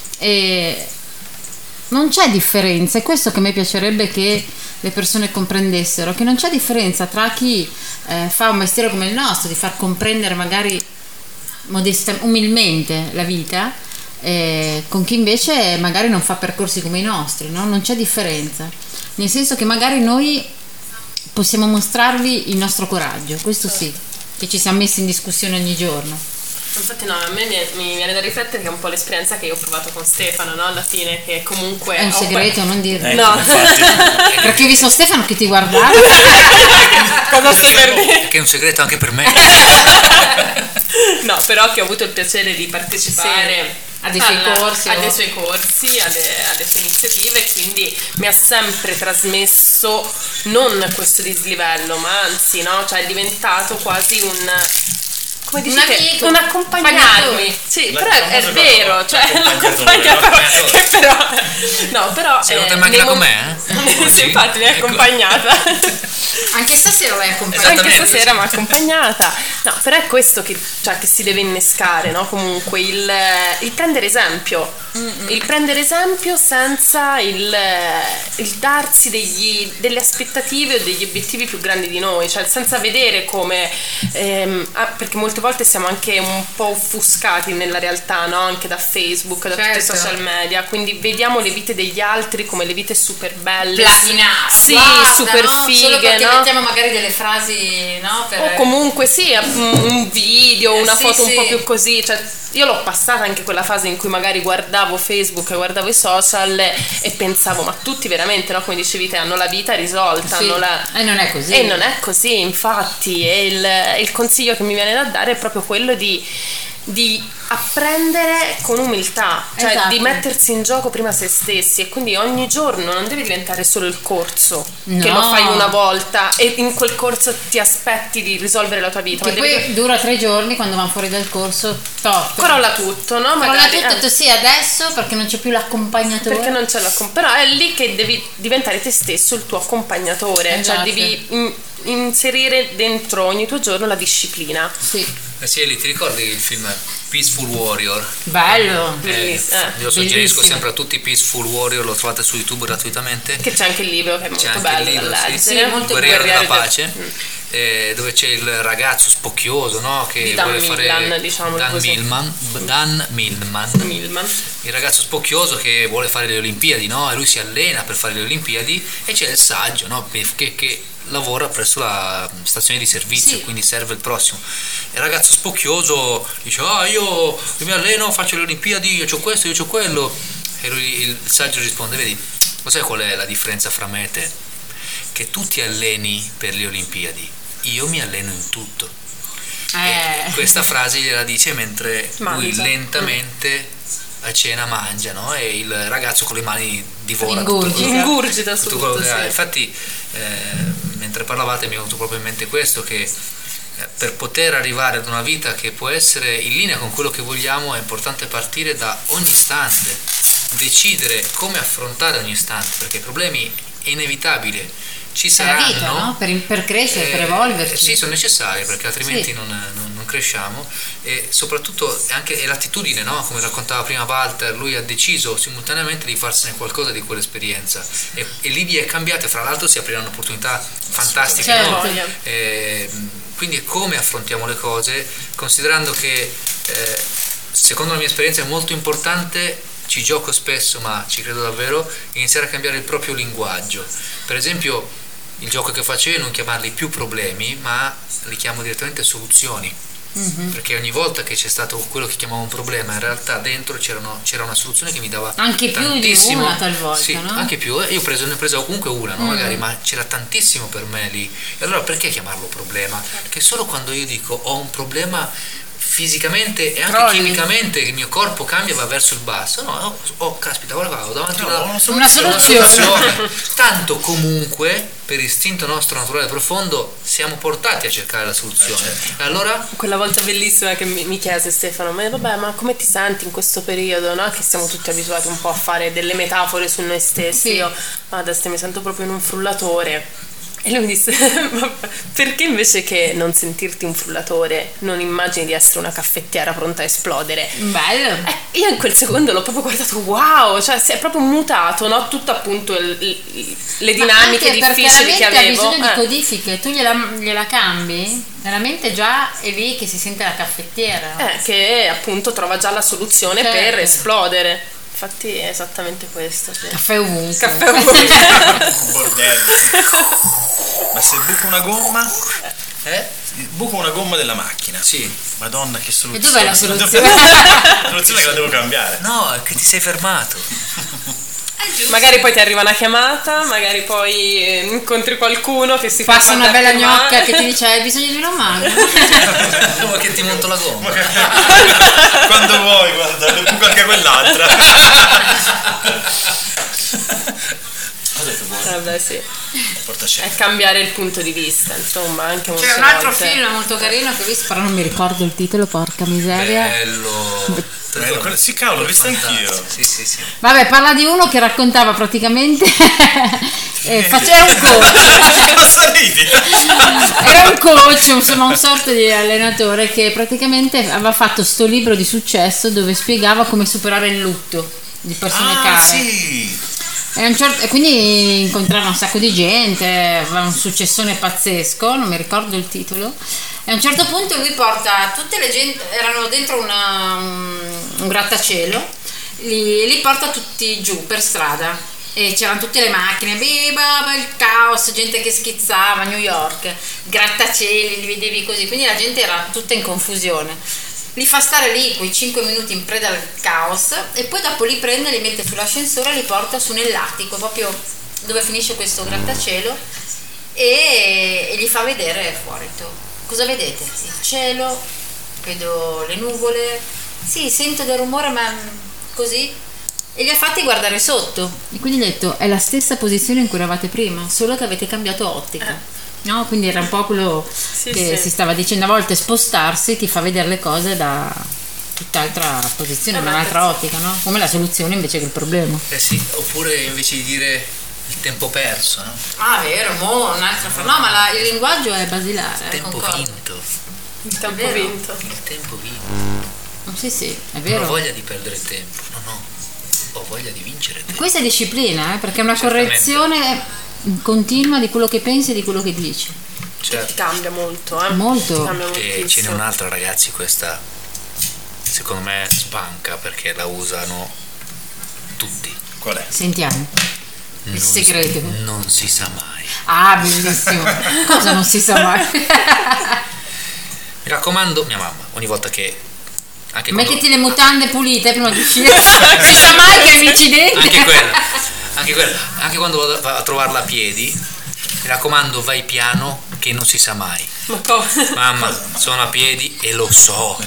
E non c'è differenza, è questo che a me piacerebbe che le persone comprendessero, che non c'è differenza tra chi fa un mestiere come il nostro, di far comprendere magari umilmente la vita, con chi invece magari non fa percorsi come i nostri, no? Non c'è differenza, nel senso che magari noi possiamo mostrarvi il nostro coraggio, questo sì, che ci siamo messi in discussione ogni giorno. Infatti no, a me mi viene da riflettere che è un po' l'esperienza che io ho provato con Stefano, no? Alla fine, che comunque... È un segreto, non dirlo. No. Perché ho visto Stefano che ti guardava. Cosa stai per dire? Che è un segreto anche per me. No, però che ho avuto il piacere di partecipare a dei suoi corsi, alle sue corsi, alle sue iniziative, quindi mi ha sempre trasmesso non questo dislivello, ma anzi, no, cioè è diventato quasi come Un dite, amico, un accompagnarmi. Sì, però è vero, cioè l'accompagnatore che però Sei venuta in macchina con me, sì, infatti mi ha accompagnata. Anche stasera l'hai accompagnata. Anche Esattamente, stasera sì. mi ha accompagnata. No, però è questo che si deve innescare, no? Comunque il prendere esempio. Il prendere esempio senza il darsi delle aspettative o degli obiettivi più grandi di noi, cioè senza vedere come perché molte volte siamo anche un po' offuscati nella realtà, no? Anche da Facebook, da tutti i Certo. social media, quindi vediamo le vite degli altri come le vite super belle, Platinate. sì, Guarda, super no? fighe, Solo perché no? mettiamo magari delle frasi, no? O comunque sì, un video, una sì, foto sì. un po' più così, cioè io l'ho passata anche quella fase in cui magari guardavo Facebook, guardavo i social e pensavo, ma tutti veramente, no? Come dicevi te, hanno la vita risolta, Sì. hanno E non è così. E non è così, infatti, e il consiglio che mi viene da dare è proprio quello di di apprendere con umiltà, cioè Esatto. di mettersi in gioco prima se stessi, e quindi ogni giorno non deve diventare solo il corso che No. lo fai una volta e in quel corso ti aspetti di risolvere la tua vita, Che ma poi devi... dura 3 giorni, quando vanno fuori dal corso, top. crolla tutto, no? Crolla Magari, tutto, ho detto sì, adesso perché non c'è più l'accompagnatore. perché non c'è però è lì che devi diventare te stesso il tuo accompagnatore, Esatto. cioè devi inserire dentro ogni tuo giorno la disciplina. Sì, Sì, Eli, ti ricordi il film Peaceful Warrior? bello. Io suggerisco bellissimo. sempre a tutti Peaceful Warrior, lo trovate su YouTube gratuitamente. Che c'è anche il libro che è molto C'è anche bello il libro, da sì. leggere. Sì, molto Guerriero della del- pace, dove c'è il ragazzo spocchioso, no? Che Di Dan vuole Millman, fare diciamo Dan così. Millman. Millman. Il ragazzo spocchioso che vuole fare le Olimpiadi, no? E lui si allena per fare le Olimpiadi, e c'è il saggio, no? Che lavora presso la stazione di servizio, Sì. quindi serve il prossimo. Il ragazzo spocchioso dice: io mi alleno, faccio le Olimpiadi, io c'ho questo, io c'ho quello. E lui, il saggio risponde: vedi, lo sai qual è la differenza fra me e te? Che tu ti alleni per le Olimpiadi, io mi alleno in tutto. E questa frase gliela dice mentre lui Mangia. lentamente a cena mangia, no? E il ragazzo con le mani divora Ingurgita. tutto quello che ha. Infatti, mentre parlavate mi è venuto proprio in mente questo, che per poter arrivare ad una vita che può essere in linea con quello che vogliamo è importante partire da ogni istante, decidere come affrontare ogni istante, perché i problemi è inevitabile, ci È saranno, la vita, no? Per crescere, per evolverci. sì, sono necessari, perché altrimenti Sì. non cresciamo, e soprattutto anche l'attitudine, no? Come raccontava prima Walter, lui ha deciso simultaneamente di farsene qualcosa di quell'esperienza, e lì vi è cambiato, e fra l'altro si apriranno opportunità fantastiche, no? Certo. Quindi è come affrontiamo le cose, considerando che secondo la mia esperienza è molto importante, ci gioco spesso ma ci credo davvero, iniziare a cambiare il proprio linguaggio. Per esempio, il gioco che faccio io è non chiamarli più problemi, ma li chiamo direttamente soluzioni, perché ogni volta che c'è stato quello che chiamavo un problema, in realtà dentro c'era una soluzione che mi dava Anche più di tantissimo. una talvolta, sì, no? anche più, io ne preso comunque una, no? Magari, ma c'era tantissimo per me lì, e allora perché chiamarlo problema? Perché solo quando io dico ho un problema fisicamente e anche Crolli. chimicamente, il mio corpo cambia, va verso il basso, no, caspita, ora vado davanti a Una soluzione. tanto comunque per istinto nostro naturale profondo siamo portati a cercare la soluzione. Certo. E allora Quella volta bellissima che mi chiese Stefano: ma vabbè, ma come ti senti in questo periodo, no? Che siamo tutti abituati un po' a fare delle metafore su noi stessi. Sì. Io adesso mi sento proprio in un frullatore. E lui mi disse: "Vabbè, perché invece che non sentirti un frullatore non immagini di essere una caffettiera pronta a esplodere?" Bello. Io in quel secondo l'ho proprio guardato, wow, cioè si è proprio mutato, no? Tutto appunto le dinamiche Ma anche difficili che perché la mente avevo. ha bisogno di codifiche, tu gliela cambi, veramente già è lì che si sente la caffettiera. Che appunto trova già la soluzione Certo. per esplodere. Infatti è esattamente questo. Sì. Caffè ovunque. Caffè ovunque. Un bordello. Ma se buco una gomma? Buco una gomma della macchina. sì, Madonna, che E soluzione. dov'è la soluzione? La soluzione è che la devo cambiare. no, è che ti sei fermato. Magari poi ti arriva una chiamata, magari poi incontri qualcuno che si Passa ferma una a bella darti mano. gnocca che ti dice hai bisogno di una mano. Come che ti monto la gomma. Quando vuoi, guarda, ne buco anche quell'altra. Vabbè, sì. Portaci. È cambiare il punto di vista, insomma, anche molte C'è un altro volte. film molto carino che ho visto, però non mi ricordo il titolo, porca miseria. Bello. Sì, cavolo, l'ho visto anch'io. Sì. Vabbè, parla di uno che raccontava praticamente era un coach. Cosa ridi? Era un coach, insomma un sorta di allenatore che praticamente aveva fatto sto libro di successo dove spiegava come superare il lutto di persone care. Sì. E quindi incontrava un sacco di gente, aveva un successone pazzesco, non mi ricordo il titolo. E a un certo punto lui porta tutte le gente, erano dentro un grattacielo, li porta tutti giù per strada e c'erano tutte le macchine, il caos, gente che schizzava, New York, grattacieli, li vedevi così, quindi la gente era tutta in confusione. Li fa stare lì quei 5 minuti in preda al caos e poi dopo li prende, li mette sull'ascensore e li porta su nell'attico, proprio dove finisce questo grattacielo, e gli fa vedere fuori. Cosa vedete? Il cielo, vedo le nuvole, sì, sento del rumore, ma così. E li ha fatti guardare sotto. E quindi gli ho detto, è la stessa posizione in cui eravate prima, solo che avete cambiato ottica. No? Quindi era un po' quello che si stava dicendo, a volte spostarsi ti fa vedere le cose da tutt'altra posizione, da un'altra ottica, no? Come la soluzione invece che il problema. Sì, oppure invece di dire il tempo perso, no? Ah, vero, un'altra no, ma il linguaggio è basilare. Il tempo vinto. Il tempo vinto. Il tempo vinto. Sì, è vero. Non ho voglia di perdere tempo, no. Ho voglia di vincere tempo. Questa è disciplina, perché è una correzione continua di quello che pensi e di quello che dici. Certo. Ti cambia molto, Molto. Ti cambia E ce n'è moltissimo. un'altra, ragazzi, questa secondo me sbanca perché la usano tutti. Qual è? Sentiamo. Il segreto. Non si sa mai. Ah, bellissimo. Cosa non si sa mai? Mi raccomando, mia mamma, ogni volta che anche quando- Mettiti le mutande pulite prima di uscire. Non si sa mai che hai incidenti. anche quella, anche quando vado a trovarla a piedi, mi raccomando, vai piano che non si sa mai. Ma cosa? Mamma, sono a piedi e lo so.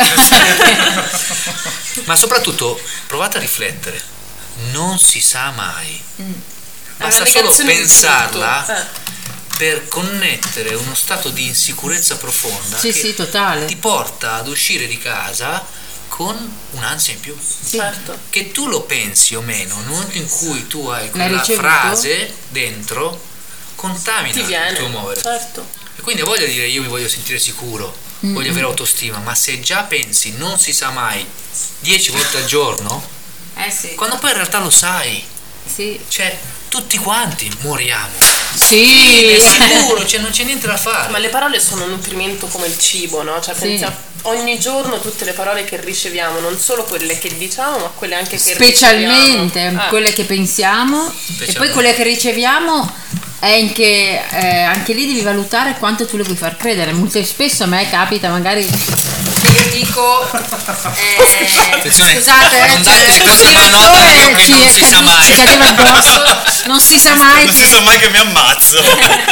Ma soprattutto provate a riflettere, non si sa mai. Basta una solo negazione di pensarla tutto. per connettere uno stato di insicurezza profonda Sì, che sì, totale. ti porta ad uscire di casa con un'ansia in più. Certo. Che tu lo pensi o meno, nel momento in cui tu hai L'hai quella ricevuto? frase dentro, contamina Ti il viene. tuo muovere. Certo. E quindi voglio dire, io mi voglio sentire sicuro, voglio avere autostima, ma se già pensi non si sa mai 10 volte al giorno, Sì. quando poi in realtà lo sai, Sì. cioè tutti quanti moriamo, Sì. è sicuro, cioè non c'è niente da fare. Ma le parole sono un nutrimento come il cibo, no? Cioè Sì. pensiamo ogni giorno tutte le parole che riceviamo, non solo quelle che diciamo, ma quelle anche che Specialmente riceviamo. quelle che pensiamo e poi quelle che riceviamo è che anche lì devi valutare quanto tu le vuoi far credere. Molto spesso a me capita magari che io dico Attenzione, scusate, non date di questa manota che non si sa mai. ci cadeva addosso, non si sa mai. Non si sa mai che mi ammazzo.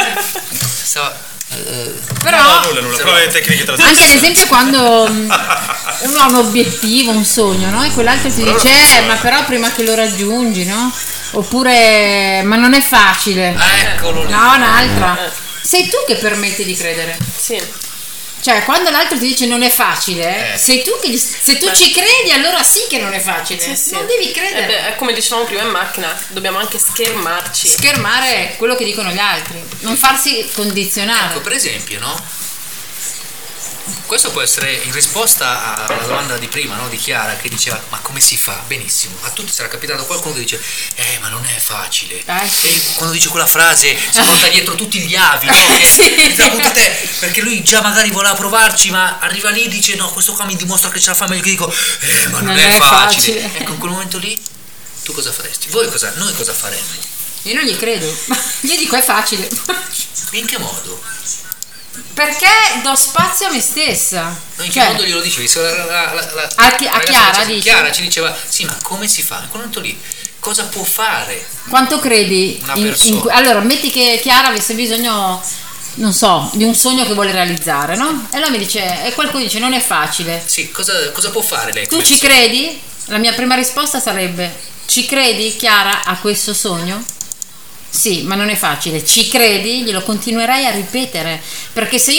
Però Nulla, prova le tecniche anche ad trasmissione. esempio quando uno ha un obiettivo, un sogno, no? E quell'altro ti dice ma però prima che lo raggiungi, no? Oppure ma non è facile. Eccolo lì. No, un'altra. Sei tu che permetti di credere. Sì. Cioè, quando l'altro ti dice non è facile, sei tu che se tu ci credi, allora sì che non è facile. Sì. Non devi credere. È come dicevamo prima in macchina, dobbiamo anche schermarci. Schermare quello che dicono gli altri, non farsi condizionare. Ecco, per esempio, no? Questo può essere in risposta alla domanda di prima, no? Di Chiara, che diceva ma come si fa? Benissimo, a tutti sarà capitato qualcuno che dice ma non è facile. Sì. E quando dice quella frase si porta dietro tutti gli avi, no? Che te la butti te, perché lui già magari voleva provarci, ma arriva lì e dice no, questo qua mi dimostra che ce la fa meglio, che dico ma non è facile. Ecco, in quel momento lì tu cosa faresti? Noi cosa faremmo? Io non gli credo. Io dico è facile. In che modo? Perché do spazio a me stessa. No, in che modo glielo dicevi? Se A Chiara dici? Chiara ci diceva sì, ma come si fa? In quel momento lì cosa può fare? Quanto credi? Una persona. Allora, metti che Chiara avesse bisogno, non so, di un sogno che vuole realizzare, no? E allora mi dice, e qualcuno dice non è facile. Sì, cosa può fare lei? Tu ci credi? La mia prima risposta sarebbe: ci credi, Chiara, a questo sogno? Sì, ma non è facile. Ci credi? Glielo continuerai a ripetere, perché se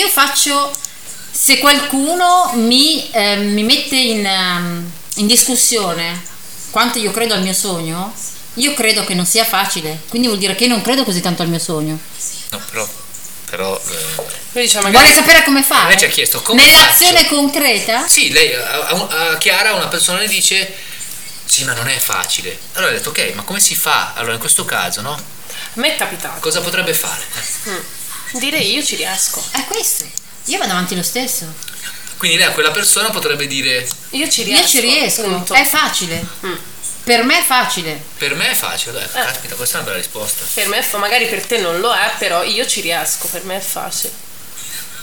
qualcuno mi mette in discussione quanto io credo al mio sogno, io credo che non sia facile, quindi vuol dire che non credo così tanto al mio sogno. No, però Vuole sapere come fare? lei ci ha chiesto come nell'azione faccio? concreta? Sì, lei a Chiara una persona le dice sì, ma non è facile. Allora ha detto ok, ma come si fa? Allora in questo caso, no? A me è capitato. Cosa potrebbe fare? Direi io ci riesco. È questo. Io vado avanti lo stesso. Quindi lei a quella persona potrebbe dire Io ci riesco. Io ci riesco. Punto. È facile. Per me è facile. per me è facile, dai, caspita, questa è una bella risposta. Per me magari per te non lo è, però io ci riesco, per me è facile.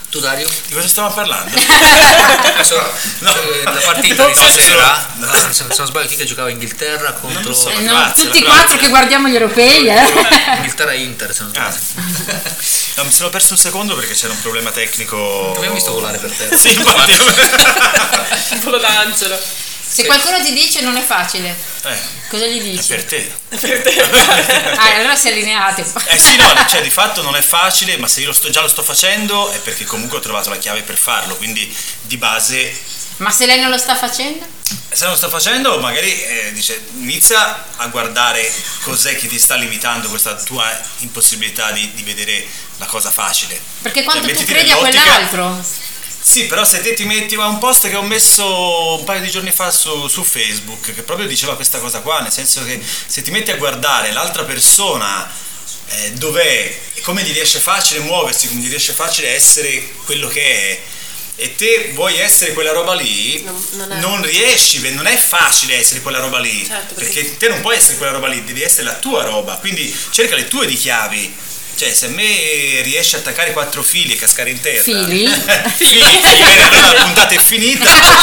Tu Dario? Di cosa stiamo parlando? Adesso, la partita di stasera, se non sbaglio, chi che giocava Inghilterra contro... Non lo so. No, Croazia, tutti la quattro Croazia. che guardiamo gli europei, Inghilterra-Inter, se non sbaglio. No, mi sono perso un secondo perché c'era un problema tecnico. Ti abbiamo visto volare per terra. Sì, infatti. Un po' d'angelo. Se qualcuno ti dice non è facile, cosa gli È dici? per te. Allora si allineate. Sì, no, cioè di fatto non è facile, ma se io già lo sto facendo è perché comunque ho trovato la chiave per farlo, quindi di base. Ma se lei non lo sta facendo? Se non lo sto facendo, magari dice, inizia a guardare cos'è che ti sta limitando questa tua impossibilità di vedere la cosa facile. Perché quanto tu mettiti credi a nell'ottica- quell'altro? Sì, però se te ti metti a un post che ho messo un paio di giorni fa su Facebook, che proprio diceva questa cosa qua, nel senso che se ti metti a guardare l'altra persona dov'è e come gli riesce facile muoversi, come gli riesce facile essere quello che è, e te vuoi essere quella roba lì, non riesci, non è facile essere quella roba lì, certo, perché te non puoi essere quella roba lì, devi essere la tua roba, quindi cerca le tue di chiavi. Cioè, se a me riesci a attaccare 4 fili e cascare in terra. Fili? Fili, bene, allora la puntata è finita.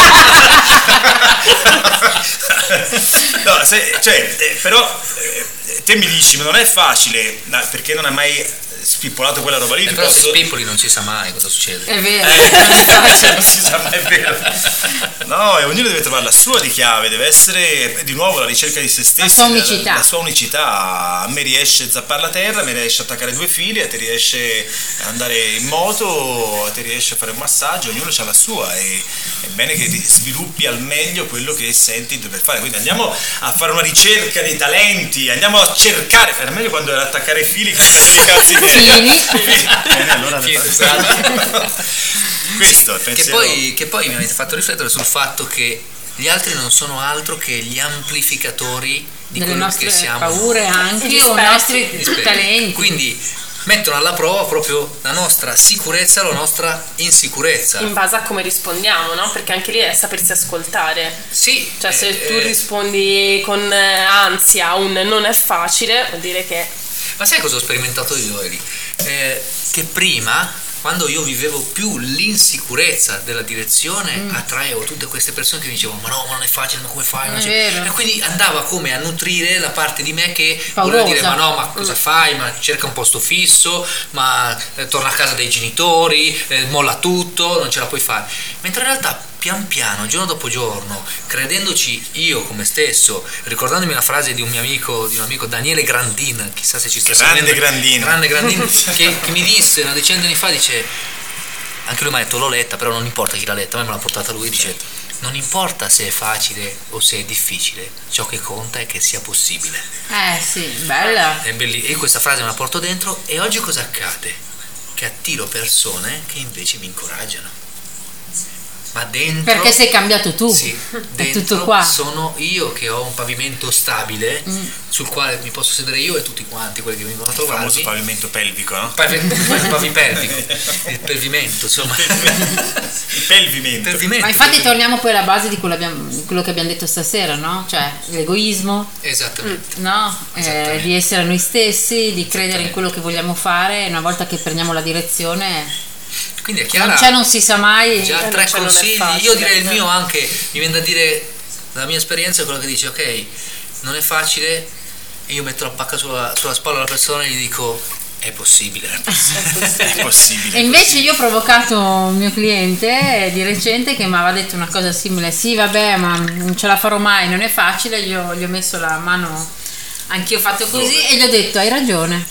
No, però te mi dici, ma non è facile, perché non hai mai spippolato quella roba lì. Però se spippoli non si sa mai cosa succede. È vero. Non si sa mai, è vero. No, e ognuno deve trovare la sua di chiave, deve essere di nuovo la ricerca di se stesso. La sua unicità. La sua unicità. A me riesce a zappare la terra, a me riesce a attaccare 2 fili, a te riesce a andare in moto, a te riesce a fare un massaggio, ognuno ha la sua e è bene che sviluppi al meglio quello che senti di dover fare. Quindi andiamo a fare una ricerca dei talenti, andiamo a cercare, era meglio quando era attaccare i fili che i cazzi miei. Bene, allora questo è il pensiero. Che poi mi avete fatto riflettere sul fatto che gli altri non sono altro che gli amplificatori di Delle quello nostre che siamo. paure anche Gli o i specchi. nostri talenti. Quindi mettono alla prova proprio la nostra sicurezza e la nostra insicurezza. In base a come rispondiamo, no? Perché anche lì è sapersi ascoltare. Sì. Cioè se tu rispondi con ansia a un non è facile, vuol dire che... Ma sai cosa ho sperimentato io, Eli? Che prima, quando io vivevo più l'insicurezza della direzione, attraevo tutte queste persone che mi dicevano ma no, ma non è facile, ma come fai? È vero. E quindi andava come a nutrire la parte di me che Paurosa. voleva dire ma no, ma cosa fai? Ma cerca un posto fisso, ma torna a casa dai genitori, molla tutto, non ce la puoi fare. Mentre in realtà pian piano, giorno dopo giorno, credendoci io come stesso, ricordandomi la frase di un mio amico Daniele Grandin, chissà se ci sta Grande seguendo, Grandin. Grande Grandin, che mi disse una decina di anni fa, dice, anche lui mi ha detto l'ho letta, però non importa chi l'ha letta, a me me l'ha portata lui, dice non importa se è facile o se è difficile, ciò che conta è che sia possibile. Sì, bella. È bellissimo. E questa frase me la porto dentro e oggi cosa accade? Che attiro persone che invece mi incoraggiano. Ma dentro, Perché sei cambiato tu. sì, È dentro tutto qua. sono io che ho un pavimento stabile sul quale mi posso sedere io e tutti quanti quelli che vengono a Il famoso trovarmi. pavimento pelvico, no? Pavipelvico, il pelvimento, insomma. Il pelvimento. Ma infatti torniamo poi alla base di quello che abbiamo detto stasera, no? Cioè l'egoismo, Esattamente. no? Esattamente. Di essere noi stessi, di credere in quello che vogliamo fare, e una volta che prendiamo la direzione Quindi è chiaro. non c'è, non si sa mai. Già non 3 c'è, non è consigli, facile, io direi il mio anche, mi viene da dire, dalla mia esperienza è quello che dice ok, non è facile, e io metto la pacca sulla spalla alla persona e gli dico è possibile. È possibile. E invece io ho provocato un mio cliente di recente che mi aveva detto una cosa simile: sì vabbè, ma non ce la farò mai, non è facile. Io gli ho messo la mano, anch'io ho fatto così, e gli ho detto hai ragione,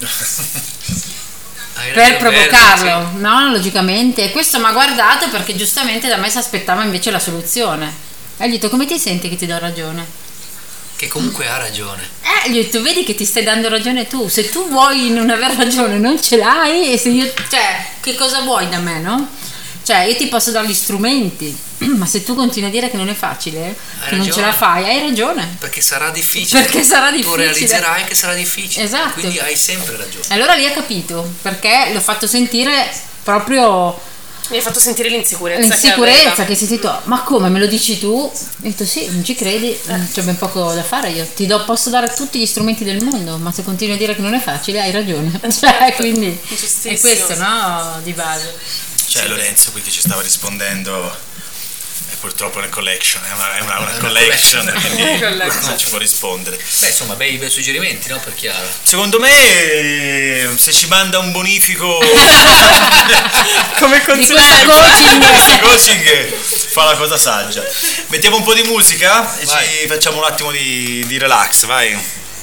per provocarlo, no? Logicamente. E questo mi ha guardato perché giustamente da me si aspettava invece la soluzione, e gli ho detto come ti senti che ti do ragione? Che comunque ha ragione. Gli ho detto vedi che ti stai dando ragione tu, se tu vuoi non aver ragione non ce l'hai, e se io, cioè che cosa vuoi da me, no? Cioè io ti posso dare gli strumenti, ma se tu continui a dire che non è facile, che non ce la fai, hai ragione. Perché sarà difficile. Perché sarà Tu difficile. realizzerai che sarà difficile. Esatto. Quindi hai sempre ragione. E allora lì ha capito, perché l'ho fatto sentire proprio Mi hai fatto sentire l'insicurezza. l'insicurezza, che si è sentito, ma come me lo dici tu? Ho detto sì, non ci credi, c'è ben poco da fare, io posso dare tutti gli strumenti del mondo, ma se continui a dire che non è facile hai ragione. Cioè, quindi è Giustissimo. questo, no? Di base. C'è Lorenzo qui che ci stava rispondendo. Purtroppo è una collection, è una collection, quindi non ci può rispondere. Beh, insomma, bei suggerimenti, no, per Chiara? Secondo me, se ci manda un bonifico come consigliere coaching, fa la cosa saggia. Mettiamo un po' di musica e vai. Ci facciamo un attimo di relax, vai.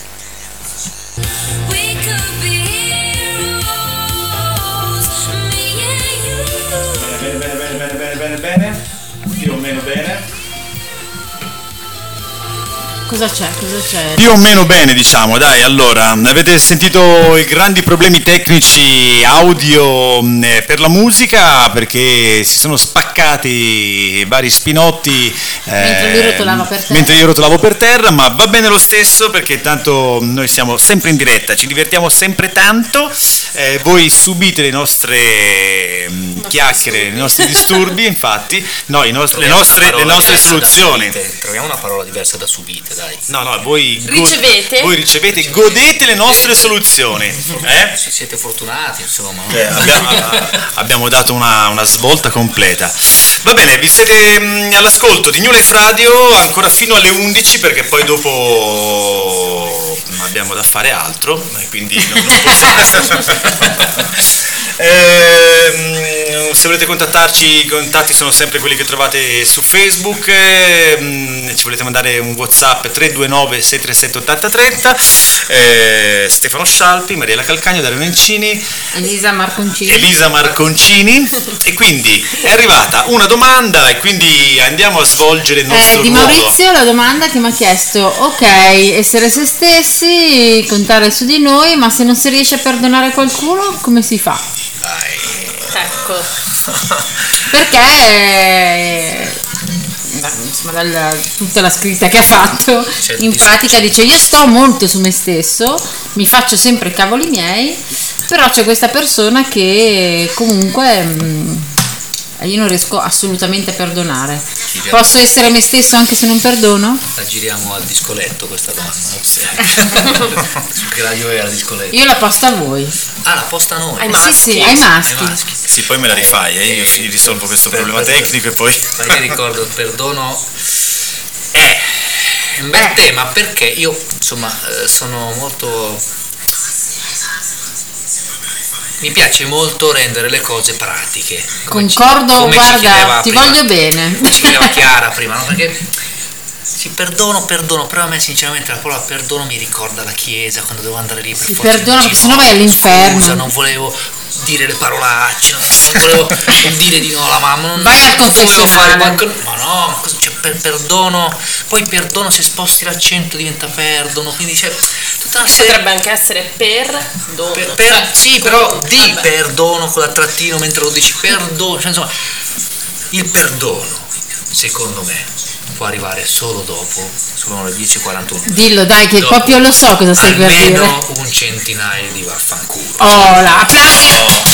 Bene. Più o meno bene. Cosa c'è? Più o meno bene, diciamo, dai. Allora, avete sentito i grandi problemi tecnici audio per la musica, perché si sono spaccati vari spinotti mentre io rotolavo per terra, ma va bene lo stesso, perché tanto noi siamo sempre in diretta, ci divertiamo sempre tanto, voi subite le nostre chiacchiere, i nostri disturbi, infatti, no, le nostre soluzioni. Troviamo una parola diversa da subite, dai. No, voi ricevete, godete le nostre soluzioni. Siete fortunati, insomma. Abbiamo dato una svolta completa. Va bene, vi siete all'ascolto di New Life Radio ancora fino alle 11, perché poi dopo abbiamo da fare altro, quindi non possiamo. Se volete contattarci, i contatti sono sempre quelli che trovate su Facebook. Ci volete mandare un WhatsApp 329 637 8030. Stefano Scialpi, Mariella Calcagno, Dario Nencini, Elisa Marconcini. E quindi è arrivata una domanda, e quindi andiamo a svolgere il nostro di ruolo. Maurizio. La domanda che mi ha chiesto: ok, essere se stessi, contare su di noi, ma se non si riesce a perdonare qualcuno, come si fa? Dai. Ecco. Perché insomma, tutta la scritta che ha fatto, in pratica dice: io sto molto su me stesso, mi faccio sempre i cavoli miei, però c'è questa persona che comunque io non riesco assolutamente a perdonare. Posso essere me stesso anche se non perdono? La giriamo al discoletto questa domanda. Su che radio era il discoletto? Io la posto a voi. Ah, la posta a noi? Ai maschi. Ai maschi. Sì, poi me la rifai, io risolvo questo problema tecnico e poi. Ma io ricordo il perdono è un bel tema, perché io insomma sono molto. Mi piace molto rendere le cose pratiche. Concordo, guarda, ti voglio bene. Ci chiedeva Chiara prima, no? Perché sì, perdono, però a me sinceramente la parola perdono mi ricorda la chiesa, quando devo andare lì per forza. Perdono, perché sennò vai all'inferno. Scusa, non volevo dire le parolacce, non volevo dire di no alla mamma. Vai al confessionale. Ma no, ma cosa, cioè, perdono, poi perdono, se sposti l'accento diventa perdono, quindi c'è tutta una serie. Potrebbe anche essere perdono. Sì, però di perdono con l'attrattino mentre lo dici perdono, cioè, insomma, il perdono secondo me può arrivare solo dopo, sono le 10:41. Dillo dai, che dopo, proprio lo so cosa stai per dire. Almeno un centinaio di vaffanculo. Oh, la applausi.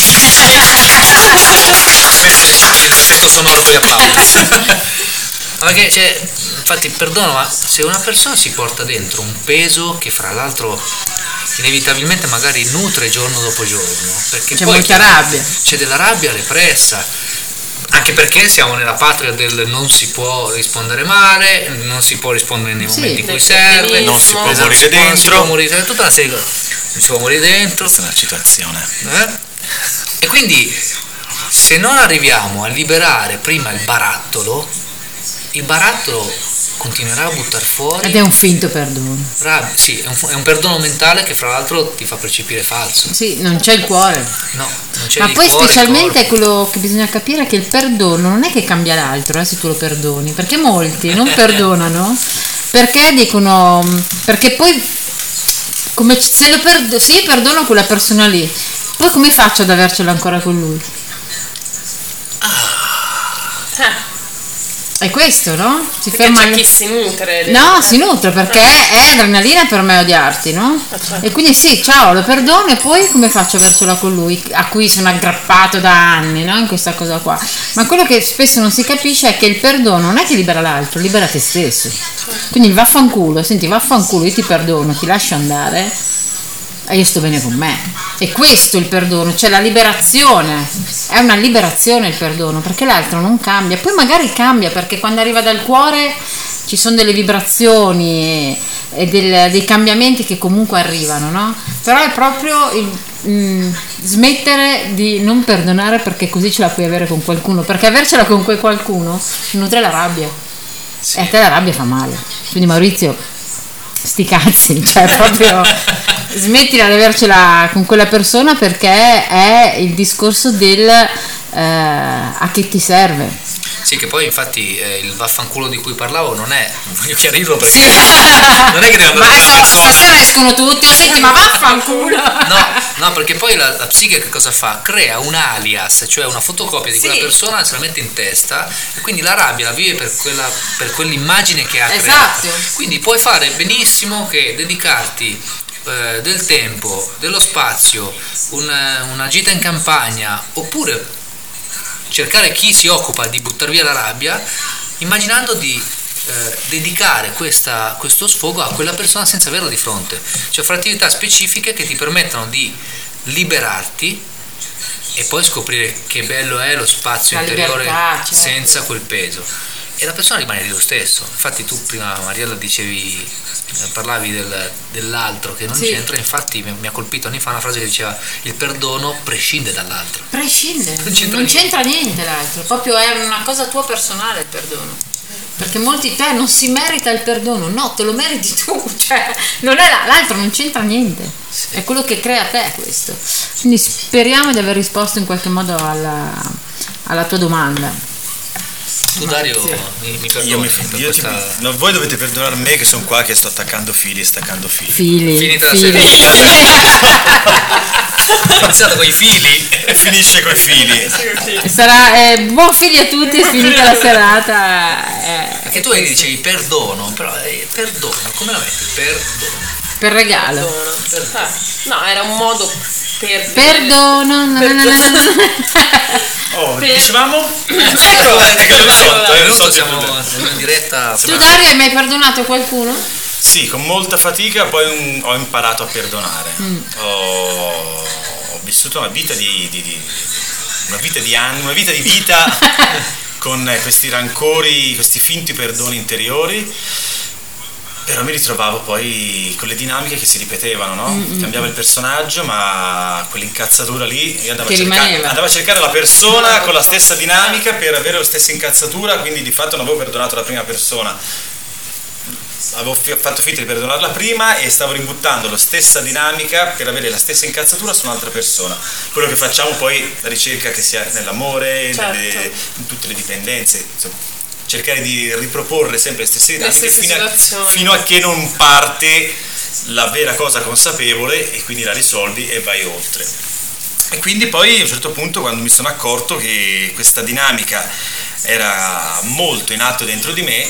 Effetto sonoro con gli applausi. Ma perché, cioè, infatti perdono, ma se una persona si porta dentro un peso che fra l'altro inevitabilmente magari nutre giorno dopo giorno, perché c'è poi molta rabbia, c'è della rabbia repressa, anche perché siamo nella patria del non si può rispondere male, non si può rispondere nei momenti in cui serve, non si può morire dentro, non si può morire, tutta una serie, non si può morire dentro. Questa è una situazione. E quindi se non arriviamo a liberare prima il barattolo continuerà a buttare fuori. Ed è un finto perdono. Sì, è un perdono mentale che fra l'altro ti fa percepire falso. Sì, non c'è il cuore. No, non c'è ma il poi cuore, specialmente è quello che bisogna capire, è che il perdono non è che cambia l'altro, se tu lo perdoni, perché molti non perdonano perché dicono, perché poi come se lo sì, perdono quella persona lì, poi come faccio ad avercelo ancora con lui? È questo, no? Si perché ferma c'è chi si nutre. No, si nutre perché è adrenalina per me odiarti, no? E quindi sì, ciao, lo perdono, e poi come faccio a avercela con lui, a cui sono aggrappato da anni, no? In questa cosa qua. Ma quello che spesso non si capisce è che il perdono non è che libera l'altro, libera te stesso. Quindi il vaffanculo, senti, vaffanculo, io ti perdono, ti lascio andare e io sto bene con me. è questo il perdono, cioè la liberazione, è una liberazione il perdono, perché l'altro non cambia, poi magari cambia perché quando arriva dal cuore ci sono delle vibrazioni e dei cambiamenti che comunque arrivano, no? Però è proprio smettere di non perdonare, perché così ce la puoi avere con qualcuno, perché avercela con quel qualcuno nutre la rabbia, e a te la rabbia fa male. Quindi Maurizio, sti cazzi, cioè proprio smettila di avercela con quella persona, perché è il discorso del a che ti serve. Sì, che poi infatti il vaffanculo di cui parlavo non è, voglio chiarirlo perché Sì. non è che deve andare Ma stasera escono tutti, senti, ma vaffanculo. no, perché poi la psiche che cosa fa? Crea un alias, cioè una fotocopia di quella persona, se la mette in testa e quindi la rabbia la vive per quell'immagine che ha creato. Esatto. Quindi puoi fare benissimo che dedicarti del tempo, dello spazio, una gita in campagna, oppure cercare chi si occupa di buttare via la rabbia, immaginando di dedicare questo sfogo a quella persona senza averla di fronte, cioè fare attività specifiche che ti permettono di liberarti e poi scoprire che bello è lo spazio La interiore libertà, certo. senza quel peso, e la persona rimane lì lo stesso. Infatti tu prima, Mariella, parlavi dell'altro che non Sì. c'entra. Infatti mi ha colpito anni fa una frase che diceva: il perdono prescinde dall'altro. Prescinde, Non c'entra niente l'altro, proprio è una cosa tua personale il perdono. Perché molti te non si merita il perdono, no, te lo meriti tu, cioè non è l'altro, non c'entra niente, è quello che crea te questo. Quindi speriamo di aver risposto in qualche modo alla tua domanda. Tu, Dario, mi perdoni per questa... no, voi dovete perdonare me che sono qua che sto attaccando fili e staccando fili. Finita la serie. Ho iniziato con i fili E finisce coi fili. Sarà buon figli a tutti, è finita la serata. perché tu dicevi perdono, però perdono, come la metti? Perdono. Per regalo. No, era un modo per Perdono. Dicevamo? Siamo in diretta. Tu, Dario, hai mai perdonato qualcuno? Sì, con molta fatica poi ho imparato a perdonare. Ho vissuto una vita di anni, una vita di vita con questi rancori, questi finti perdoni interiori. Però mi ritrovavo poi con le dinamiche che si ripetevano, no? Cambiava il personaggio, ma quell'incazzatura lì, io andavo a cercare la persona con la stessa dinamica per avere la stessa incazzatura, quindi di fatto non avevo perdonato la prima persona. Avevo fatto finta di perdonarla prima e stavo ributtando la stessa dinamica per avere la stessa incazzatura su un'altra persona. Quello che facciamo poi, la ricerca che sia nell'amore, certo, in tutte le dipendenze, insomma. Cercare di riproporre sempre le stesse dinamiche fino a che non parte la vera cosa consapevole e quindi la risolvi e vai oltre. E quindi poi a un certo punto, quando mi sono accorto che questa dinamica era molto in atto dentro di me,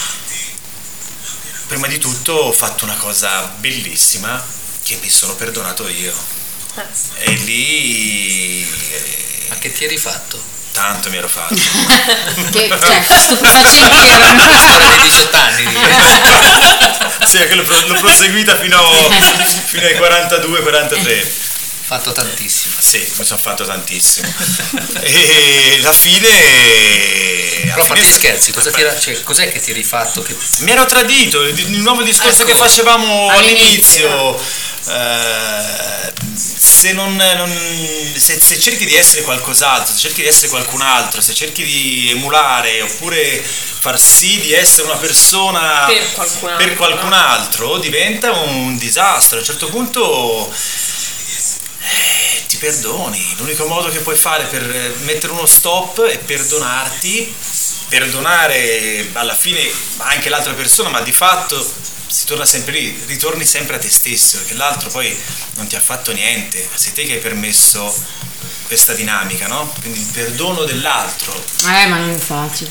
prima di tutto ho fatto una cosa bellissima, che mi sono perdonato io. E lì... Ma che ti eri fatto? Tanto mi ero fatto. Stupefacenti erano. Storia dei 18 anni. Sì, che l'ho proseguita fino ai 42-43. Fatto tantissimo. Sì, mi sono fatto tantissimo. E alla fine... Però a parte gli scherzi, cos'è che ti eri fatto? Che... Mi ero tradito, il nuovo discorso che facevamo all'inizio. Se cerchi di essere qualcos'altro, se cerchi di essere qualcun altro, se cerchi di emulare oppure far sì di essere una persona per qualcun altro, diventa un disastro. A un certo punto ti perdoni. L'unico modo che puoi fare per mettere uno stop è perdonarti, perdonare alla fine anche l'altra persona, ma di fatto si torna sempre lì, ritorni sempre a te stesso, perché l'altro poi non ti ha fatto niente, sei te che hai permesso questa dinamica, no? Quindi il perdono dell'altro. Ma non è facile.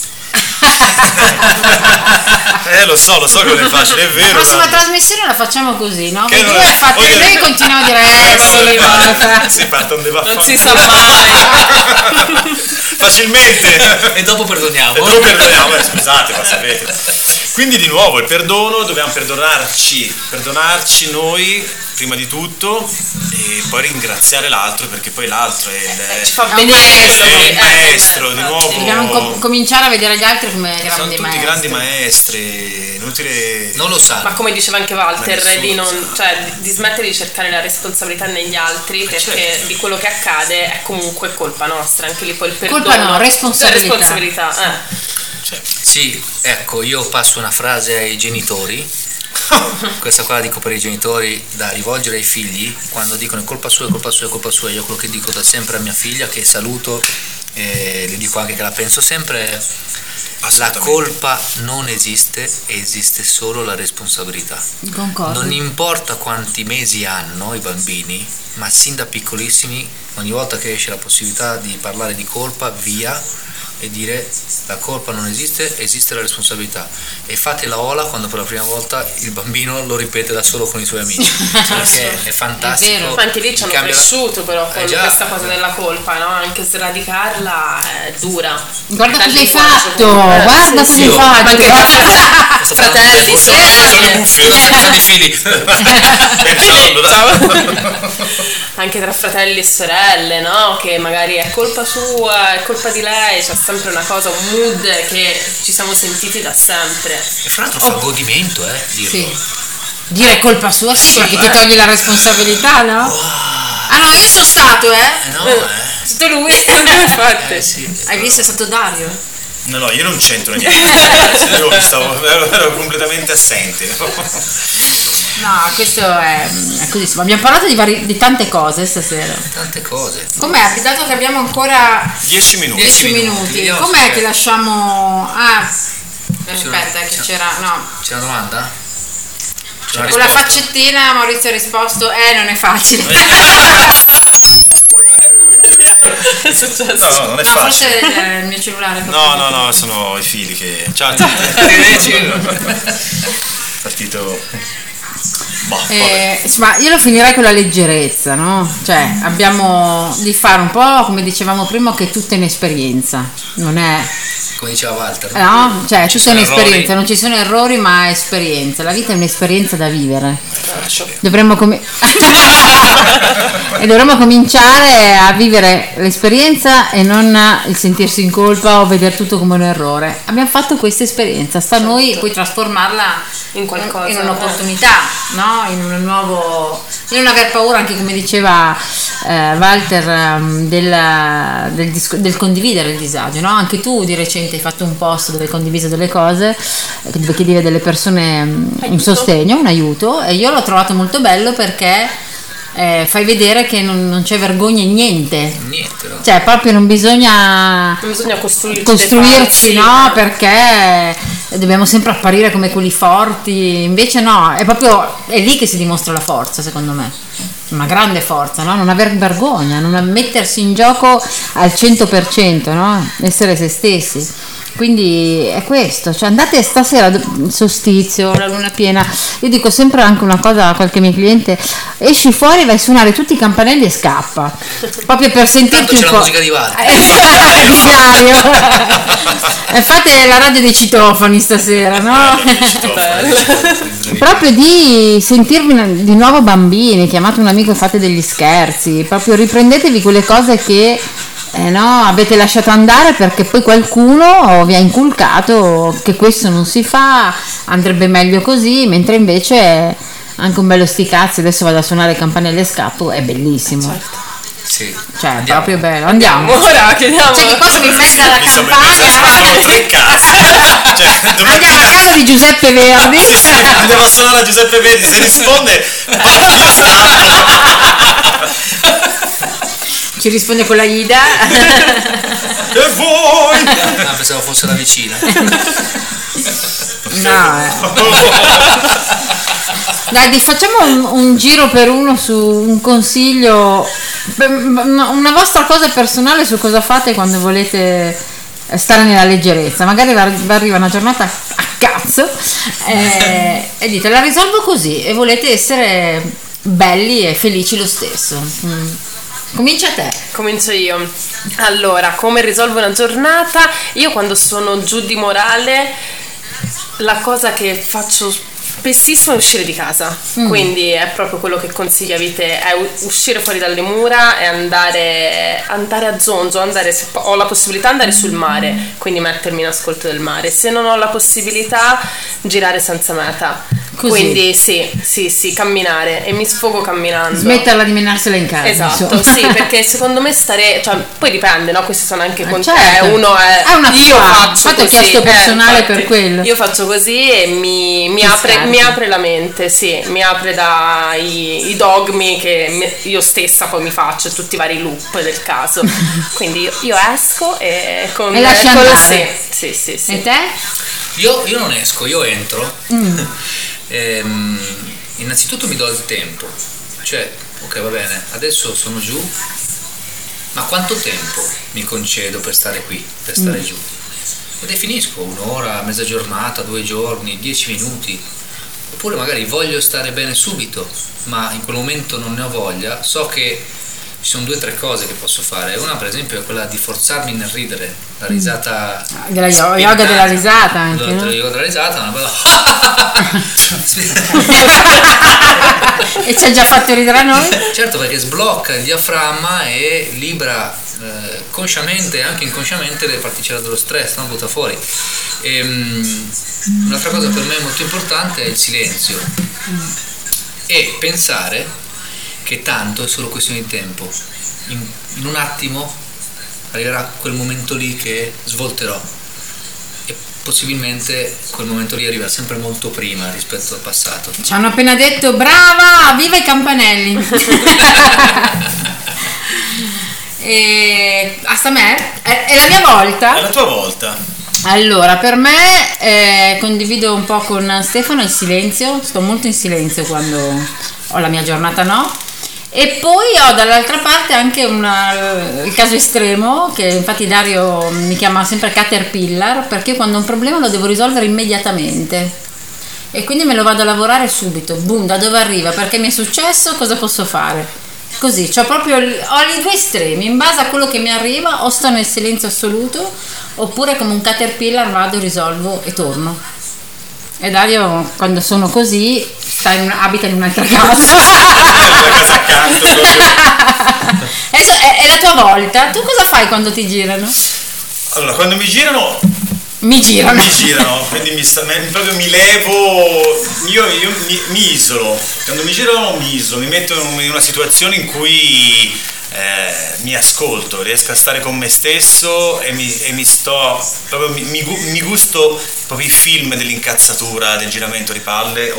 Lo so che non è facile, è vero. La prossima trasmissione la facciamo così, no? Che Voi fate, noi continuiamo a dire sì, si partono dei non si sa mai. facilmente. E dopo perdoniamo. Scusate, ma sapete. Quindi di nuovo il perdono, dobbiamo perdonarci noi prima di tutto e poi ringraziare l'altro, perché poi l'altro ci fa è il maestro, di nuovo. Dobbiamo cominciare a vedere gli altri come grandi sono tutti maestri. grandi maestri, inutile. Non lo sa. Ma come diceva anche Walter, nessuno di smettere di cercare la responsabilità negli altri, perché certo. di quello che accade è comunque colpa nostra, anche lì poi il perdono. Colpa no, responsabilità. Sì, ecco, io passo una frase ai genitori, questa qua la dico per i genitori da rivolgere ai figli, quando dicono è colpa sua, io quello che dico da sempre a mia figlia, che saluto e le dico anche che la penso sempre, la colpa non esiste, esiste solo la responsabilità. Concordo. Non importa quanti mesi hanno i bambini, ma sin da piccolissimi, ogni volta che esce la possibilità di parlare di colpa, via, e dire la colpa non esiste, esiste la responsabilità, e fate la ola quando per la prima volta il bambino lo ripete da solo con i suoi amici, perché è fantastico. È vero. Ma anche lì ci hanno cresciuto però con questa cosa della colpa, no? Anche sradicarla è dura. Guarda cosa hai fatto, guarda cosa hai fatto. Fratelli, sono i figli. Anche tra fratelli e sorelle, no? Che magari è colpa sua, è colpa di lei, c'è sempre una cosa, un mood che ci siamo sentiti da sempre. E fra l'altro fa godimento, dirlo. Sì. Dire colpa sua, sì, perché ti togli la responsabilità, no? Wow. Ah no, io sono stato, Tutto lui, infatti. Sì. Hai visto, è stato Dario? No, io non c'entro niente. Io ero completamente assente. No, questo è così. Ma abbiamo parlato di tante cose stasera. Tante cose. Com'è? Dato che abbiamo ancora 10 minuti. 10 minuti. Vediamo Com'è se che c'è. lasciamo? Aspetta, che c'era. No. C'è una domanda? C'è una Con la risposta? faccettina Maurizio ha risposto: non è facile. È successo. No, non è No, facile. forse è il mio cellulare. No, sono i fili che. Ciao. Partito. Ma io lo finirei con la leggerezza, no? Cioè, abbiamo di fare un po' come dicevamo prima, che è tutta inesperienza, non è. Come diceva Walter. No? Cioè, Ci tutta sono un'esperienza, errori. non ci sono errori, ma è esperienza. La vita è un'esperienza da vivere. Facile. Dovremmo e dovremmo cominciare a vivere l'esperienza e non il sentirsi in colpa o vedere tutto come un errore. Abbiamo fatto questa esperienza, sta a noi poi trasformarla In qualcosa, in un'opportunità, no? In un nuovo, in non aver paura, anche come diceva Walter, del condividere il disagio, no? Anche tu di recente hai fatto un post dove hai condiviso delle cose, dove chiedevi a delle persone un sostegno, un aiuto, e io l'ho trovato molto bello perché fai vedere che non c'è vergogna in niente. Niente, no? Cioè, proprio non bisogna costruirsi, no? Perché dobbiamo sempre apparire come quelli forti. Invece no, è lì che si dimostra la forza, secondo me. Una grande forza, no? Non aver vergogna, non mettersi in gioco al 100%, no? Essere se stessi. Quindi è questo, cioè andate stasera, solstizio, la luna piena, io dico sempre anche una cosa a qualche mio cliente: esci fuori, vai a suonare tutti i campanelli e scappa, proprio per sentirti Tanto c'è un la po'. musica di Walter. Di Dario. Fate la radio dei citofoni stasera, no? Proprio di sentirvi di nuovo bambini, chiamate un amico e fate degli scherzi, proprio riprendetevi quelle cose che avete lasciato andare perché poi qualcuno vi ha inculcato che questo non si fa, andrebbe meglio così, mentre invece anche un bello sti cazzi, adesso vado a suonare campanelle e scappo, è bellissimo. Certo. Sì. Cioè, Andiamo. proprio bello. Andiamo. Ora chiediamo. Cioè, che qua siamo in mezzo alla campagna. Tre cazzi. Andiamo a casa di Giuseppe Verdi. Sì, andiamo a suonare a Giuseppe Verdi, se risponde io Ci risponde con la Ida. e voi Pensavo fosse la vicina. No. Dai, facciamo un giro per uno su un consiglio, una vostra cosa personale su cosa fate quando volete stare nella leggerezza. Magari vi arriva una giornata a cazzo e dite la risolvo così, e volete essere belli e felici lo stesso. Comincia te. Comincio io. Allora, come risolvo una giornata? Io quando sono giù di morale, la cosa che faccio spessissimo è uscire di casa, quindi è proprio quello che consigliavi te, è uscire fuori dalle mura e andare a zonzo, se ho la possibilità andare sul mare, quindi mettermi in ascolto del mare, se non ho la possibilità girare senza meta. Così. Quindi sì, camminare, e mi sfogo camminando. Smetterla di menarsela in casa. Esatto, sì, perché secondo me poi dipende, no? Questi sono anche con certo. te, uno è una io faccio così, chiesto personale per quello. Io faccio così e mi apre la mente, sì, mi apre dai dogmi che io stessa poi mi faccio, tutti i vari loop del caso. Quindi io esco e e lasci andare. Sì. E te? Io non esco, io entro. Innanzitutto mi do il tempo, cioè ok, va bene, adesso sono giù, ma quanto tempo mi concedo per stare qui, per stare giù? Lo definisco un'ora, mezza giornata, 2 giorni, 10 minuti, oppure magari voglio stare bene subito, ma in quel momento non ne ho voglia, so che ci sono 2 o 3 cose che posso fare. Una per esempio è quella di forzarmi nel ridere, la risata della yoga della risata anche, no? Yoga della risata, una cosa e ci ha già fatto ridere a noi? Certo, perché sblocca il diaframma e libera consciamente e anche inconsciamente le particelle dello stress, no? Butta fuori. Un'altra cosa per me molto importante è il silenzio e pensare che tanto è solo questione di tempo, in un attimo arriverà quel momento lì che svolterò e possibilmente quel momento lì arriva sempre molto prima rispetto al passato. Ci hanno appena detto brava, viva i campanelli. E sta a me? È la mia volta? È la tua volta. Allora, per me condivido un po' con Stefano il silenzio, sto molto in silenzio quando ho la mia giornata e poi ho dall'altra parte anche il caso estremo, che infatti Dario mi chiama sempre Caterpillar, perché quando ho un problema lo devo risolvere immediatamente e quindi me lo vado a lavorare subito, boom, da dove arriva, perché mi è successo, cosa posso fare, così, ho i 2 estremi, in base a quello che mi arriva o sto nel silenzio assoluto oppure come un Caterpillar vado, risolvo e torno. E Dario quando sono così abita in un'altra casa. La casa accanto. Adesso è la tua volta. Tu cosa fai quando ti girano? Allora, quando mi girano, quindi proprio mi levo, io mi isolo. Quando mi girano mi isolo, mi metto in una situazione in cui mi ascolto, riesco a stare con me stesso e mi sto proprio mi gusto proprio i film dell'incazzatura, del giramento di palle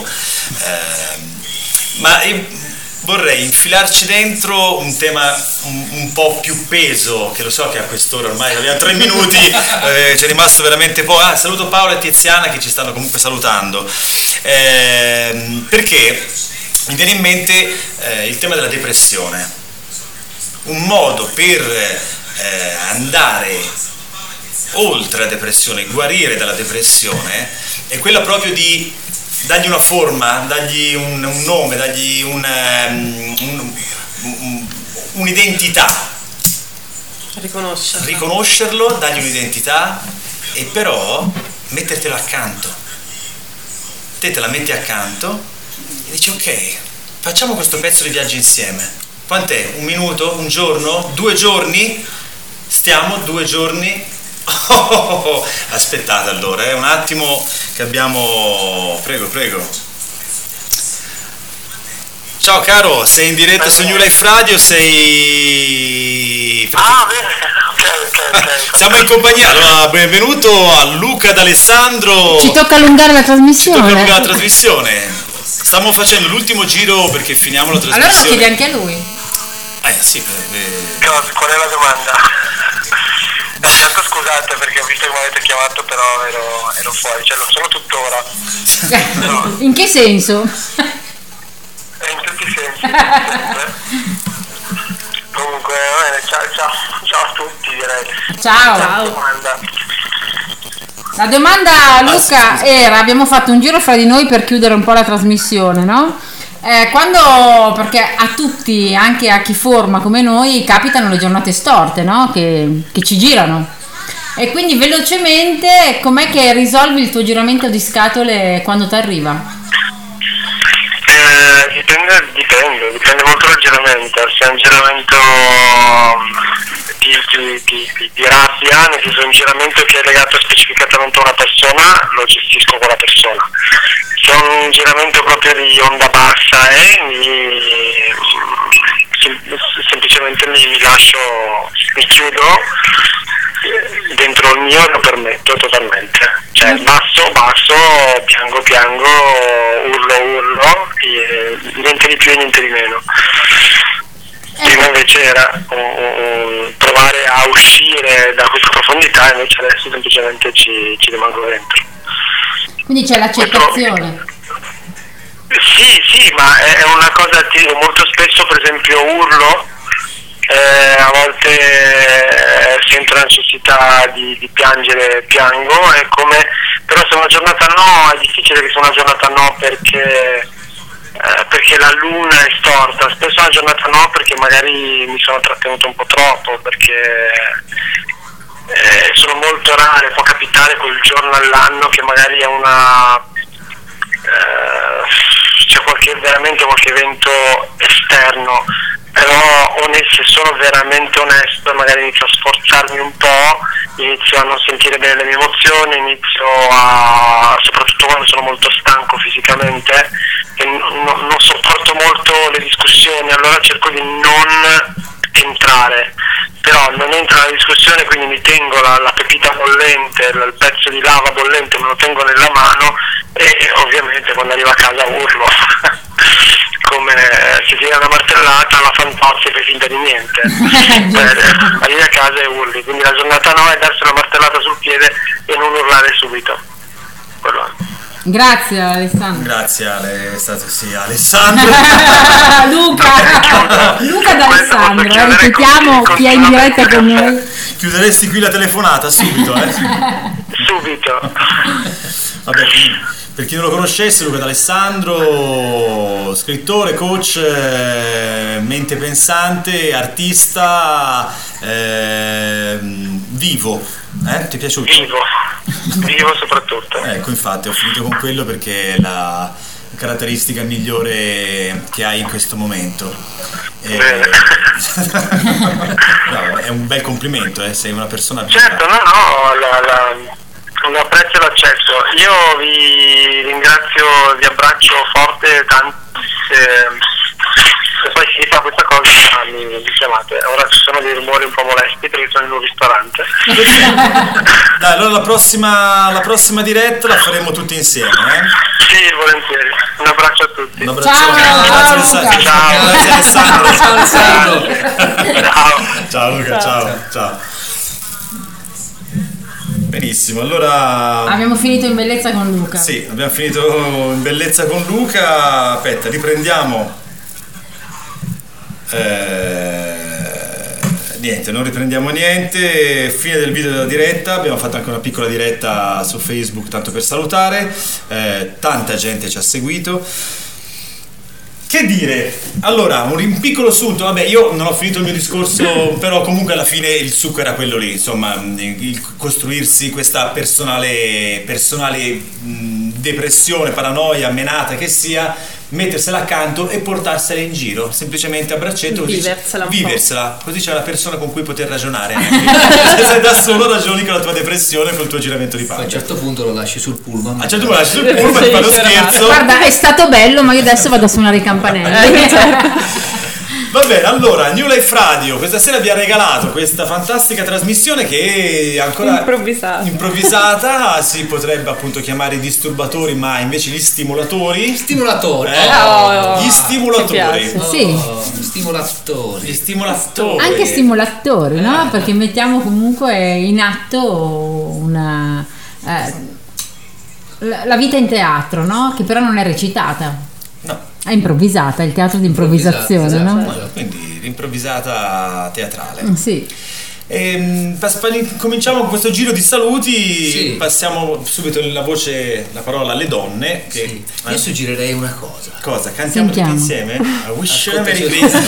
ma io vorrei infilarci dentro un tema un po' più peso, che lo so che a quest'ora ormai abbiamo 3 minuti, c'è rimasto veramente poco. Saluto Paolo e Tiziana che ci stanno comunque salutando, perché mi viene in mente il tema della depressione. Un modo per andare oltre la depressione, guarire dalla depressione, è quella proprio di dargli una forma, dargli un nome, dargli un'identità. Riconoscerlo, dargli un'identità e però mettertelo accanto. Te la metti accanto e dici ok, facciamo questo pezzo di viaggio insieme. Quant'è? 1 minuto? 1 giorno? 2 giorni? Stiamo 2 giorni? Aspettate allora, un attimo che abbiamo... Prego. Ciao caro, sei in diretta su New Life Radio, sei... Siamo in compagnia, allora benvenuto a Luca D'Alessandro. Ci tocca allungare la trasmissione. Stiamo facendo l'ultimo giro perché finiamo la trasmissione. Allora lo chiedi anche a lui. Qual Sì, è la domanda? Intanto scusate perché ho visto che mi avete chiamato, però ero fuori, cioè sono tuttora. No. In che senso? In tutti i sensi. Comunque, va bene, ciao a tutti direi. Ciao. La domanda Luca era, abbiamo fatto un giro fra di noi per chiudere un po' la trasmissione, no? Perché a tutti, anche a chi forma come noi, capitano le giornate storte, no? Che ci girano. E quindi velocemente, com'è che risolvi il tuo giramento di scatole quando ti arriva? Dipende molto dal giramento. Se è un giramento di rabbia, nel senso un giramento che è legato specificatamente a una persona, lo gestisco con la persona. Se è un giramento proprio di onda bassa, semplicemente mi lascio, mi chiudo dentro il mio e lo permetto totalmente, cioè basso, piango, urlo, niente di più e niente di meno. Prima invece era provare a uscire da questa profondità, invece adesso semplicemente ci rimango dentro. Quindi c'è l'accettazione. Sì, ma è una cosa, ti dico, molto spesso per esempio urlo, a volte sento la necessità di piangere, piango, è come, però se una giornata no, è difficile che sia una giornata no perché la luna è storta, spesso una giornata no perché magari mi sono trattenuto un po' troppo, perché sono molto rare, può capitare quel giorno all'anno che magari è c'è veramente qualche evento esterno, però se sono veramente onesto magari inizio a sforzarmi un po', inizio a non sentire bene le mie emozioni, soprattutto quando sono molto stanco fisicamente, e non sopporto molto le discussioni, allora cerco di non entrare, però non entro nella discussione, quindi mi tengo la pepita bollente, il pezzo di lava bollente, me lo tengo nella mano e ovviamente quando arrivo a casa urlo come se ti dà una martellata, la fantozzi e fai finta di niente. Arrivi a casa e urli, quindi la giornata no è darsi una martellata sul piede e non urlare subito. Quello. Grazie Alessandro. Grazie Alessandro. Luca d'Alessandro, ripetiamo chi è in diretta con noi. Chiuderesti qui la telefonata subito, Subito. Vabbè, per chi non lo conoscesse, Luca d'Alessandro, scrittore, coach, mente pensante, artista, vivo. Ti è piaciuto? Vivo soprattutto. Ecco, infatti ho finito con quello perché è la caratteristica migliore che hai in questo momento. No, è un bel complimento, sei una persona viva. Certo, lo apprezzo e l'accetto. Io vi ringrazio, vi abbraccio forte, tanto se poi si fa questa cosa mi chiamate. Ora ci sono dei rumori un po' molesti perché sono in un ristorante. Dai, allora la prossima diretta la faremo tutti insieme, Sì, volentieri. Un abbraccio a tutti. Un abbraccio. Ciao Alessandro. Ciao Luca, ciao. Benissimo, allora abbiamo finito in bellezza con Luca. Sì, abbiamo finito in bellezza con Luca. Aspetta, riprendiamo. Niente, non riprendiamo niente. Fine del video della diretta. Abbiamo fatto anche una piccola diretta su Facebook, tanto per salutare. Tanta gente ci ha seguito. Che dire? Allora, un piccolo assunto. Vabbè, io non ho finito il mio discorso, però comunque alla fine il succo era quello lì, insomma, il costruirsi questa personale depressione, paranoia, menata che sia, mettersela accanto e portarsela in giro, semplicemente a braccetto, così viversela, così c'è una persona con cui poter ragionare. Se sei da solo ragioni con la tua depressione, col tuo giramento di pancia. A un certo punto lo lasci sul pullman. A un certo punto lo lasci sul pullman e fai lo scherzo. Guarda, è stato bello, ma io adesso vado a suonare i campanelli. Va bene, allora New Life Radio questa sera vi ha regalato questa fantastica trasmissione che è ancora improvvisata, si potrebbe appunto chiamare i disturbatori, ma invece gli stimolatori. Gli stimolatori. Gli stimolatori. Gli stimolatori. Anche stimolatori, no? Perché mettiamo comunque in atto la vita in teatro, no? Che però non è recitata. No. È improvvisata, il teatro di improvvisazione, no? Quindi improvvisata teatrale. Sì. Cominciamo con questo giro di saluti. Sì. Passiamo subito la parola alle donne. Sì. Io suggerirei una cosa. Cosa? Cantiamo tutti insieme? I wish you a Merry Ascolta,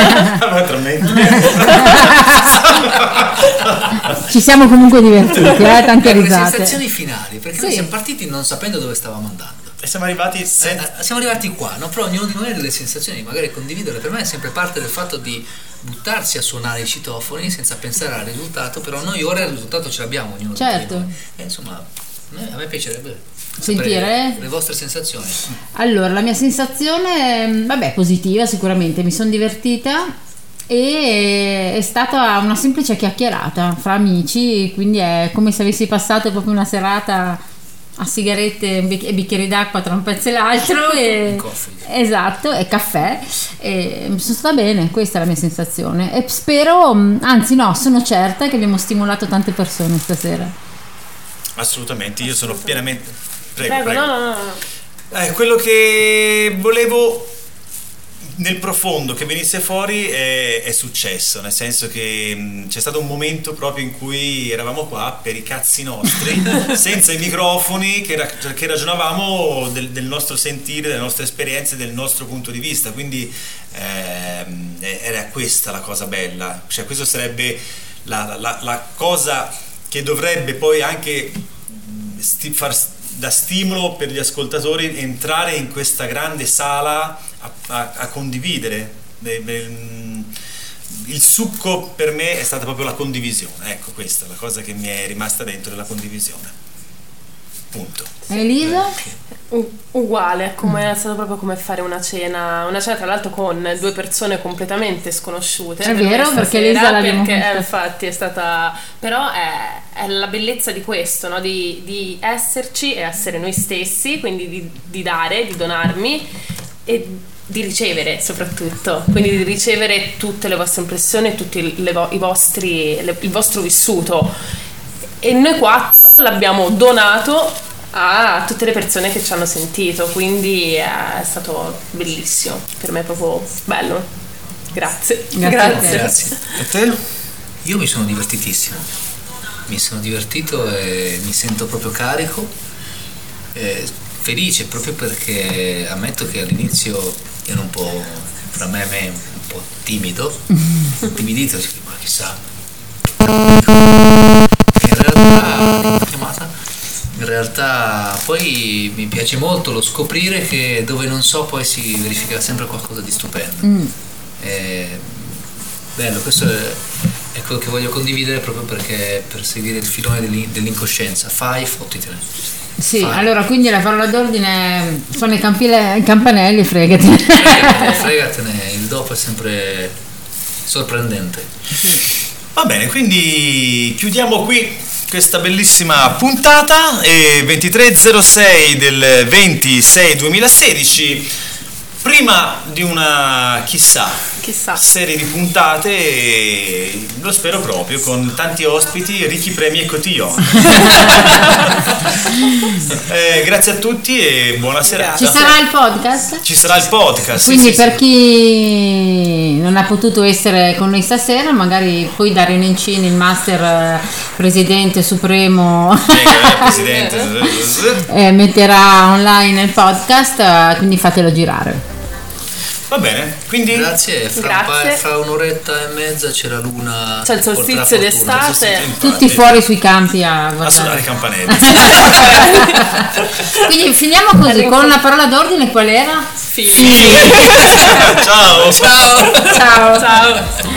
Christmas. Ci siamo comunque divertiti, tante Le risate. sensazioni finali, perché noi siamo partiti non sapendo dove stavamo andando. E siamo arrivati Siamo arrivati qua, no? Però ognuno di noi ha delle sensazioni, magari condividerle. Per me è sempre parte del fatto di buttarsi a suonare i citofoni senza pensare al risultato, però noi ora il risultato ce l'abbiamo ognuno Certo. di noi. Insomma, a me piacerebbe Sentire sapere le vostre sensazioni. Allora, la mia sensazione, vabbè, positiva sicuramente, mi sono divertita e è stata una semplice chiacchierata fra amici, quindi è come se avessi passato proprio una serata a sigarette e bicchieri d'acqua tra un pezzo e l'altro e esatto, e caffè, e mi sono stata bene, questa è la mia sensazione e spero, anzi no, sono certa che abbiamo stimolato tante persone stasera. Assolutamente, io sono pienamente Prego. No. quello che volevo nel profondo che venisse fuori è successo, nel senso che c'è stato un momento proprio in cui eravamo qua per i cazzi nostri senza i microfoni, che ragionavamo del nostro sentire, delle nostre esperienze, del nostro punto di vista, quindi era questa la cosa bella, cioè questo sarebbe la cosa che dovrebbe poi anche far da stimolo per gli ascoltatori, entrare in questa grande sala a condividere. Il succo per me è stata proprio la condivisione, ecco, questa è la cosa che mi è rimasta dentro, della condivisione, punto. Elisa? Uguale, come è stato proprio come fare una cena tra l'altro con due persone completamente sconosciute. È vero, perché Elisa l'abbiamo vista. Infatti è stata, però è la bellezza di questo, no? Di esserci e essere noi stessi, quindi di dare, di donarmi e di ricevere soprattutto, quindi di ricevere tutte le vostre impressioni, tutti il vostro vissuto, e noi quattro l'abbiamo donato a tutte le persone che ci hanno sentito, quindi è stato bellissimo, per me è proprio bello. Grazie. Grazie. E te? Io mi sono divertitissimo, mi sono divertito e mi sento proprio carico, felice, proprio perché ammetto che all'inizio ero un po', fra me un po' timido, intimidito, ma chissà, in realtà poi mi piace molto lo scoprire che dove non so poi si verifica sempre qualcosa di stupendo. Bello, questo è quello che voglio condividere, proprio perché per seguire il filone dell'incoscienza. Fai, fottitene. Sì, allora quindi la parola d'ordine sono i campanelli, fregatene. Fregatene, il dopo è sempre sorprendente. Sì. Va bene, quindi chiudiamo qui questa bellissima puntata, 23/06 del 26/2016, prima di una chissà serie di puntate, lo spero proprio, con tanti ospiti, ricchi premi e cotillon. Grazie a tutti e buona serata. Ci sarà il podcast? Ci sarà il podcast, quindi sì, per chi non ha potuto essere con noi stasera, magari puoi dare in incini il master presidente supremo presidente metterà online il podcast, quindi fatelo girare. Va bene, quindi grazie. Fra un'oretta e mezza c'è la luna, c'è il solstizio d'estate, tutti fuori sui campi a suonare campanelli. Quindi finiamo così con la parola d'ordine. Qual era? Fine. Ciao. Ciao.